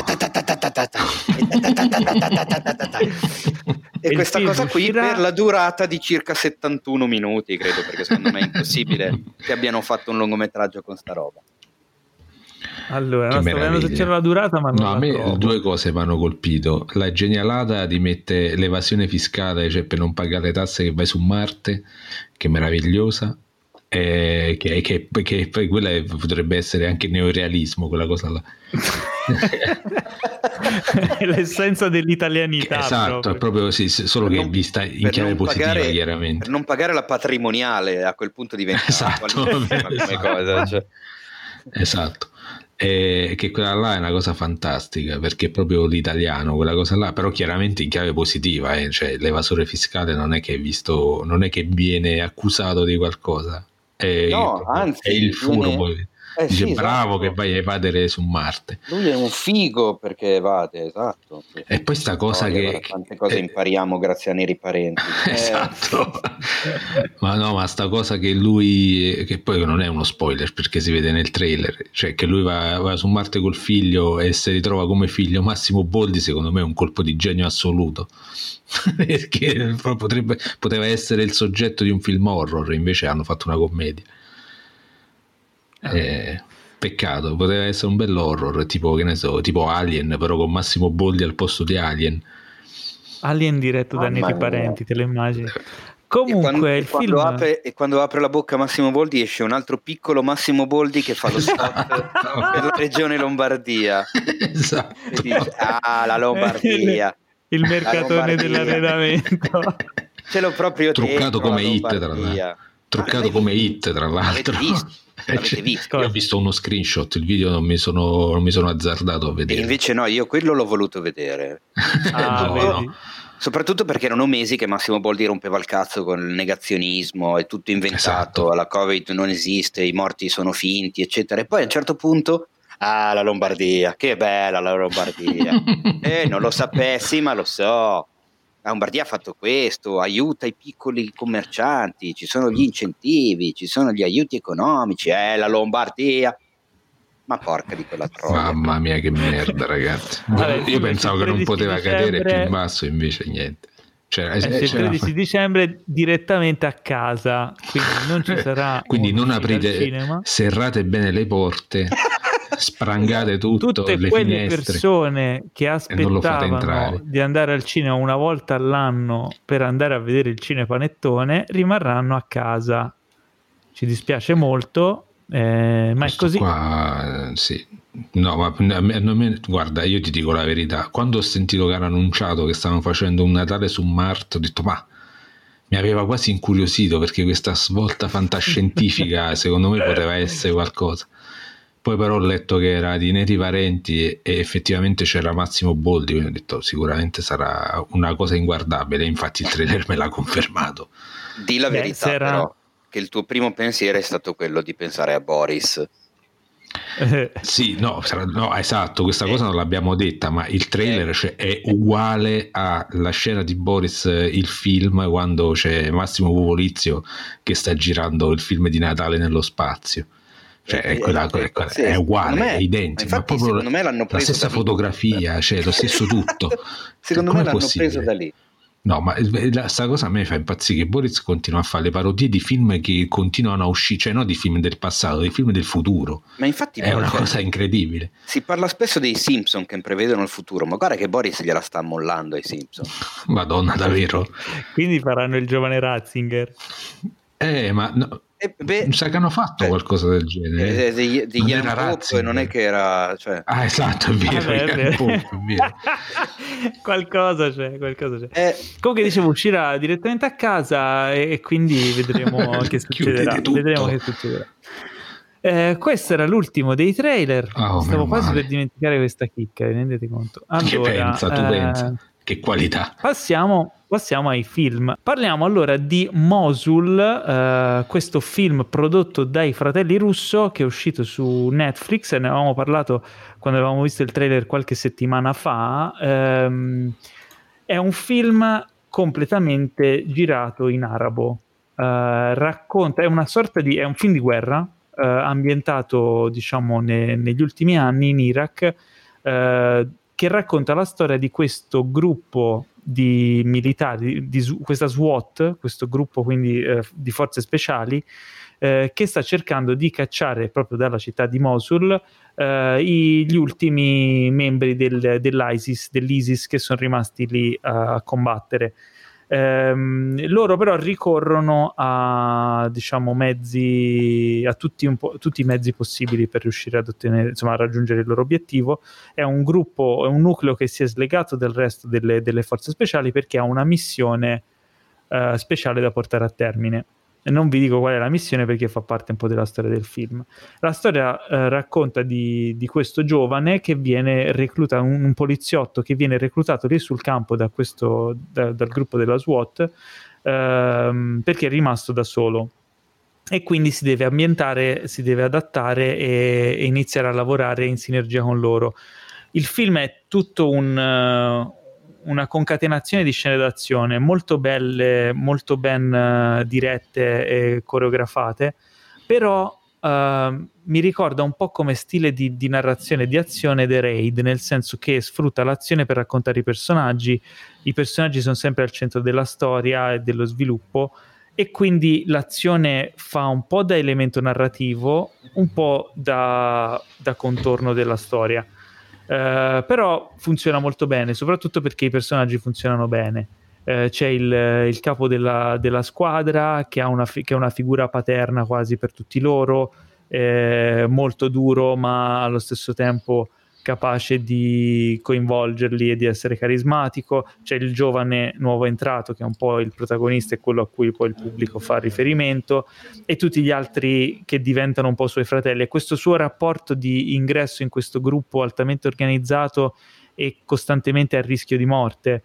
E questa cosa qui per la durata di circa 71 minuti, credo, perché secondo me è impossibile che abbiano fatto un lungometraggio con sta roba. Allora, sto vedendo se c'era la durata, ma non a me trovo. Due cose mi hanno colpito: la genialata di mettere l'evasione fiscale, cioè per non pagare le tasse che vai su Marte, che è meravigliosa. Che quella potrebbe essere anche neorealismo, quella cosa là. L'essenza dell'italianità, esatto, proprio sì, solo che vista in chiave positiva, chiaramente, per non pagare la patrimoniale, a quel punto diventa esatto, come cosa, cioè. Esatto. che quella là è una cosa fantastica, perché è proprio l'italiano, quella cosa là, però chiaramente in chiave positiva, cioè l'evasore fiscale non è che viene accusato di qualcosa, No, anzi, è il furbo. Dice sì, bravo, esatto, che vai a evadere su Marte. lui è un figo perché evade, esatto. E poi sta cosa tante cose impariamo grazie a Neri Parenti. Esatto. ma sta cosa che lui, che poi non è uno spoiler perché si vede nel trailer, cioè che lui va su Marte col figlio e si ritrova come figlio Massimo Boldi, secondo me è un colpo di genio assoluto. Perché poteva essere il soggetto di un film horror, invece hanno fatto una commedia. Peccato, poteva essere un bello horror tipo, che ne so, tipo Alien, però con Massimo Boldi al posto di Alien diretto da Neri Parenti, te lo immagini? Comunque quando apre la bocca Massimo Boldi esce un altro piccolo Massimo Boldi che fa lo spot per la regione Lombardia. Esatto. E dice, la Lombardia, il mercatone dell'arredamento. Ce l'ho proprio truccato come come Hit tra l'altro. L'avete visto? Io ho visto uno screenshot, il video non mi sono azzardato a vedere. E invece no, io quello l'ho voluto vedere. No. Soprattutto perché erano mesi che Massimo Boldi rompeva il cazzo con il negazionismo, è tutto inventato, esatto. La Covid non esiste, i morti sono finti, eccetera. E poi a un certo punto, la Lombardia, che bella la Lombardia. Non lo sapessi, ma lo so. La Lombardia ha fatto questo, aiuta i piccoli commercianti, ci sono gli incentivi, ci sono gli aiuti economici, la Lombardia. Ma porca di quella troia. Mamma mia che merda, ragazzi. Io pensavo che non poteva cadere più in basso, invece niente. Il 13 dicembre direttamente a casa, quindi non ci sarà. Quindi non aprite, serrate bene le porte, sprangate tutte le quelle finestre, persone che aspettavano di andare al cinema una volta all'anno per andare a vedere il cinepanettone rimarranno a casa. Ci dispiace molto, ma questo è così. Qua, sì. No, ma guarda, io ti dico la verità, quando ho sentito che hanno annunciato che stavano facendo un Natale su Marte, ho detto ma mi aveva quasi incuriosito, perché questa svolta fantascientifica secondo me poteva essere qualcosa. Poi però ho letto che era di Neri Parenti e effettivamente c'era Massimo Boldi, quindi ho detto sicuramente sarà una cosa inguardabile, infatti il trailer me l'ha confermato. Di la verità però, che il tuo primo pensiero è stato quello di pensare a Boris. Sì, no, esatto, questa cosa non l'abbiamo detta, ma il trailer è uguale alla scena di Boris, il film, quando c'è Massimo Pupolizio che sta girando il film di Natale nello spazio. Cioè, è uguale, è identico, ma proprio secondo me l'hanno preso la stessa fotografia, cioè lo stesso tutto. Secondo me l'hanno preso da lì. No, ma sta cosa a me fa impazzire, che Boris continua a fare le parodie di film che continuano a uscire, cioè non di film del passato, di film del futuro. Ma infatti è una cosa incredibile. Si parla spesso dei Simpson che prevedono il futuro, ma guarda che Boris gliela sta mollando ai Simpson. Madonna, davvero. Quindi faranno il giovane Ratzinger. Ma no, sa che hanno fatto qualcosa del genere. Di Ian Pope, non è che era, cioè... esatto, è vero, è vero. qualcosa c'è. Comunque dicevo, uscirà direttamente a casa e quindi vedremo che succederà. Questo era l'ultimo dei trailer. Stavo quasi per dimenticare questa chicca, vi rendete conto? Allora, tu pensa? Che qualità. Passiamo ai film. Parliamo allora di Mosul, questo film prodotto dai fratelli Russo che è uscito su Netflix, ne avevamo parlato quando avevamo visto il trailer qualche settimana fa. È un film completamente girato in arabo, racconta, è un film di guerra ambientato diciamo negli ultimi anni in Iraq, che racconta la storia di questo gruppo di militari, questa SWAT, questo gruppo quindi di forze speciali, che sta cercando di cacciare proprio dalla città di Mosul gli ultimi membri dell'ISIS che sono rimasti lì a combattere. Loro però ricorrono a mezzi, a tutti i mezzi possibili per riuscire ad ottenere, a raggiungere il loro obiettivo. È un nucleo che si è slegato del resto delle forze speciali perché ha una missione speciale da portare a termine. non vi dico qual è la missione perché fa parte un po' della storia del film. La storia racconta di questo giovane che viene reclutato, un poliziotto che viene reclutato lì sul campo dal gruppo della SWAT, perché è rimasto da solo e quindi si deve ambientare, si deve adattare e iniziare a lavorare in sinergia con loro. Il film è tutto una concatenazione di scene d'azione molto belle, molto ben dirette e coreografate, però mi ricorda un po' come stile di narrazione di azione The Raid, nel senso che sfrutta l'azione per raccontare i personaggi sono sempre al centro della storia e dello sviluppo, e quindi l'azione fa un po' da elemento narrativo, un po' da contorno della storia. Però funziona molto bene, soprattutto perché i personaggi funzionano bene. C'è il capo della squadra che è una figura paterna quasi per tutti loro, molto duro ma allo stesso tempo capace di coinvolgerli e di essere carismatico. C'è il giovane nuovo entrato che è un po' il protagonista e quello a cui poi il pubblico fa riferimento, e tutti gli altri che diventano un po' suoi fratelli, e questo suo rapporto di ingresso in questo gruppo altamente organizzato e costantemente a rischio di morte.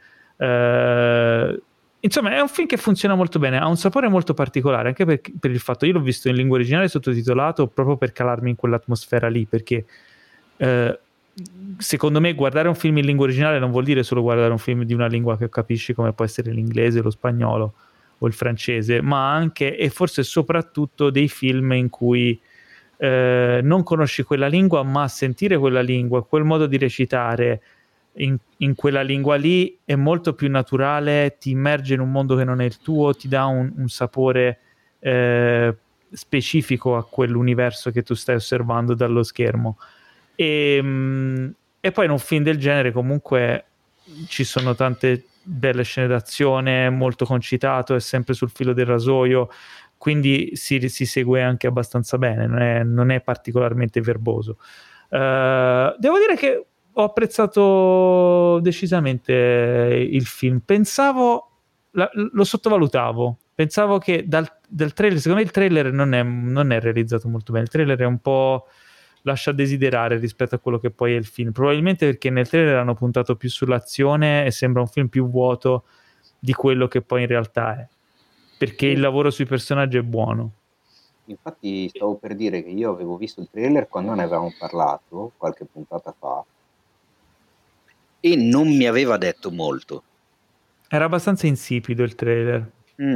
Insomma, è un film che funziona molto bene, ha un sapore molto particolare, anche per il fatto, io l'ho visto in lingua originale sottotitolato proprio per calarmi in quell'atmosfera lì, perché secondo me guardare un film in lingua originale non vuol dire solo guardare un film di una lingua che capisci, come può essere l'inglese, lo spagnolo o il francese, ma anche e forse soprattutto dei film in cui non conosci quella lingua, ma sentire quella lingua, quel modo di recitare in quella lingua lì è molto più naturale, ti immerge in un mondo che non è il tuo, ti dà un sapore specifico a quell'universo che tu stai osservando dallo schermo. E poi in un film del genere comunque ci sono tante belle scene d'azione, molto concitato, è sempre sul filo del rasoio, quindi si segue anche abbastanza bene, non è particolarmente verboso. Devo dire che ho apprezzato decisamente il film. Pensavo, lo sottovalutavo, pensavo che dal trailer, secondo me il trailer non è realizzato molto bene, il trailer è un po', lascia a desiderare rispetto a quello che poi è il film, probabilmente perché nel trailer hanno puntato più sull'azione e sembra un film più vuoto di quello che poi in realtà è, perché il lavoro sui personaggi è buono. Infatti stavo per dire che io avevo visto il trailer quando ne avevamo parlato qualche puntata fa e non mi aveva detto molto, era abbastanza insipido il trailer.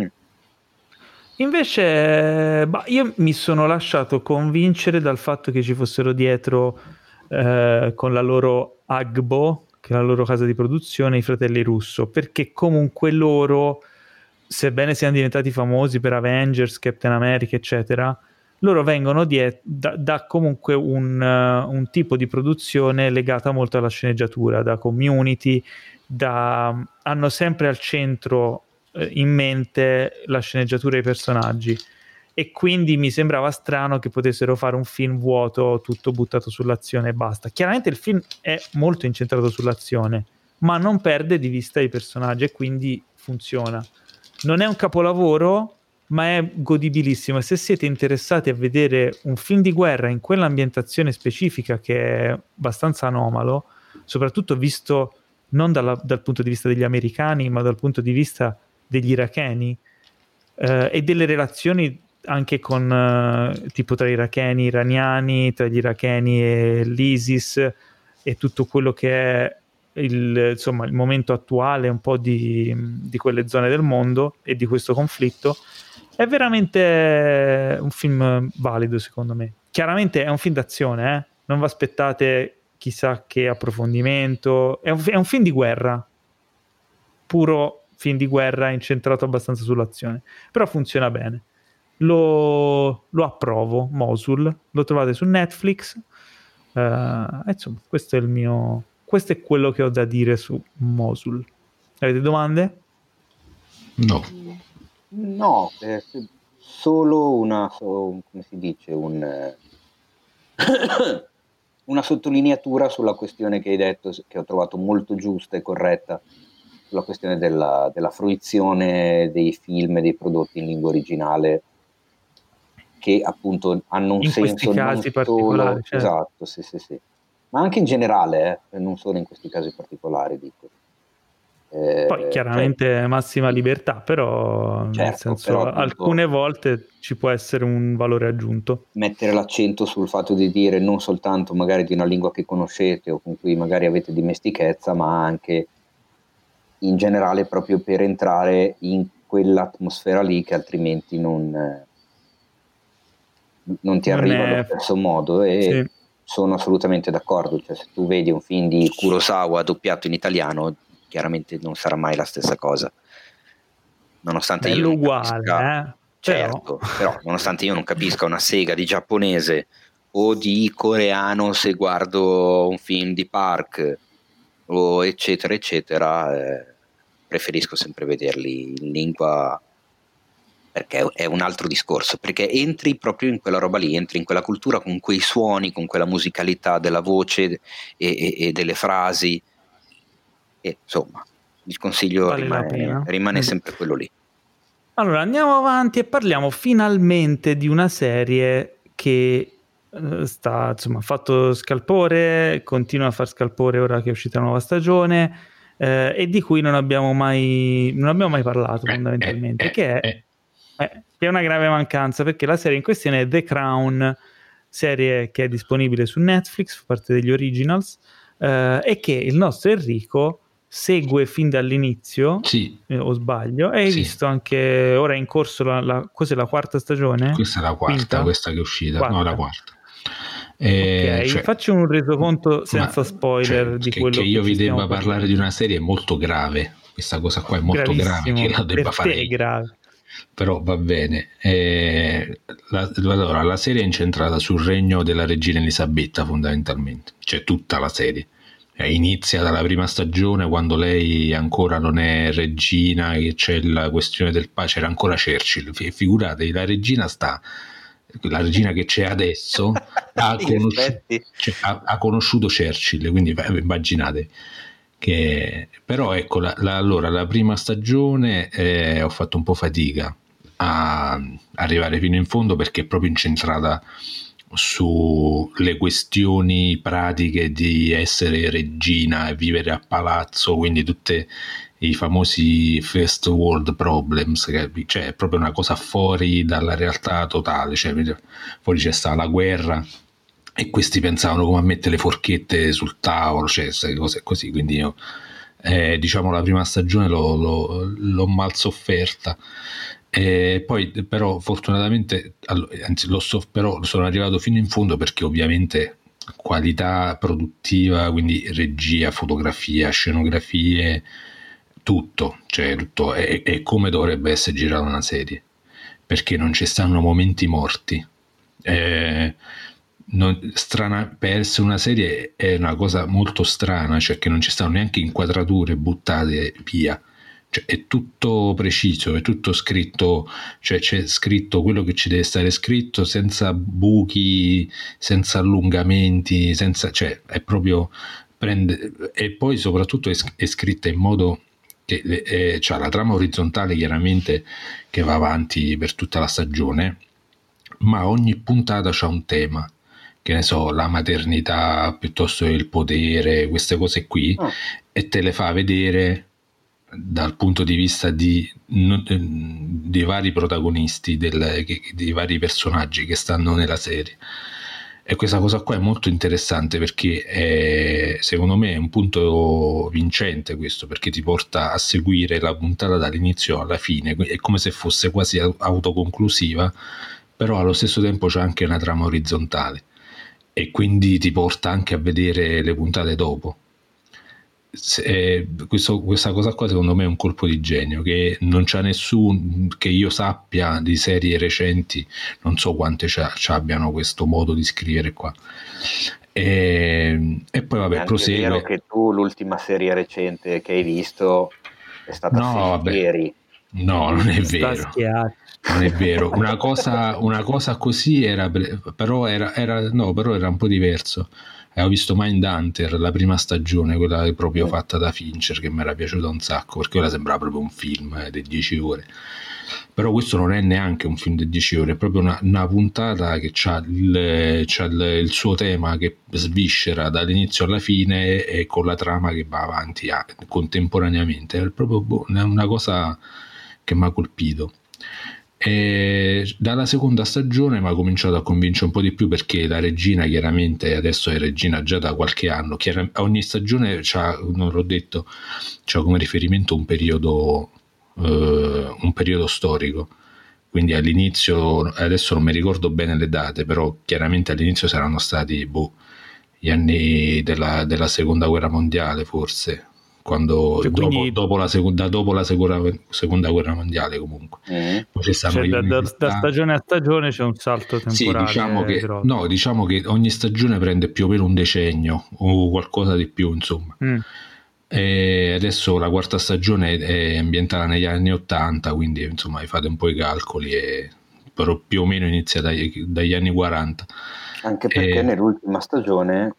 Invece io mi sono lasciato convincere dal fatto che ci fossero dietro con la loro Agbo, che è la loro casa di produzione, i fratelli Russo, perché comunque loro, sebbene siano diventati famosi per Avengers, Captain America eccetera, loro vengono da comunque un tipo di produzione legata molto alla sceneggiatura, da Community, hanno sempre al centro in mente la sceneggiatura e i personaggi, e quindi mi sembrava strano che potessero fare un film vuoto, tutto buttato sull'azione e basta. Chiaramente il film è molto incentrato sull'azione, ma non perde di vista i personaggi e quindi funziona. Non è un capolavoro, ma è godibilissimo, e se siete interessati a vedere un film di guerra in quell'ambientazione specifica che è abbastanza anomalo, soprattutto visto non dal punto di vista degli americani, ma dal punto di vista degli iracheni, e delle relazioni anche con tipo tra iracheni e iraniani, tra gli iracheni e l'ISIS e tutto quello che è il momento attuale un po' di quelle zone del mondo e di questo conflitto. È veramente un film valido secondo me. Chiaramente è un film d'azione, non vi aspettate chissà che approfondimento, è un film di guerra, puro film di guerra incentrato abbastanza sull'azione, però funziona bene. Lo approvo. Mosul lo trovate su Netflix. Insomma, questo è quello che ho da dire su Mosul. Avete domande? No, solo come si dice, una sottolineatura sulla questione che hai detto, che ho trovato molto giusta e corretta, sulla questione della fruizione dei film e dei prodotti in lingua originale che appunto hanno un in senso questi casi non particolari, solo, certo. esatto, sì, ma anche in generale, non solo in questi casi particolari, dico. Poi chiaramente massima libertà, però certo, nel senso però, appunto, alcune volte ci può essere un valore aggiunto. Mettere l'accento sul fatto di dire non soltanto magari di una lingua che conoscete o con cui magari avete dimestichezza, ma anche in generale proprio per entrare in quell'atmosfera lì che altrimenti non ti arriva allo stesso modo, e sì. Sono assolutamente d'accordo. Cioè, se tu vedi un film di Kurosawa doppiato in italiano, chiaramente non sarà mai la stessa cosa, nonostante io non capisca, certo, però nonostante io non capisca una sega di giapponese o di coreano se guardo un film di Park o eccetera eccetera, preferisco sempre vederli in lingua, perché è un altro discorso, perché entri proprio in quella roba lì, entri in quella cultura con quei suoni, con quella musicalità della voce e delle frasi, e insomma il consiglio vale rimane sempre quello lì. Allora andiamo avanti e parliamo finalmente di una serie che sta, insomma, ha fatto scalpore, continua a far scalpore ora che è uscita la nuova stagione, e di cui non abbiamo mai parlato fondamentalmente, che è una grave mancanza, perché la serie in questione è The Crown, serie che è disponibile su Netflix, fa parte degli originals, e che il nostro Enrico segue fin dall'inizio, sì. O sbaglio, e hai visto anche, ora è in corso cos'è, la quarta stagione? Questa è la quarta, quinta? Questa che è uscita, quarta. no, la quarta. Ok, cioè, faccio un resoconto senza spoiler di quello che io vi debba parlando. parlare di una serie è molto grave, questa cosa qua è molto grave, che la debba fare io. È grave. Però va bene. Allora, la serie è incentrata sul regno della regina Elisabetta, fondamentalmente, cioè tutta la serie. Inizia dalla prima stagione, quando lei ancora non è regina, che c'è la questione del c'era ancora Churchill. Figurate, la regina che c'è adesso ha conosciuto Churchill, quindi immaginate. Però ecco, allora la prima stagione ho fatto un po' fatica a arrivare fino in fondo, perché è proprio incentrata sulle questioni pratiche di essere regina e vivere a palazzo, quindi tutti i famosi first world problems, cioè è proprio una cosa fuori dalla realtà totale, cioè fuori c'è stata la guerra e questi pensavano come a mettere le forchette sul tavolo, cioè queste cose così, quindi io diciamo la prima stagione l'ho mal sofferta. Poi però fortunatamente però sono arrivato fino in fondo, perché ovviamente qualità produttiva, quindi regia, fotografia, scenografie, tutto è come dovrebbe essere girata una serie, perché non ci stanno momenti morti. Per essere una serie è una cosa molto strana, cioè che non ci stanno neanche inquadrature buttate via, cioè è tutto preciso, è tutto scritto, cioè c'è scritto quello che ci deve stare scritto, senza buchi, senza allungamenti, cioè è proprio e poi soprattutto è scritta in modo che c'ha la trama orizzontale chiaramente che va avanti per tutta la stagione, ma ogni puntata c'ha un tema, che ne so, la maternità piuttosto che il potere, queste cose qui, e te le fa vedere dal punto di vista dei vari protagonisti, dei vari personaggi che stanno nella serie. E questa cosa qua è molto interessante, perché secondo me è un punto vincente questo, perché ti porta a seguire la puntata dall'inizio alla fine, è come se fosse quasi autoconclusiva, però allo stesso tempo c'è anche una trama orizzontale e quindi ti porta anche a vedere le puntate dopo. Questa cosa qua secondo me è un colpo di genio, che non c'è nessuno che io sappia di serie recenti, non so quante abbiano questo modo di scrivere qua. E poi vabbè, prosegue. È vero che tu l'ultima serie recente che hai visto è stata ieri. No, non è vero. Non è vero. Una cosa così era un po' diverso. Avevo visto Mindhunter, la prima stagione, quella proprio fatta da Fincher, che mi era piaciuta un sacco, perché quella sembrava proprio un film di 10 ore. Però questo non è neanche un film di 10 ore, è proprio una puntata che c'ha il suo tema che sviscera dall'inizio alla fine e con la trama che va avanti contemporaneamente. È proprio una cosa che mi ha colpito. E dalla seconda stagione mi ha cominciato a convincere un po' di più, perché la regina chiaramente adesso è regina già da qualche anno. Ogni stagione non l'ho detto, c'ha come riferimento un periodo storico, quindi all'inizio, adesso non mi ricordo bene le date, però chiaramente all'inizio saranno stati gli anni della seconda guerra mondiale, forse, quando dopo la seconda guerra mondiale, comunque. Poi ci stanno da stagione a stagione c'è un salto temporale. Sì, diciamo che ogni stagione prende più o meno un decennio o qualcosa di più, insomma. E adesso la quarta stagione è ambientata negli anni 80, quindi insomma fate un po' i calcoli, però più o meno inizia dagli anni 40, anche perché nell'ultima stagione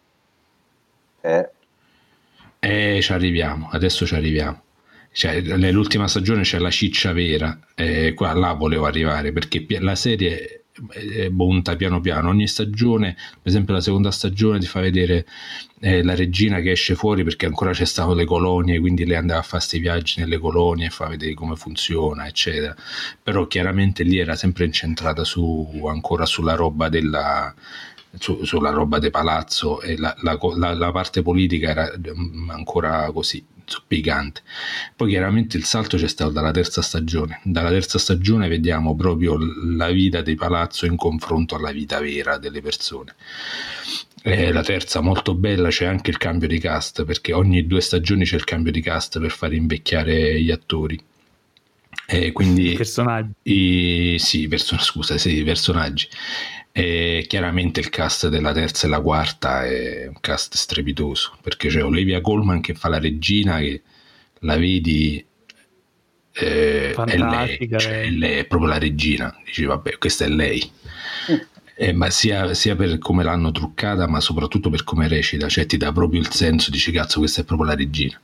ci arriviamo, cioè, nell'ultima stagione c'è la ciccia vera, là volevo arrivare, perché la serie monta piano piano ogni stagione. Per esempio la seconda stagione ti fa vedere la regina che esce fuori, perché ancora c'è stato le colonie, quindi lei andava a fare questi viaggi nelle colonie e fa vedere come funziona, eccetera. Però chiaramente lì era sempre incentrata ancora sulla roba sulla roba del palazzo, e la parte politica era ancora così zoppicante. Poi chiaramente il salto c'è stato dalla terza stagione. Dalla terza stagione vediamo proprio la vita di palazzo in confronto alla vita vera delle persone. La terza molto bella, c'è anche il cambio di cast, perché ogni 2 stagioni c'è il cambio di cast per far invecchiare gli attori. Quindi personaggi. Personaggi. Chiaramente il cast della terza e la quarta è un cast strepitoso, perché c'è Olivia Colman che fa la regina, che la vedi è lei, è proprio la regina, dici vabbè, questa è lei. Ma sia per come l'hanno truccata, ma soprattutto per come recita, cioè ti dà proprio il senso, dici cazzo, questa è proprio la regina.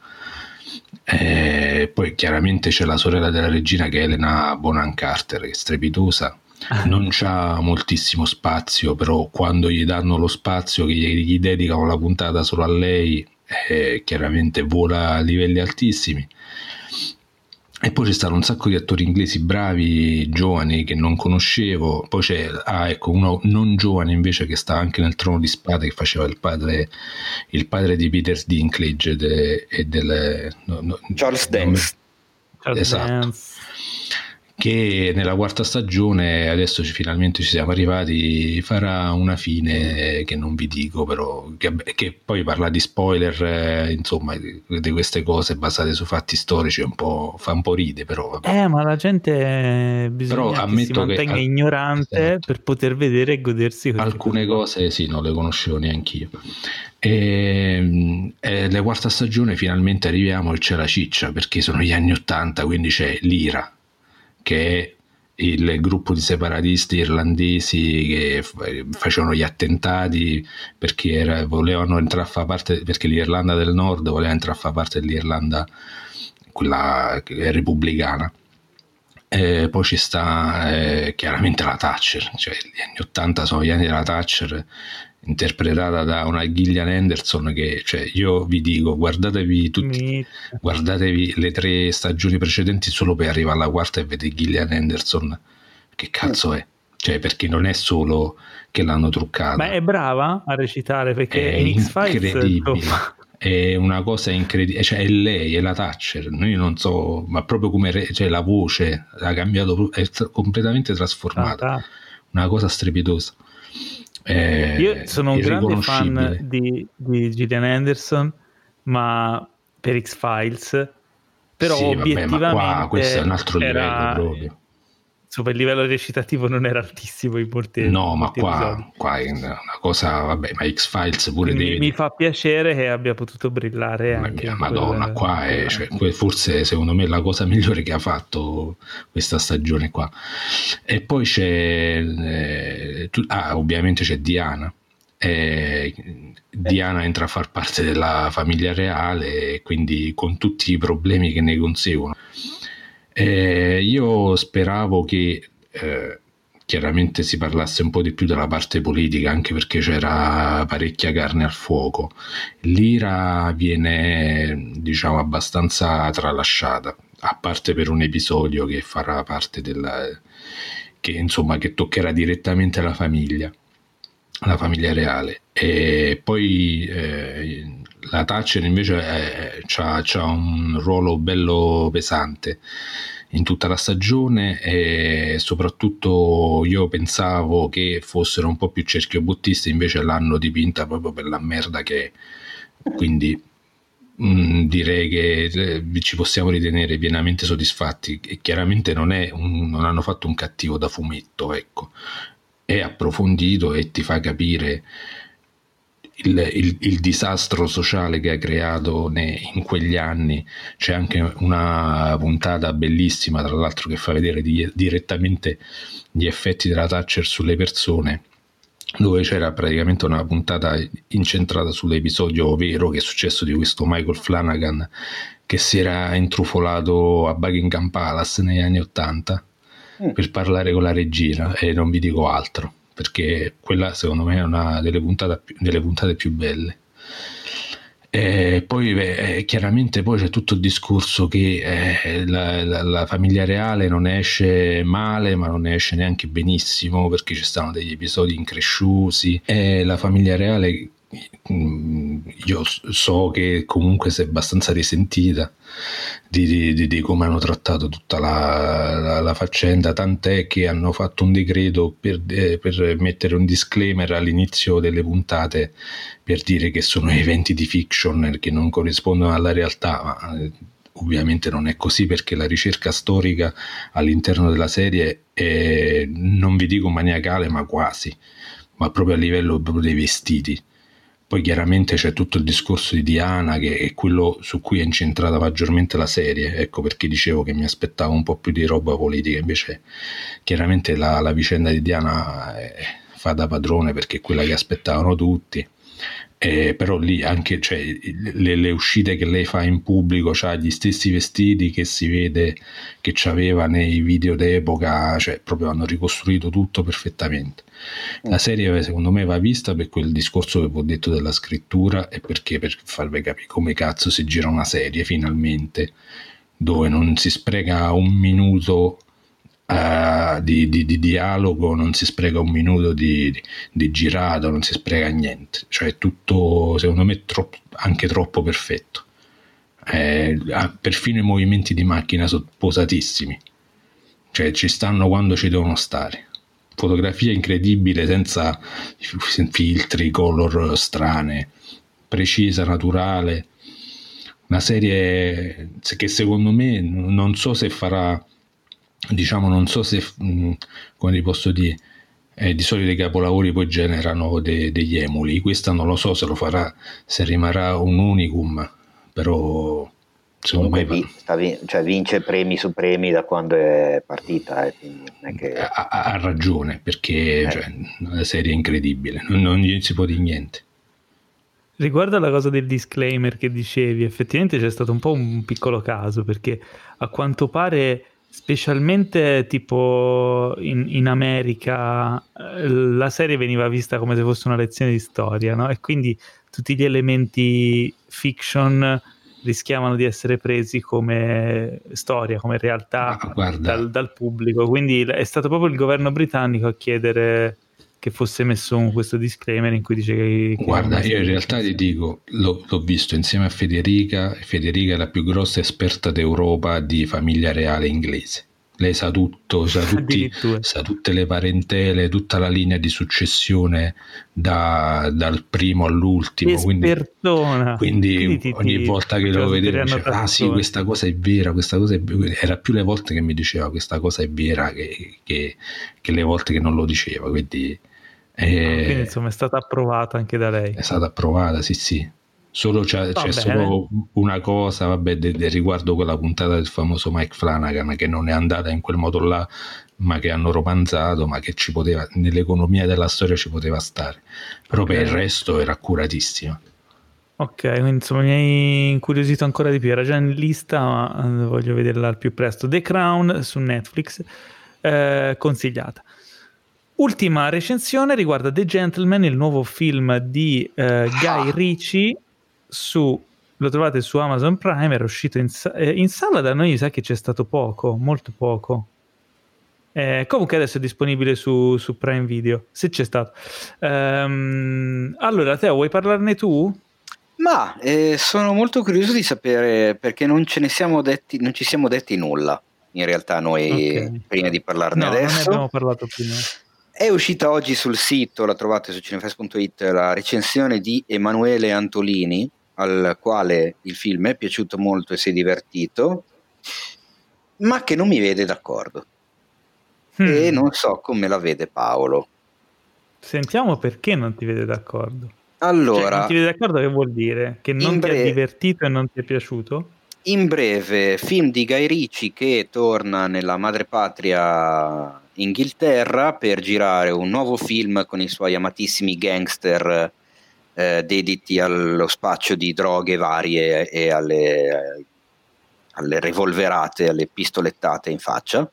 Poi chiaramente c'è la sorella della regina, che è Helena Bonham Carter, che è strepitosa. Non c'ha moltissimo spazio, però quando gli danno lo spazio, che gli dedicano la puntata solo a lei, chiaramente vola a livelli altissimi. E poi ci stanno un sacco di attori inglesi bravi, giovani, che non conoscevo. Poi c'è uno non giovane invece, che sta anche nel Trono di Spade, che faceva il padre di Peter Dinklage Charles Dance. Esatto. Che nella quarta stagione, adesso finalmente ci siamo arrivati, farà una fine che non vi dico, però che poi parla di spoiler, insomma, di queste cose basate su fatti storici, fa un po' ride, però vabbè. Ma la gente bisogna che si mantenga ignorante, esatto, per poter vedere e godersi alcune cose. Sì, non le conoscevo neanch'io. La quarta stagione finalmente arriviamo e c'è la ciccia, perché sono gli anni 80, quindi c'è l'IRA, che è il gruppo di separatisti irlandesi che facevano gli attentati perché volevano entrare a far parte, perché l'Irlanda del Nord voleva entrare a far parte dell'Irlanda, quella repubblicana. Poi ci sta chiaramente la Thatcher, cioè gli anni 80 sono gli anni della Thatcher, interpretata da una Gillian Anderson, che, cioè, io vi dico, guardatevi le 3 stagioni precedenti solo per arrivare alla quarta e vedere Gillian Anderson che cazzo è, cioè, perché non è solo che l'hanno truccata, ma è brava a recitare, perché è in X-Files incredibile, è una cosa incredibile, cioè è lei, è la Thatcher, io non so, ma proprio come cioè la voce ha cambiato, è completamente trasformata, una cosa strepitosa. Io sono un grande fan di Gillian Anderson, ma per X-Files, però sì, obiettivamente ma questo è un altro livello proprio. Il livello recitativo non era altissimo in molti no, ma qua è una cosa, vabbè, ma X-Files pure mi fa piacere che abbia potuto brillare anche Madonna, qua è, cioè, forse secondo me la cosa migliore che ha fatto questa stagione qua. E poi c'è ovviamente c'è Diana, Diana entra a far parte della famiglia reale, quindi con tutti i problemi che ne conseguono. Io speravo che chiaramente si parlasse un po' di più della parte politica, anche perché c'era parecchia carne al fuoco. L'Ira viene, diciamo, abbastanza tralasciata, a parte per un episodio che farà parte che toccherà direttamente la famiglia reale. E poi la Thatcher invece c'ha un ruolo bello pesante in tutta la stagione, e soprattutto io pensavo che fossero un po' più cerchiobottiste, invece l'hanno dipinta proprio per la merda che è. Quindi direi che ci possiamo ritenere pienamente soddisfatti, e chiaramente non hanno fatto un cattivo da fumetto, ecco. È approfondito e ti fa capire il disastro sociale che ha creato in quegli anni. C'è anche una puntata bellissima, tra l'altro, che fa vedere direttamente gli effetti della Thatcher sulle persone, dove c'era praticamente una puntata incentrata sull'episodio vero che è successo di questo Michael Flanagan, che si era intrufolato a Buckingham Palace negli anni '80 per parlare con la regina, e non vi dico altro, perché quella secondo me è una delle puntate più belle. E poi chiaramente poi c'è tutto il discorso che la famiglia reale non esce male, ma non esce neanche benissimo, perché ci stanno degli episodi incresciosi, e la famiglia reale io so che comunque si è abbastanza risentita di come hanno trattato tutta la faccenda, tant'è che hanno fatto un decreto per mettere un disclaimer all'inizio delle puntate per dire che sono eventi di fiction che non corrispondono alla realtà, ma ovviamente non è così, perché la ricerca storica all'interno della serie è, non vi dico maniacale, ma quasi, ma proprio a livello proprio dei vestiti. Poi chiaramente c'è tutto il discorso di Diana, che è quello su cui è incentrata maggiormente la serie, ecco perché dicevo che mi aspettavo un po' più di roba politica. Invece chiaramente la vicenda di Diana fa da padrone, perché è quella che aspettavano tutti. Però lì anche, cioè, le uscite che lei fa in pubblico, c'ha gli stessi vestiti che si vede che c'aveva nei video d'epoca, cioè proprio hanno ricostruito tutto perfettamente. La serie secondo me va vista per quel discorso che vi ho detto della scrittura, e perché per farvi capire come cazzo si gira una serie finalmente, dove non si spreca un minuto di dialogo, non si spreca un minuto di girato, non si spreca niente, cioè tutto secondo me anche troppo perfetto. Perfino i movimenti di macchina sono posatissimi, cioè ci stanno quando ci devono stare. Fotografia incredibile, senza filtri, color strane, precisa, naturale. Una serie che secondo me non so se farà, diciamo, non so se come vi posso dire, di solito i capolavori poi generano degli emuli. Questa non lo so se lo farà, se rimarrà un unicum, però secondo me cioè vince premi su premi da quando è partita, quindi non è che... ha ragione, perché cioè, una serie incredibile, non gli si può dire niente. Riguardo alla cosa del disclaimer che dicevi, effettivamente c'è stato un po' un piccolo caso, perché a quanto pare, specialmente tipo in America, la serie veniva vista come se fosse una lezione di storia, no? E quindi tutti gli elementi fiction rischiavano di essere presi come storia, come realtà dal pubblico. Quindi è stato proprio il governo britannico a chiedere che fosse messo questo disclaimer in cui dice che guarda, io in realtà ti dico, l'ho visto insieme a Federica. Federica è la più grossa esperta d'Europa di famiglia reale inglese. Lei sa tutto, sa tutte le parentele, tutta la linea di successione dal primo all'ultimo. Quindi ogni volta che lo vedevo diceva, sì, questa cosa è vera, questa cosa è vera. Era più le volte che mi diceva questa cosa è vera che le volte che non lo diceva. Quindi insomma è stata approvata anche da lei. È stata approvata, sì. c'è solo una cosa, vabbè, riguardo quella puntata del famoso Mike Flanagan, che non è andata in quel modo là, ma che hanno romanzato, ma che ci poteva, nell'economia della storia ci poteva stare, però per il resto era accuratissima. Ok, quindi insomma mi hai incuriosito ancora di più, era già in lista ma voglio vederla al più presto. The Crown su Netflix, consigliata. Ultima recensione riguarda The Gentleman, il nuovo film di Guy Ritchie, lo trovate su Amazon Prime, era uscito in sala da noi, sa che c'è stato poco, molto poco. Comunque adesso è disponibile su Prime Video, se c'è stato. Allora, Teo, vuoi parlarne tu? Ma sono molto curioso di sapere, perché non ci siamo detti nulla in realtà noi prima di parlarne adesso. Non ne abbiamo parlato prima. È uscita oggi sul sito, la trovate su cinefest.it, la recensione di Emanuele Antolini, al quale il film è piaciuto molto e si è divertito, ma che non mi vede d'accordo. E non so come la vede Paolo. Sentiamo perché non ti vede d'accordo. Allora, non ti vede d'accordo, che vuol dire? Che non ti è divertito e non ti è piaciuto? In breve, film di Guy Ritchie che torna nella madrepatria Inghilterra per girare un nuovo film con i suoi amatissimi gangster dediti allo spaccio di droghe varie e alle revolverate, alle pistolettate in faccia,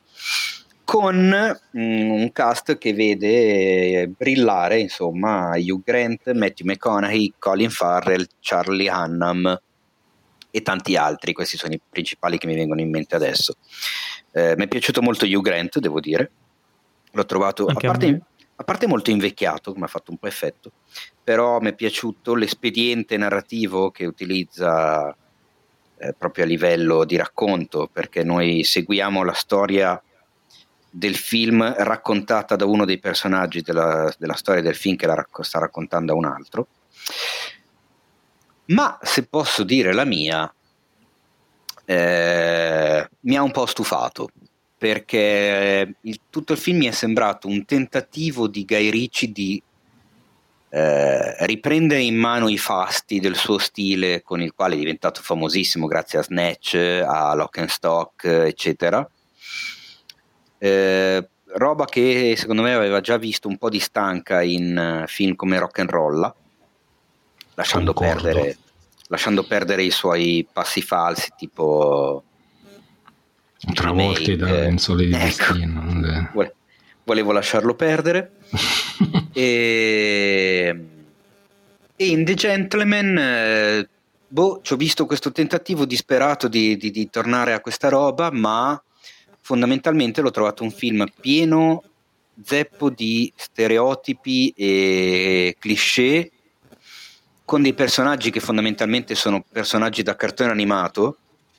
con un cast che vede brillare insomma Hugh Grant, Matthew McConaughey, Colin Farrell, Charlie Hunnam e tanti altri. Questi sono i principali che mi vengono in mente adesso. Mi è piaciuto molto Hugh Grant, devo dire, l'ho trovato a parte molto invecchiato, come ha fatto un po' effetto, però mi è piaciuto l'espediente narrativo che utilizza proprio a livello di racconto, perché noi seguiamo la storia del film raccontata da uno dei personaggi della storia del film che sta raccontando a un altro. Ma se posso dire la mia, mi ha un po' stufato, perché tutto il film mi è sembrato un tentativo di Guy Ritchie di riprendere in mano i fasti del suo stile, con il quale è diventato famosissimo grazie a Snatch, a Lock and Stock, eccetera. Roba che secondo me aveva già visto un po' di stanca in film come Rock and Roll, lasciando perdere i suoi passi falsi, tipo travolti da lenzuoli di destino. Volevo lasciarlo perdere. e in The Gentleman ci ho visto questo tentativo disperato di tornare a questa roba, ma fondamentalmente l'ho trovato un film pieno zeppo di stereotipi e cliché, con dei personaggi che fondamentalmente sono personaggi da cartone animato,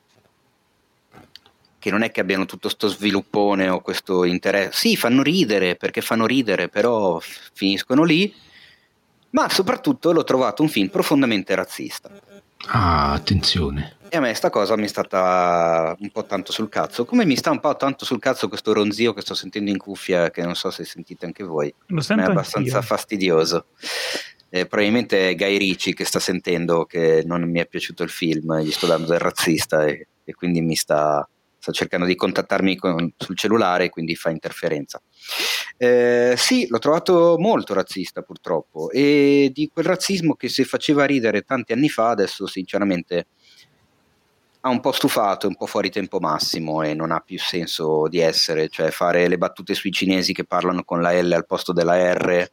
che non è che abbiano tutto sto sviluppone o questo interesse. Sì, fanno ridere, però finiscono lì. Ma soprattutto l'ho trovato un film profondamente razzista. Ah, attenzione. E a me sta cosa mi è stata un po' tanto sul cazzo, come mi sta un po' tanto sul cazzo questo ronzio che sto sentendo in cuffia, che non so se sentite anche voi. Lo sento, è abbastanza fastidioso. Probabilmente è Guy Ritchie che sta sentendo che non mi è piaciuto il film, gli sto dando del razzista e quindi sta cercando di contattarmi sul cellulare, quindi fa interferenza. Sì, l'ho trovato molto razzista purtroppo, e di quel razzismo che se faceva ridere tanti anni fa, adesso sinceramente ha un po' stufato, è un po' fuori tempo massimo e non ha più senso di essere, cioè fare le battute sui cinesi che parlano con la L al posto della R.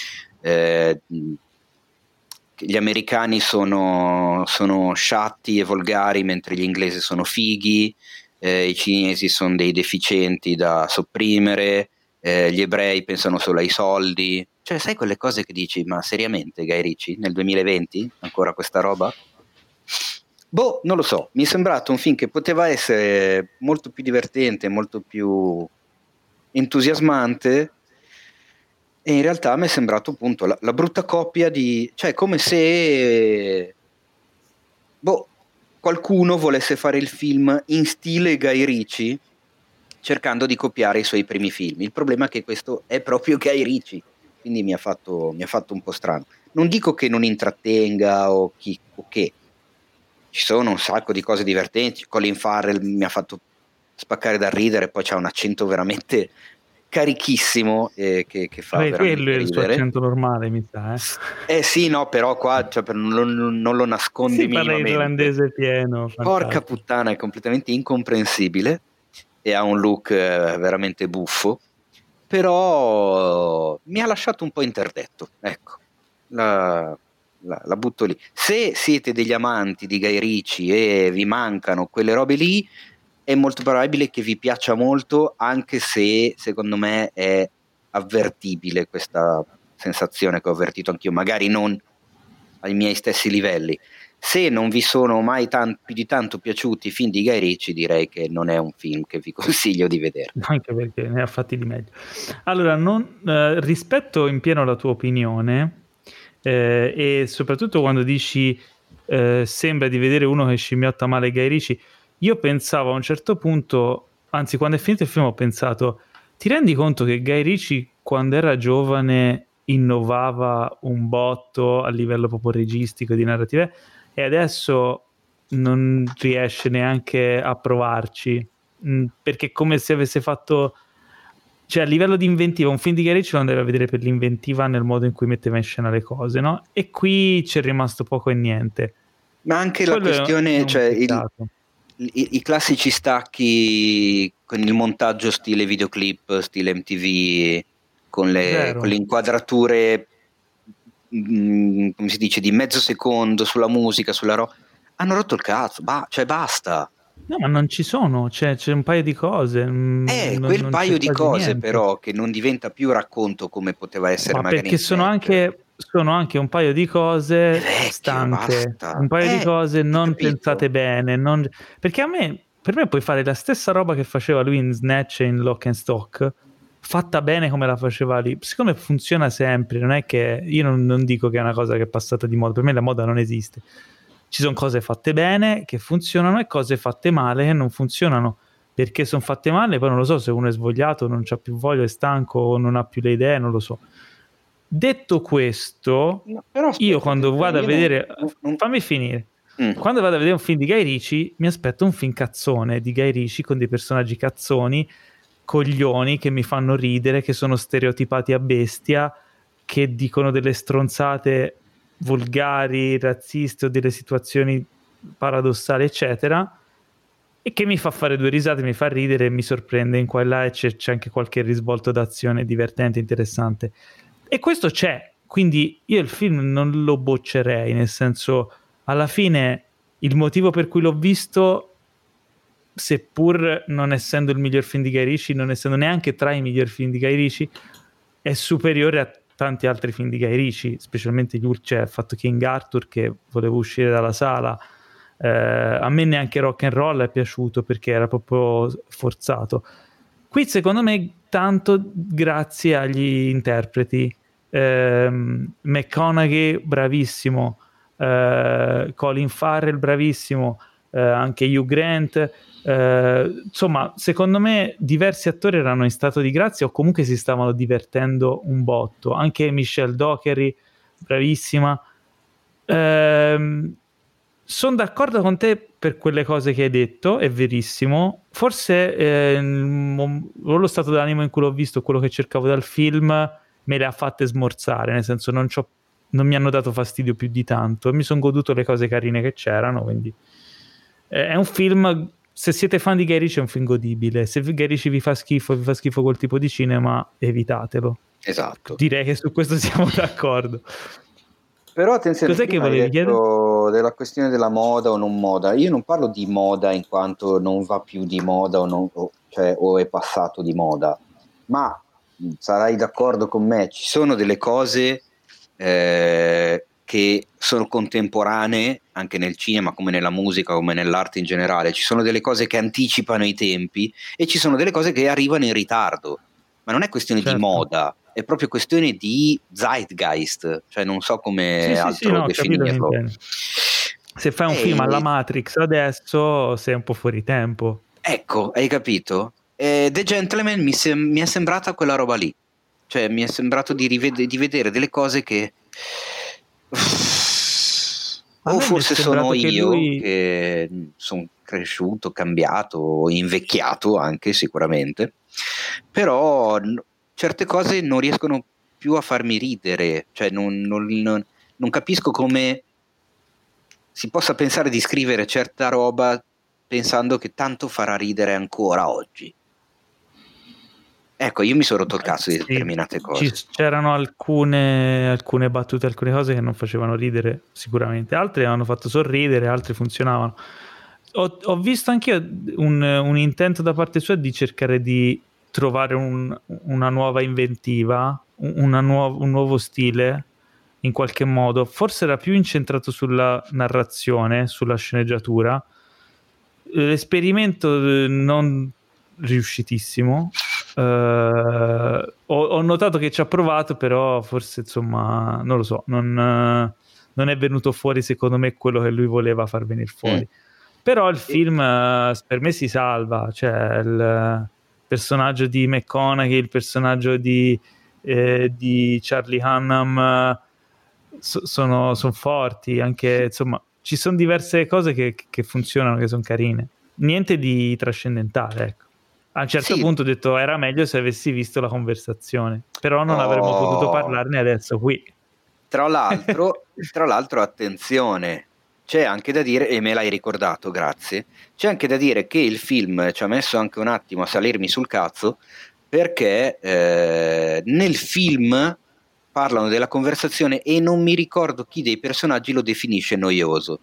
Gli americani sono sciatti e volgari mentre gli inglesi sono fighi, i cinesi sono dei deficienti da sopprimere, gli ebrei pensano solo ai soldi, cioè sai quelle cose che dici, ma seriamente Guy Ritchie nel 2020 ancora questa roba? Non lo so, mi è sembrato un film che poteva essere molto più divertente, molto più entusiasmante, e in realtà mi è sembrato appunto la brutta coppia cioè come se qualcuno volesse fare il film in stile Guy Ritchie cercando di copiare i suoi primi film. Il problema è che questo è proprio Guy Ritchie, quindi mi ha fatto un po' strano. non dico che non intrattenga o che, ci sono un sacco di cose divertenti. Colin Farrell mi ha fatto spaccare da ridere, poi c'ha un accento veramente carichissimo che fa veramente quello è il suo ridere. accento normale, mi sa. Sì, no, però qua non lo nascondi minimamente. Irlandese pieno. Porca puttana, è completamente incomprensibile e ha un look veramente buffo, però mi ha lasciato un po' interdetto, ecco, la butto lì. Se siete degli amanti di Guy Ritchie e vi mancano quelle robe lì, è molto probabile che vi piaccia molto, anche se secondo me è avvertibile questa sensazione che ho avvertito anch'io, magari non ai miei stessi livelli. Se non vi sono mai più di tanto piaciuti i film di Guy Ritchie, direi che non è un film che vi consiglio di vedere. Anche perché ne ha fatti di meglio. Allora, rispetto in pieno la tua opinione, e soprattutto quando dici sembra di vedere uno che scimmiotta male Guy Ritchie, io pensavo a un certo punto, anzi quando è finito il film ho pensato, ti rendi conto che Guy Ritchie quando era giovane innovava un botto a livello proprio registico di narrative e adesso non riesce neanche a provarci, perché è come se avesse fatto, cioè a livello di inventiva un film di Guy Ritchie lo andava a vedere per l'inventiva nel modo in cui metteva in scena le cose, no? E qui c'è rimasto poco e niente. Ma anche quello la questione, cioè i classici stacchi con il montaggio stile videoclip, stile MTV, con le inquadrature come si dice di mezzo secondo sulla musica, sulla hanno rotto il cazzo, cioè basta. No, ma non ci sono, c'è un paio di cose. Quel paio di cose niente. Però che non diventa più racconto come poteva essere magari. Perché sono anche un paio di cose stanche, basta. Un paio di cose non pensate bene, perché per me puoi fare la stessa roba che faceva lui in Snatch e in Lock and Stock, fatta bene come la faceva lì. Secondo me funziona sempre, non è che io non dico che è una cosa che è passata di moda, per me la moda non esiste. Ci sono cose fatte bene che funzionano e cose fatte male che non funzionano. Perché sono fatte male, poi non lo so se uno è svogliato, non c'ha più voglia, è stanco o non ha più le idee, non lo so. Detto questo, però io quando vado a vedere fammi finire. Quando vado a vedere un film di Guy Ritchie mi aspetto un film cazzone di Guy Ritchie con dei personaggi cazzoni, coglioni che mi fanno ridere, che sono stereotipati a bestia, che dicono delle stronzate volgari, razziste o delle situazioni paradossali eccetera, e che mi fa fare due risate, mi fa ridere, mi sorprende in qua e là e c'è anche qualche risvolto d'azione divertente, interessante, e questo c'è. Quindi io il film non lo boccerei, nel senso, alla fine il motivo per cui l'ho visto, seppur non essendo il miglior film di Guy Ritchie, non essendo neanche tra i migliori film di Guy Ritchie, è superiore a tanti altri film di Guy Ritchie, specialmente cioè ha fatto King Arthur, che volevo uscire dalla sala. A me neanche Rock and Roll è piaciuto perché era proprio forzato. Qui secondo me tanto grazie agli interpreti, McConaughey bravissimo, Colin Farrell bravissimo, anche Hugh Grant, insomma secondo me diversi attori erano in stato di grazia o comunque si stavano divertendo un botto, anche Michelle Dockery bravissima. Sono d'accordo con te per quelle cose che hai detto, è verissimo. Forse lo stato d'animo in cui l'ho visto, quello che cercavo dal film, me le ha fatte smorzare, nel senso non mi hanno dato fastidio più di tanto, mi sono goduto le cose carine che c'erano, quindi è un film, se siete fan di Guy Ritchie è un film godibile. Se Guy Ritchie vi fa schifo quel tipo di cinema, evitatelo. Esatto. Direi che su questo siamo d'accordo. Però attenzione, cos'è che volevi chiedere? Della questione della moda o non moda. Io non parlo di moda in quanto non va più di moda o è passato di moda, ma sarai d'accordo con me, ci sono delle cose che sono contemporanee anche nel cinema, come nella musica, come nell'arte in generale. Ci sono delle cose che anticipano i tempi e ci sono delle cose che arrivano in ritardo, ma non è questione di moda, è proprio questione di zeitgeist, cioè non so come definirlo. Se fai un film alla Matrix adesso sei un po' fuori tempo. Ecco, hai capito? The Gentleman mi è sembrata quella roba lì, cioè mi è sembrato di vedere delle cose che O forse sono io che sono cresciuto, cambiato, invecchiato anche sicuramente, però certe cose non riescono più a farmi ridere, cioè non capisco come si possa pensare di scrivere certa roba pensando che tanto farà ridere ancora oggi. Ecco, io mi sono rotto il cazzo di determinate cose. C'erano alcune battute, alcune cose che non facevano ridere sicuramente, altre hanno fatto sorridere, altre funzionavano. Ho visto anche un intento da parte sua di cercare di trovare una nuova inventiva, un nuovo stile in qualche modo. Forse era più incentrato sulla narrazione, sulla sceneggiatura. L'esperimento non riuscitissimo. Ho notato che ci ha provato, però forse insomma non lo so, non è venuto fuori secondo me quello che lui voleva far venire fuori. Però il film per me si salva, cioè il personaggio di McConaughey, il personaggio di Charlie Hunnam sono forti, anche insomma ci sono diverse cose che funzionano, che sono carine, niente di trascendentale, ecco. A un certo punto ho detto era meglio se avessi visto la conversazione, però non avremmo potuto parlarne adesso qui. Tra l'altro attenzione, c'è anche da dire, e me l'hai ricordato, grazie, c'è anche da dire che il film ci ha messo anche un attimo a salirmi sul cazzo, perché nel film parlano della conversazione e non mi ricordo chi dei personaggi lo definisce noioso.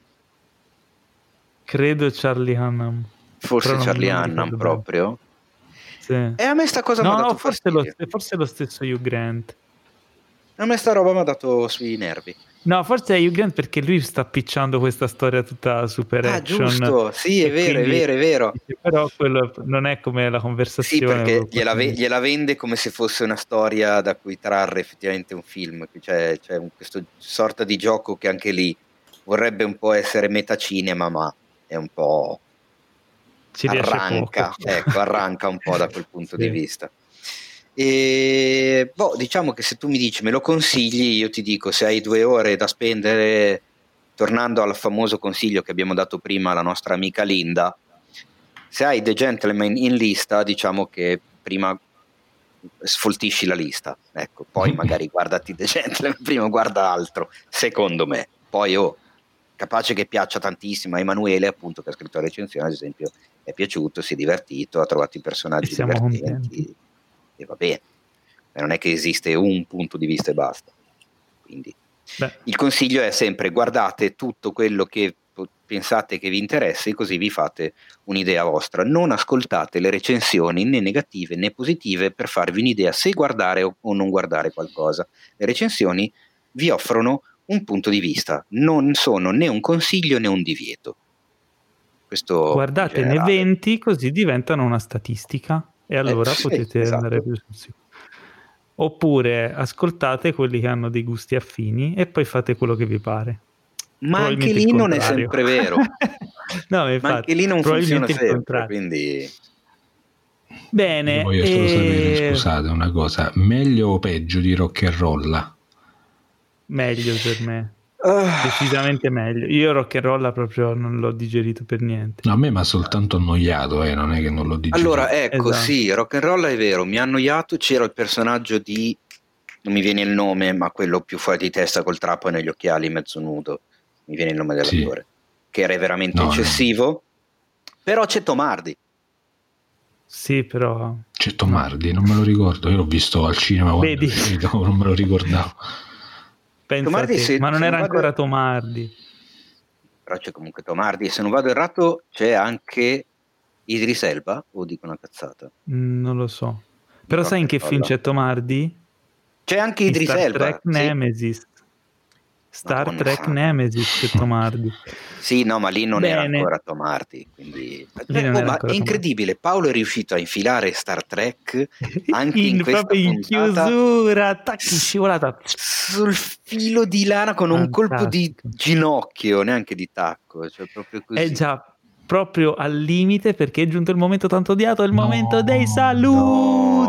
Credo Charlie Hunnam. Forse Charlie Hunnam proprio? Sì. E a me sta cosa mi ha dato fastidio. Forse lo stesso Hugh Grant. A me sta roba mi ha dato sui nervi. No, forse è Hugh Grant perché lui sta picciando questa storia tutta super action. Giusto, sì, è vero, quindi, è vero. Però quello non è come la conversazione. Sì, perché gliela vende come se fosse una storia da cui trarre effettivamente un film. C'è questo sorta di gioco che anche lì vorrebbe un po' essere metacinema, ma è un po'... arranca un po' da quel punto di vista. E diciamo che se tu mi dici me lo consigli, io ti dico, se hai 2 ore da spendere, tornando al famoso consiglio che abbiamo dato prima alla nostra amica Linda, se hai The Gentleman in lista, diciamo che prima sfoltisci la lista, ecco, poi magari guardati The Gentleman, prima guarda altro, secondo me, poi capace che piaccia tantissimo a Emanuele, appunto, che ha scritto la recensione, ad esempio, è piaciuto, si è divertito, ha trovato i personaggi divertenti contenti. E va bene, non è che esiste un punto di vista e basta, quindi il consiglio è sempre guardate tutto quello che pensate che vi interessi, così vi fate un'idea vostra, non ascoltate le recensioni né negative né positive per farvi un'idea se guardare o non guardare qualcosa. Le recensioni vi offrono un punto di vista, non sono né un consiglio né un divieto. Questo guardatene 20, così diventano una statistica e allora potete andare più sul sicuro. Oppure ascoltate quelli che hanno dei gusti affini e poi fate quello che vi pare. Ma anche lì non è sempre vero. No, infatti, ma anche lì non funziona sempre, quindi... Bene. Io voglio solo sapere, scusate, una cosa, meglio o peggio di Rock'n'Rolla? Meglio per me. Decisamente meglio. Io Rock'n'Rolla proprio non l'ho digerito per niente. No, a me mi ha soltanto annoiato, non è che non l'ho digerito. Allora, ecco, sì, Rock'n'Rolla è vero, mi ha annoiato, c'era il personaggio di, non mi viene il nome, ma quello più fuori di testa col trappo negli occhiali, mezzo nudo, mi viene il nome dell'attore, che era veramente eccessivo, però c'è Tom Hardy. Sì, però... C'è Tom Hardy, non me lo ricordo, io l'ho visto al cinema quando non me lo ricordavo. Pensate, ma non era ancora Tom Hardy. Però c'è comunque Tom Hardy, e se non vado errato c'è anche Idris Elba, o dico una cazzata? Non lo so. Però sai in che film c'è Tom Hardy? C'è anche Idris Elba. Trek Nemesis. Star Trek Nemesis c'è Tom Hardy. Sì, no, ma lì non era ancora Tom Hardy, quindi... ma è incredibile, Paolo è riuscito a infilare Star Trek anche in questa puntata, in chiusura, scivolata sul filo di lana con un colpo di ginocchio, neanche di tacco, cioè proprio così. È già proprio al limite, perché è giunto il momento tanto odiato, è il momento dei saluti.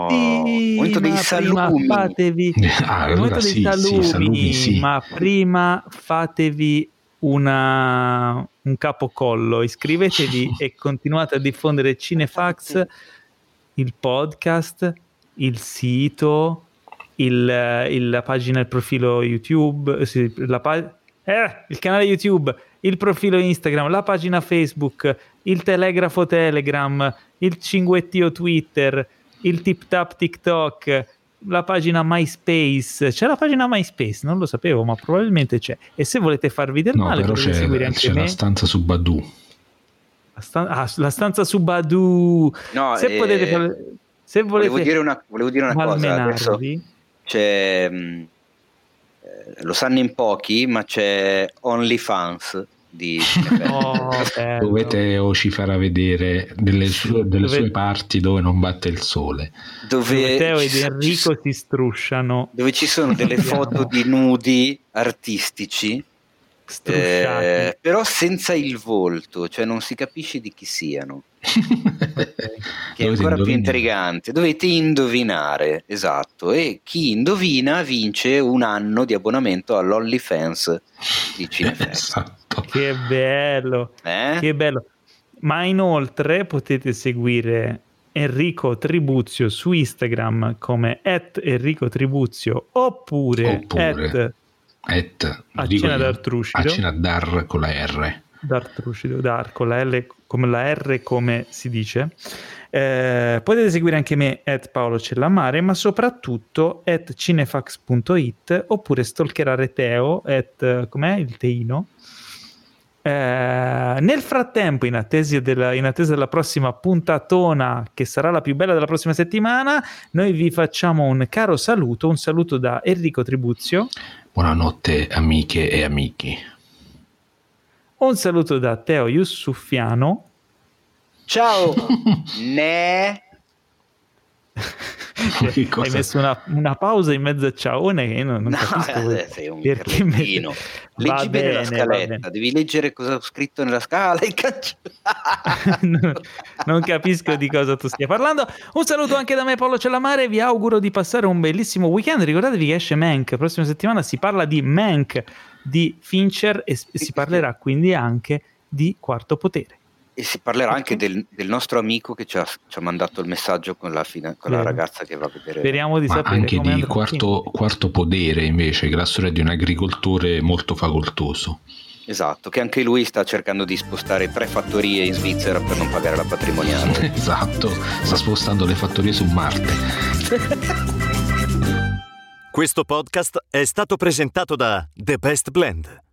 momento dei salumi. Fatevi allora salumi, sì. Ma prima fatevi un capocollo, iscrivetevi e continuate a diffondere Cinefax, il podcast, il sito, la pagina, il profilo YouTube, il canale YouTube, il profilo Instagram, la pagina Facebook, il telegrafo Telegram, il cinguettio Twitter, il tip tap TikTok, la pagina MySpace. C'è la pagina MySpace, non lo sapevo, ma probabilmente c'è. E se volete farvi del male, potete seguire anche me. La stanza su Badoo. La stanza su Badoo. No, se potete fare, se volete, volevo dire una cosa. Adesso c'è, lo sanno in pochi, ma c'è OnlyFans di dove Teo ci farà vedere delle sue parti dove non batte il sole, dove Teo ed Enrico si strusciano, dove ci sono delle foto di nudi artistici però senza il volto, cioè non si capisce di chi siano. Che è ancora più intrigante. Dovete indovinare, esatto, e chi indovina vince un anno di abbonamento all'OnlyFans di Cinefax. Esatto. Che bello, che bello. Ma inoltre potete seguire Enrico Tribuzio su Instagram come @EnricoTribuzio oppure a cena d'Artruscido, a cena dar con la R, d'Artruscido, dar con la L, come la R come si dice. Potete seguire anche me Paolo Cellamare, ma soprattutto @cinefax.it, oppure stalkerare Teo com'è il Teino. Nel frattempo, in attesa della prossima puntatona, che sarà la più bella della prossima settimana, noi vi facciamo un caro saluto, un saluto da Enrico Tribuzio. Buonanotte amiche e amici. Un saluto da Teo Yusufiano. Ciao. Hai messo una pausa in mezzo a ciaone che io non capisco. Sei un perché leggi bene la scaletta, devi leggere cosa ho scritto nella scala e non capisco di cosa tu stia parlando. Un saluto anche da me Paolo Cellamare, vi auguro di passare un bellissimo weekend. Ricordatevi che esce Mank, la prossima settimana si parla di Mank di Fincher e si parlerà quindi anche di Quarto Potere. E si parlerà anche del nostro amico che ci ha mandato il messaggio con la ragazza che va a vedere. Speriamo di sapere anche di quarto Podere, invece, che è la storia di un agricoltore molto facoltoso. Esatto, che anche lui sta cercando di spostare 3 fattorie in Svizzera per non pagare la patrimoniale. Esatto, sta spostando le fattorie su Marte. Questo podcast è stato presentato da The Best Blend.